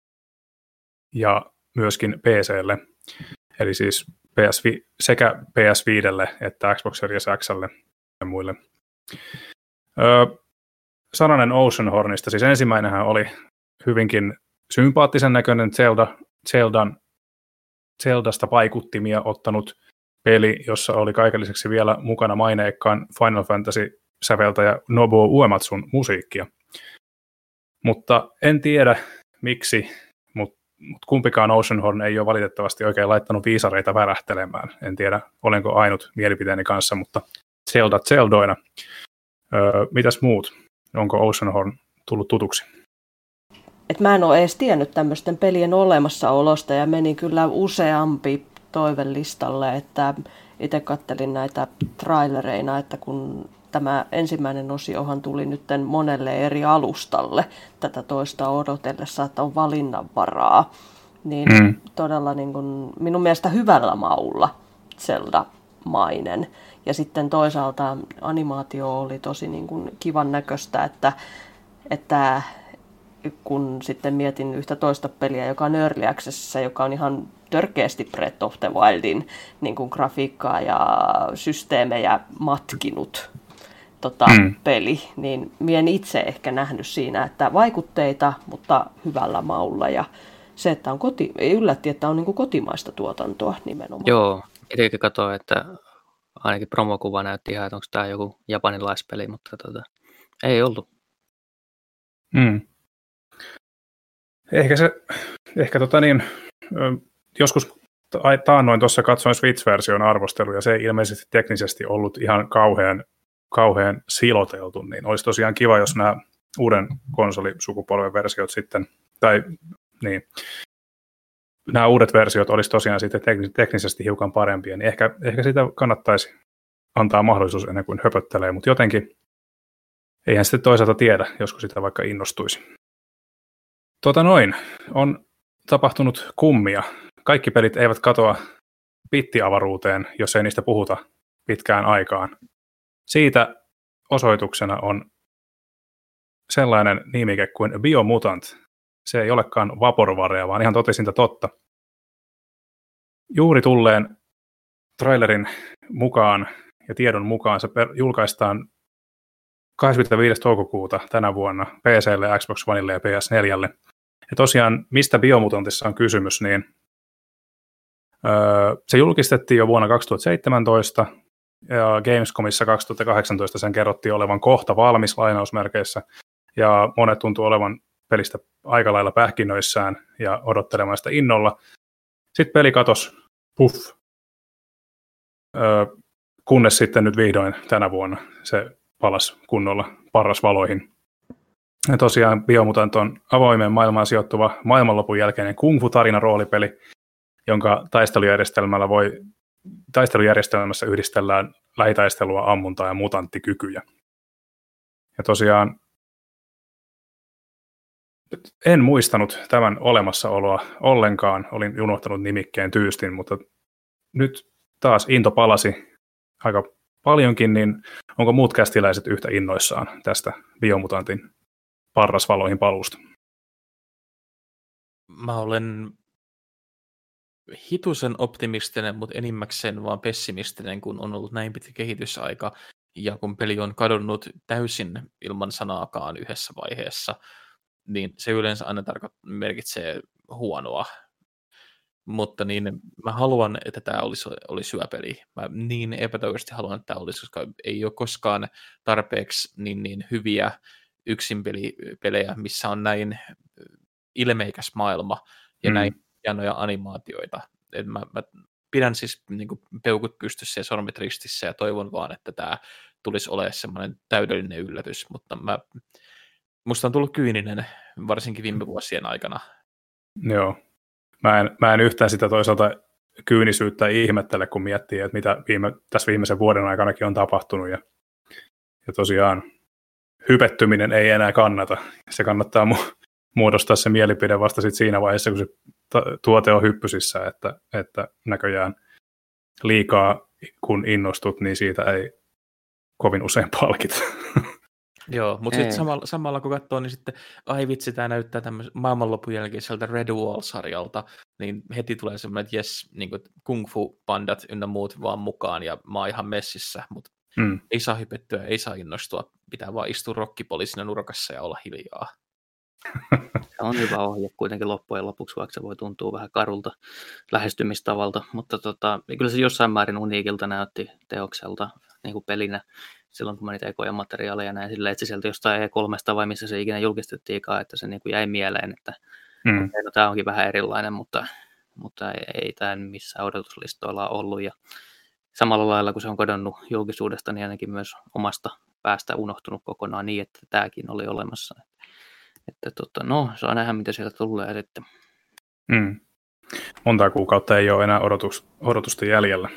ja myöskin P C:lle, eli siis P S viisi, sekä P S viidelle että Xbox Series X:lle ja muille. Öö, sananen Oceanhornista, siis ensimmäinenhän oli hyvinkin sympaattisen näköinen Zelda, Zeldan, Zeldasta vaikuttimia ottanut peli, jossa oli kaiken lisäksi vielä mukana maineikkaan Final Fantasy-säveltäjä Nobuo Uematsun musiikkia. Mutta en tiedä miksi, mutta mut kumpikaan Oceanhorn ei ole valitettavasti oikein laittanut viisareita värähtelemään. En tiedä, olenko ainut mielipiteeni kanssa, mutta Zelda Zeldoina. Öö, mitäs muut? Onko Oceanhorn tullut tutuksi? että mä en ole edes tiennyt tämmöisten pelien olemassaolosta ja meni kyllä useampi toivelistalle, että itse kattelin näitä trailereina, että kun tämä ensimmäinen osiohan tuli nyt monelle eri alustalle tätä toista odotellessa, että on valinnanvaraa, niin mm. todella niin kuin, minun mielestä hyvällä maulla Zelda-mainen. Ja sitten toisaalta animaatio oli tosi niin kuin kivan näköistä, että, että kun sitten mietin yhtä toista peliä, joka on Early Accessissa, joka on ihan törkeästi Breath of the Wildin niin kuin grafiikkaa ja systeemejä matkinut tota, mm. peli, niin minä en itse ehkä nähnyt siinä, että vaikutteita, mutta hyvällä maulla. Ja se, että on koti, yllätti, että on niin kuin kotimaista tuotantoa nimenomaan. Joo, itsekin katsoin, että ainakin promokuva näytti ihan, että onko tämä joku japanilaispeli, mutta tota, ei ollut. Mm. Ehkä se, ehkä tota niin, joskus taannoin tuossa katsoin Switch-version arvosteluja, se ei ilmeisesti teknisesti ollut ihan kauhean, kauhean siloteltu, niin olisi tosiaan kiva, jos nämä uuden konsolisukupolven versiot sitten, tai niin, nämä uudet versiot olisi tosiaan sitten teknisesti hiukan parempia, niin ehkä, ehkä sitä kannattaisi antaa mahdollisuus ennen kuin höpöttelee, mutta jotenkin eihän sitten toisaalta tiedä, joskus sitä vaikka innostuisi. Tota noin, on tapahtunut kummia. Kaikki pelit eivät katoa bittiavaruuteen, jos ei niistä puhuta pitkään aikaan. Siitä osoituksena on sellainen nimike kuin Biomutant. Se ei olekaan Vaporwarea, vaan ihan totisinta totta. Juuri tulleen trailerin mukaan ja tiedon mukaan se per- julkaistaan kahdeskymmenesviides toukokuuta tänä vuonna P C:lle, Xbox Oneille ja P S neljälle. Ja tosiaan, mistä Biomutantissa on kysymys, niin öö, se julkistettiin jo vuonna kaksituhattaseitsemäntoista, ja Gamescomissa kaksituhattakahdeksantoista sen kerrottiin olevan kohta valmis lainausmerkeissä, ja monet tuntuu olevan pelistä aika lailla pähkinöissään ja odottelemaan sitä innolla. Sitten peli katosi, puff, öö, kunnes sitten nyt vihdoin tänä vuonna se palasi kunnolla parrasvaloihin. Ja tosiaan Biomutant on avoimeen maailmaan sijoittuva maailmanlopun jälkeinen kung-fu-tarina-roolipeli, jonka taistelujärjestelmällä voi, taistelujärjestelmässä yhdistellään lähitaistelua, ammuntaa ja mutanttikykyjä. Ja tosiaan en muistanut tämän olemassaoloa ollenkaan, olin unohtanut nimikkeen tyystin, mutta nyt taas into palasi aika paljonkin, niin onko muut kästiläiset yhtä innoissaan tästä Biomutantin parrasvaloihin paluusta? Mä olen hitusen optimistinen, mutta enimmäkseen vaan pessimistinen, kun on ollut näin pitkä kehitysaika ja kun peli on kadonnut täysin ilman sanaakaan yhdessä vaiheessa, niin se yleensä aina tarko- merkitsee huonoa. Mutta niin, mä haluan, että tämä olisi, olisi hyvä peli. Mä niin epätoivoisesti haluan, että tämä olisi, koska ei ole koskaan tarpeeksi niin, niin hyviä yksinpelejä, missä on näin ilmeikäs maailma ja mm. näin hienoja animaatioita. Et mä, mä pidän siis niin kuin peukut pystyssä ja sormit ristissä ja toivon vaan, että tämä tulisi olemaan semmoinen täydellinen yllätys, mutta mä, musta on tullut kyyninen varsinkin viime vuosien aikana. Joo. Mä en, mä en yhtään sitä toisaalta kyynisyyttä ihmettele, kun miettii, että mitä viime, tässä viimeisen vuoden aikanakin on tapahtunut. Ja, ja tosiaan hypettyminen ei enää kannata. Se kannattaa mu- muodostaa se mielipide vasta sit siinä vaiheessa, kun se ta- tuote on hyppysissä, että, että näköjään liikaa kun innostut, niin siitä ei kovin usein palkita. Joo, mutta sitten samalla, samalla kun katsoo, niin sitten, ai vitsi, tämä näyttää tämmöisen maailmanlopun jälkeiseltä Red Wall-sarjalta, niin heti tulee semmoinen, että jes, niin kuin kung fu-pandat ynnä muut vaan mukaan, ja mä oon ihan messissä, mutta mm. ei saa hypettyä, ei saa innostua, pitää vaan istua rokkipoliisina nurkassa ja olla hiljaa. Se on hyvä ohje kuitenkin loppujen lopuksi, vaikka se voi tuntua vähän karulta lähestymistavalta, mutta tota, kyllä se jossain määrin uniikilta näytti teokselta niin kuin pelinä. Silloin kun mä niitä ekoja materiaaleja näin silleen, että se sieltä jostain E kolme vai missä se ikinä julkistettiinkaan, että se niin kuin jäi mieleen, että mm. okay, no, tämä onkin vähän erilainen, mutta, mutta ei, ei tämä missään odotuslistoilla ollut. Ja samalla lailla kun se on kadonnut julkisuudesta, niin ainakin myös omasta päästä unohtunut kokonaan niin, että tämäkin oli olemassa. Että tota, no, saa nähdä, mitä sieltä tulee sitten. Mm. Monta kuukautta ei ole enää odotus, odotusten jäljellä,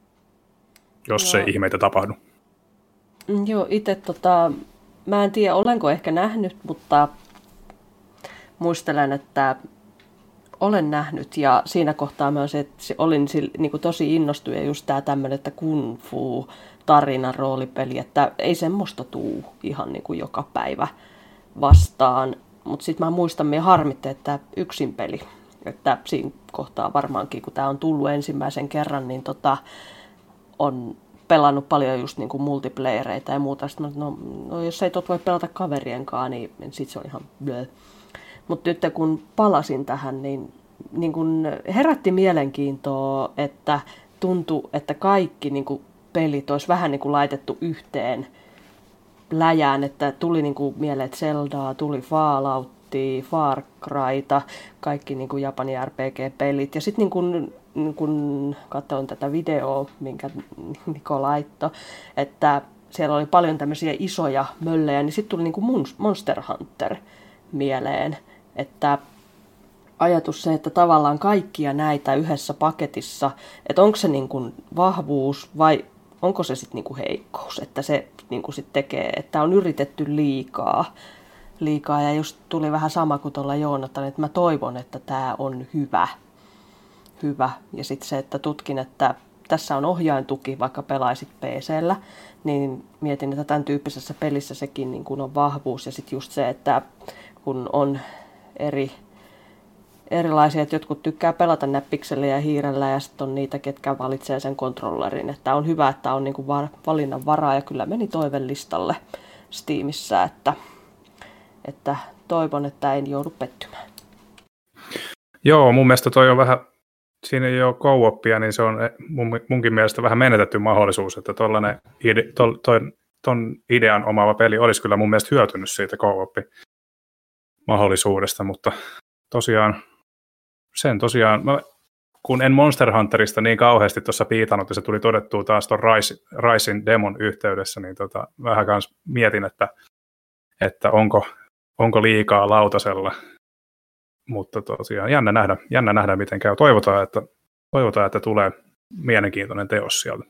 jos Joo. ei ihmeitä tapahdu. Mm, Joo, itse tota, mä en tiedä, olenko ehkä nähnyt, mutta muistelen, että olen nähnyt ja siinä kohtaa myös, että olin niin kuin tosi innostuja just tää tämmöinen, että kung fu tarina, roolipeli, että ei semmoista tuu ihan niin kuin joka päivä vastaan. Mutta sitten mä muistan, me harmitte, että yksin peli, että siinä kohtaa varmaankin, kun tämä on tullut ensimmäisen kerran, niin tota, on pelannut paljon just niin kuin multiplayereita ja muuta. Sitten mä, no, no jos ei tot voi pelata kaverienkaan, niin sit se on ihan blö. Mutta nyt kun palasin tähän, niin, niin kun herätti mielenkiintoa, että tuntui, että kaikki niin kun pelit olisi vähän niin kun laitettu yhteen läjään. Että tuli niin kun mieleen Zeldaa, tuli Falloutia, Far Cryta, kaikki niin kun Japanin R P G-pelit. Ja sitten niin kun, niin kun katsoin tätä videoa, minkä Niko laittoi, että siellä oli paljon tämmöisiä isoja möllejä, niin sitten tuli niin kuin Monster Hunter mieleen. Että ajatus se, että tavallaan kaikkia näitä yhdessä paketissa, että onko se niin kuin vahvuus vai onko se sitten niin kuin heikkous, että se niin kuin sit tekee, että on yritetty liikaa. liikaa. Ja just tuli vähän sama kuin tuolla Joonatan, että mä toivon, että tämä on hyvä. hyvä. Ja sitten se, että tutkin, että tässä on ohjaintuki, vaikka pelaisit P C:llä, niin mietin, että tämän tyyppisessä pelissä sekin niin kuin on vahvuus. Ja sitten just se, että kun on eri, erilaisia, että jotkut tykkää pelata näppiksellä ja hiirellä ja sitten on niitä, ketkä valitsee sen kontrollerin. Että on hyvä, että on niin kuin valinnan varaa ja kyllä meni toivelistalle Steamissä, että, että toivon, että en joudu pettymään. Joo, mun mielestä toi on vähän, siinä ei ole co-opia, niin se on mun, munkin mielestä vähän menetetty mahdollisuus, että tollainen ide, to, ton, ton idean omaava peli olisi kyllä mun mielestä hyötynyt siitä co-op-mahdollisuudesta, mutta tosiaan, sen tosiaan, mä, kun en Monster Hunterista niin kauheasti tuossa piitannut, ja se tuli todettua taas tuon Rise, Risein demon yhteydessä, niin tota, vähän kans mietin, että, että onko, onko liikaa lautasella. Mutta tosiaan jännä nähdä, jännä nähdä miten käy. Toivotaan että, toivotaan, että tulee mielenkiintoinen teos sieltä.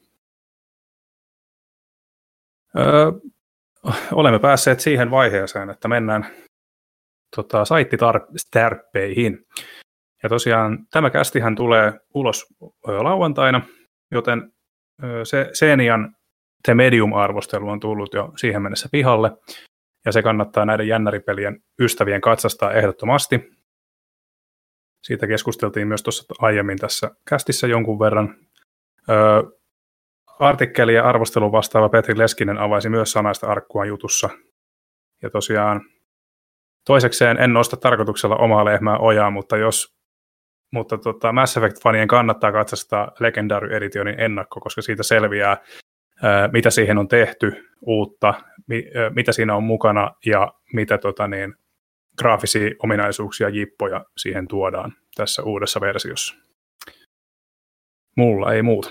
Öö, olemme päässeet siihen vaiheeseen, että mennään tota, saittitärppeihin. Ja tosiaan tämä kästihän tulee ulos lauantaina, joten se Senian The Medium-arvostelu on tullut jo siihen mennessä pihalle. Ja se kannattaa näiden jännäripelien ystävien katsastaa ehdottomasti. Siitä keskusteltiin myös tuossa aiemmin tässä kästissä jonkun verran. Öö, artikkeli ja arvostelu vastaava Petri Leskinen avaisi myös sanaista arkkua jutussa. Ja tosiaan toisekseen en nosta tarkoituksella omaa lehmää ojaa, mutta jos mutta tota, Mass Effect-fanien kannattaa katsastaa Legendary Editionin ennakko, koska siitä selviää, öö, mitä siihen on tehty uutta, mi, öö, mitä siinä on mukana ja mitä tota, niin, graafisia ominaisuuksia, jippoja siihen tuodaan tässä uudessa versiossa. Mulla ei muuta.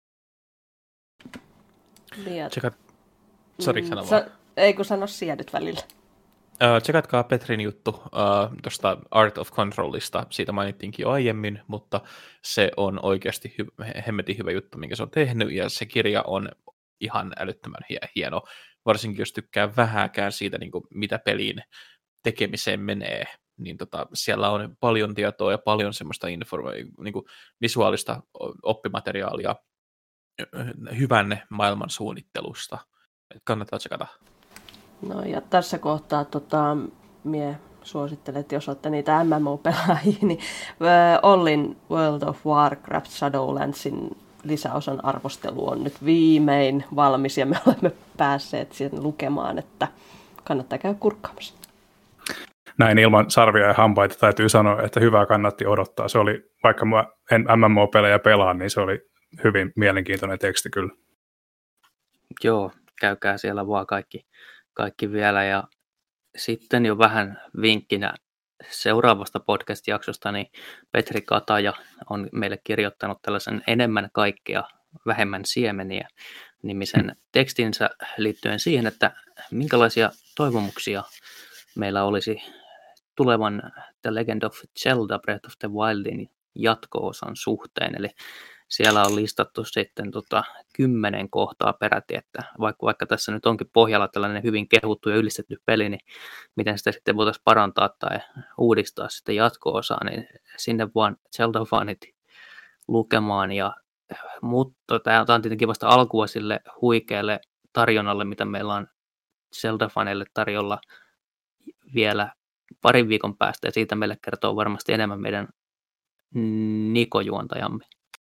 Tsekat... Sori, sano Sa- ei kun sano siedyt välillä. Uh, tsekatkaa Petrin juttu uh, tuosta Art of Controlista. Siitä mainittiinkin jo aiemmin, mutta se on oikeasti hy- hemmetin hyvä juttu, minkä se on tehnyt, ja se kirja on ihan älyttömän hieno, varsinkin jos tykkää vähäkään siitä, niin kuin, mitä peliin tekemiseen menee, niin tota, siellä on paljon tietoa ja paljon semmoista informa- niin kuin visuaalista oppimateriaalia hyvän maailman suunnittelusta. Kannattaa tsekata. No ja tässä kohtaa tota, mie suosittelen, että jos olette niitä M M O-pelaajia, niin Ollin World of Warcraft Shadowlandsin lisäosan arvostelu on nyt viimein valmis ja me olemme päässeet sen lukemaan, että kannattaa käydä kurkkaamassa. Näin ilman sarvia ja hampaita täytyy sanoa, että hyvää kannatti odottaa. Se oli, vaikka mä en M M O-pelejä pelaa, niin se oli hyvin mielenkiintoinen teksti kyllä. Joo, käykää siellä vaan kaikki, kaikki vielä. Ja sitten jo vähän vinkkinä seuraavasta podcast-jaksosta, niin Petri Kataja on meille kirjoittanut tällaisen enemmän kaikkea, vähemmän siemeniä nimisen tekstinsä liittyen siihen, että minkälaisia toivomuksia meillä olisi tulevan The Legend of Zelda Breath of the Wildin jatko-osan suhteen, eli siellä on listattu sitten tota, kymmenen kohtaa peräti, että vaikka, vaikka tässä nyt onkin pohjalla tällainen hyvin kehuttu ja ylistetty peli, niin miten sitä sitten voitaisiin parantaa tai uudistaa sitten jatko-osaa, niin sinne vaan Zelda-fanit lukemaan. Ja, mutta tämä on tietenkin vasta alkua sille huikealle tarjonnalle, mitä meillä on Zelda-faneille tarjolla vielä parin viikon päästä, ja siitä meille kertoo varmasti enemmän meidän Niko-juontajamme.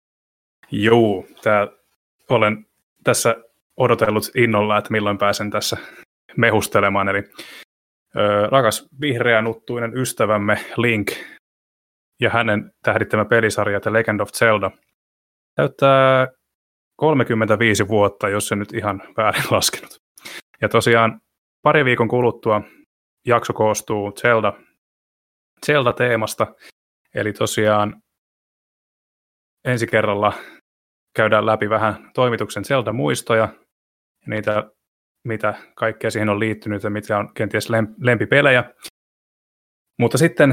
Joo, tää, olen tässä odotellut innolla, että milloin pääsen tässä mehustelemaan. Eli ö, rakas vihreänuttuinen ystävämme Link ja hänen tähdittämä pelisarja The Legend of Zelda täyttää kolmekymmentäviisi vuotta, jos se nyt ihan väärin laskenut. Ja tosiaan pari viikon kuluttua jakso koostuu Zelda, Zelda-teemasta, eli tosiaan ensi kerralla käydään läpi vähän toimituksen Zelda-muistoja, niitä, mitä kaikkea siihen on liittynyt ja mitkä on kenties lempipelejä. Mutta sitten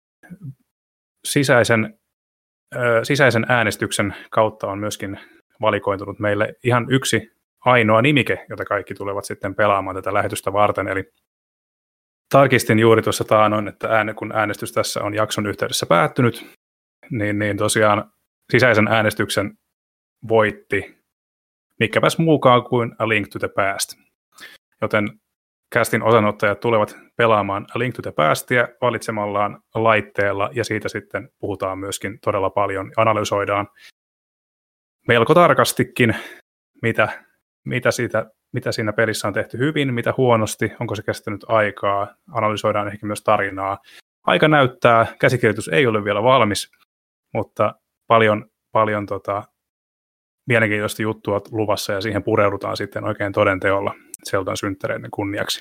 sisäisen, ö, sisäisen äänestyksen kautta on myöskin valikoitunut meille ihan yksi ainoa nimike, jota kaikki tulevat sitten pelaamaan tätä lähetystä varten. Eli tarkistin juuri tuossa taanoin, että ääne, kun äänestys tässä on jakson yhteydessä päättynyt, niin, niin tosiaan sisäisen äänestyksen voitti mikäpäs muukaan kuin A Link to the Past. Joten castin osanottajat tulevat pelaamaan A Link to the Pastia valitsemallaan laitteella, ja siitä sitten puhutaan myöskin todella paljon, analysoidaan melko tarkastikin, mitä, mitä, siitä, mitä siinä pelissä on tehty hyvin, mitä huonosti, onko se kestänyt aikaa, analysoidaan ehkä myös tarinaa. Aika näyttää, käsikirjoitus ei ole vielä valmis, mutta paljon, paljon tota, mielenkiintoista juttua luvassa, ja siihen pureudutaan sitten oikein todenteolla Zeldan synttäreiden kunniaksi.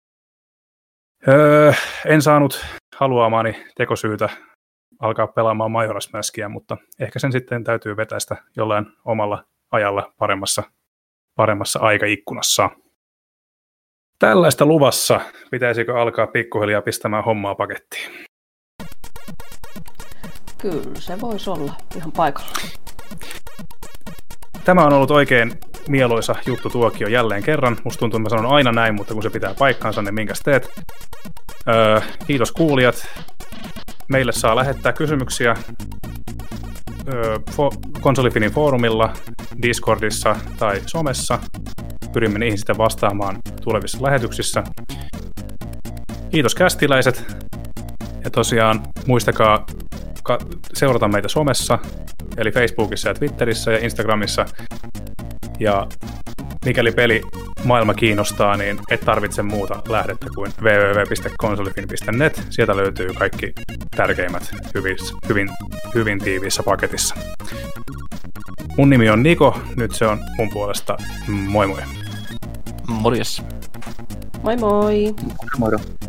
Öö, en saanut haluamaani tekosyytä alkaa pelaamaan Majora's Maskia, mutta ehkä sen sitten täytyy vetäistä jollain omalla ajalla paremmassa, paremmassa aikaikkunassa. Tällaista luvassa, pitäisikö alkaa pikkuhiljaa pistämään hommaa pakettiin? Kyllä, se voisi olla ihan paikalla. Tämä on ollut oikein mieluisa juttu tuokio jälleen kerran. Musta tuntuu, että mä sanon aina näin, mutta kun se pitää paikkaansa, niin minkäs teet? Öö, kiitos kuulijat. Meille saa lähettää kysymyksiä öö, fo- Konsolifinin foorumilla, Discordissa tai somessa. Pyrimme niihin sitten vastaamaan tulevissa lähetyksissä. Kiitos kästiläiset. Ja tosiaan muistakaa ka- seurata meitä somessa, eli Facebookissa ja Twitterissä ja Instagramissa. Ja mikäli peli maailma kiinnostaa, niin et tarvitse muuta lähdettä kuin double-u double-u double-u piste konsolifin piste net. Sieltä löytyy kaikki tärkeimmät hyvin, hyvin, hyvin tiiviissä paketissa. Mun nimi on Niko, nyt se on mun puolesta moi moi. Morjes. Moi moi. Moro.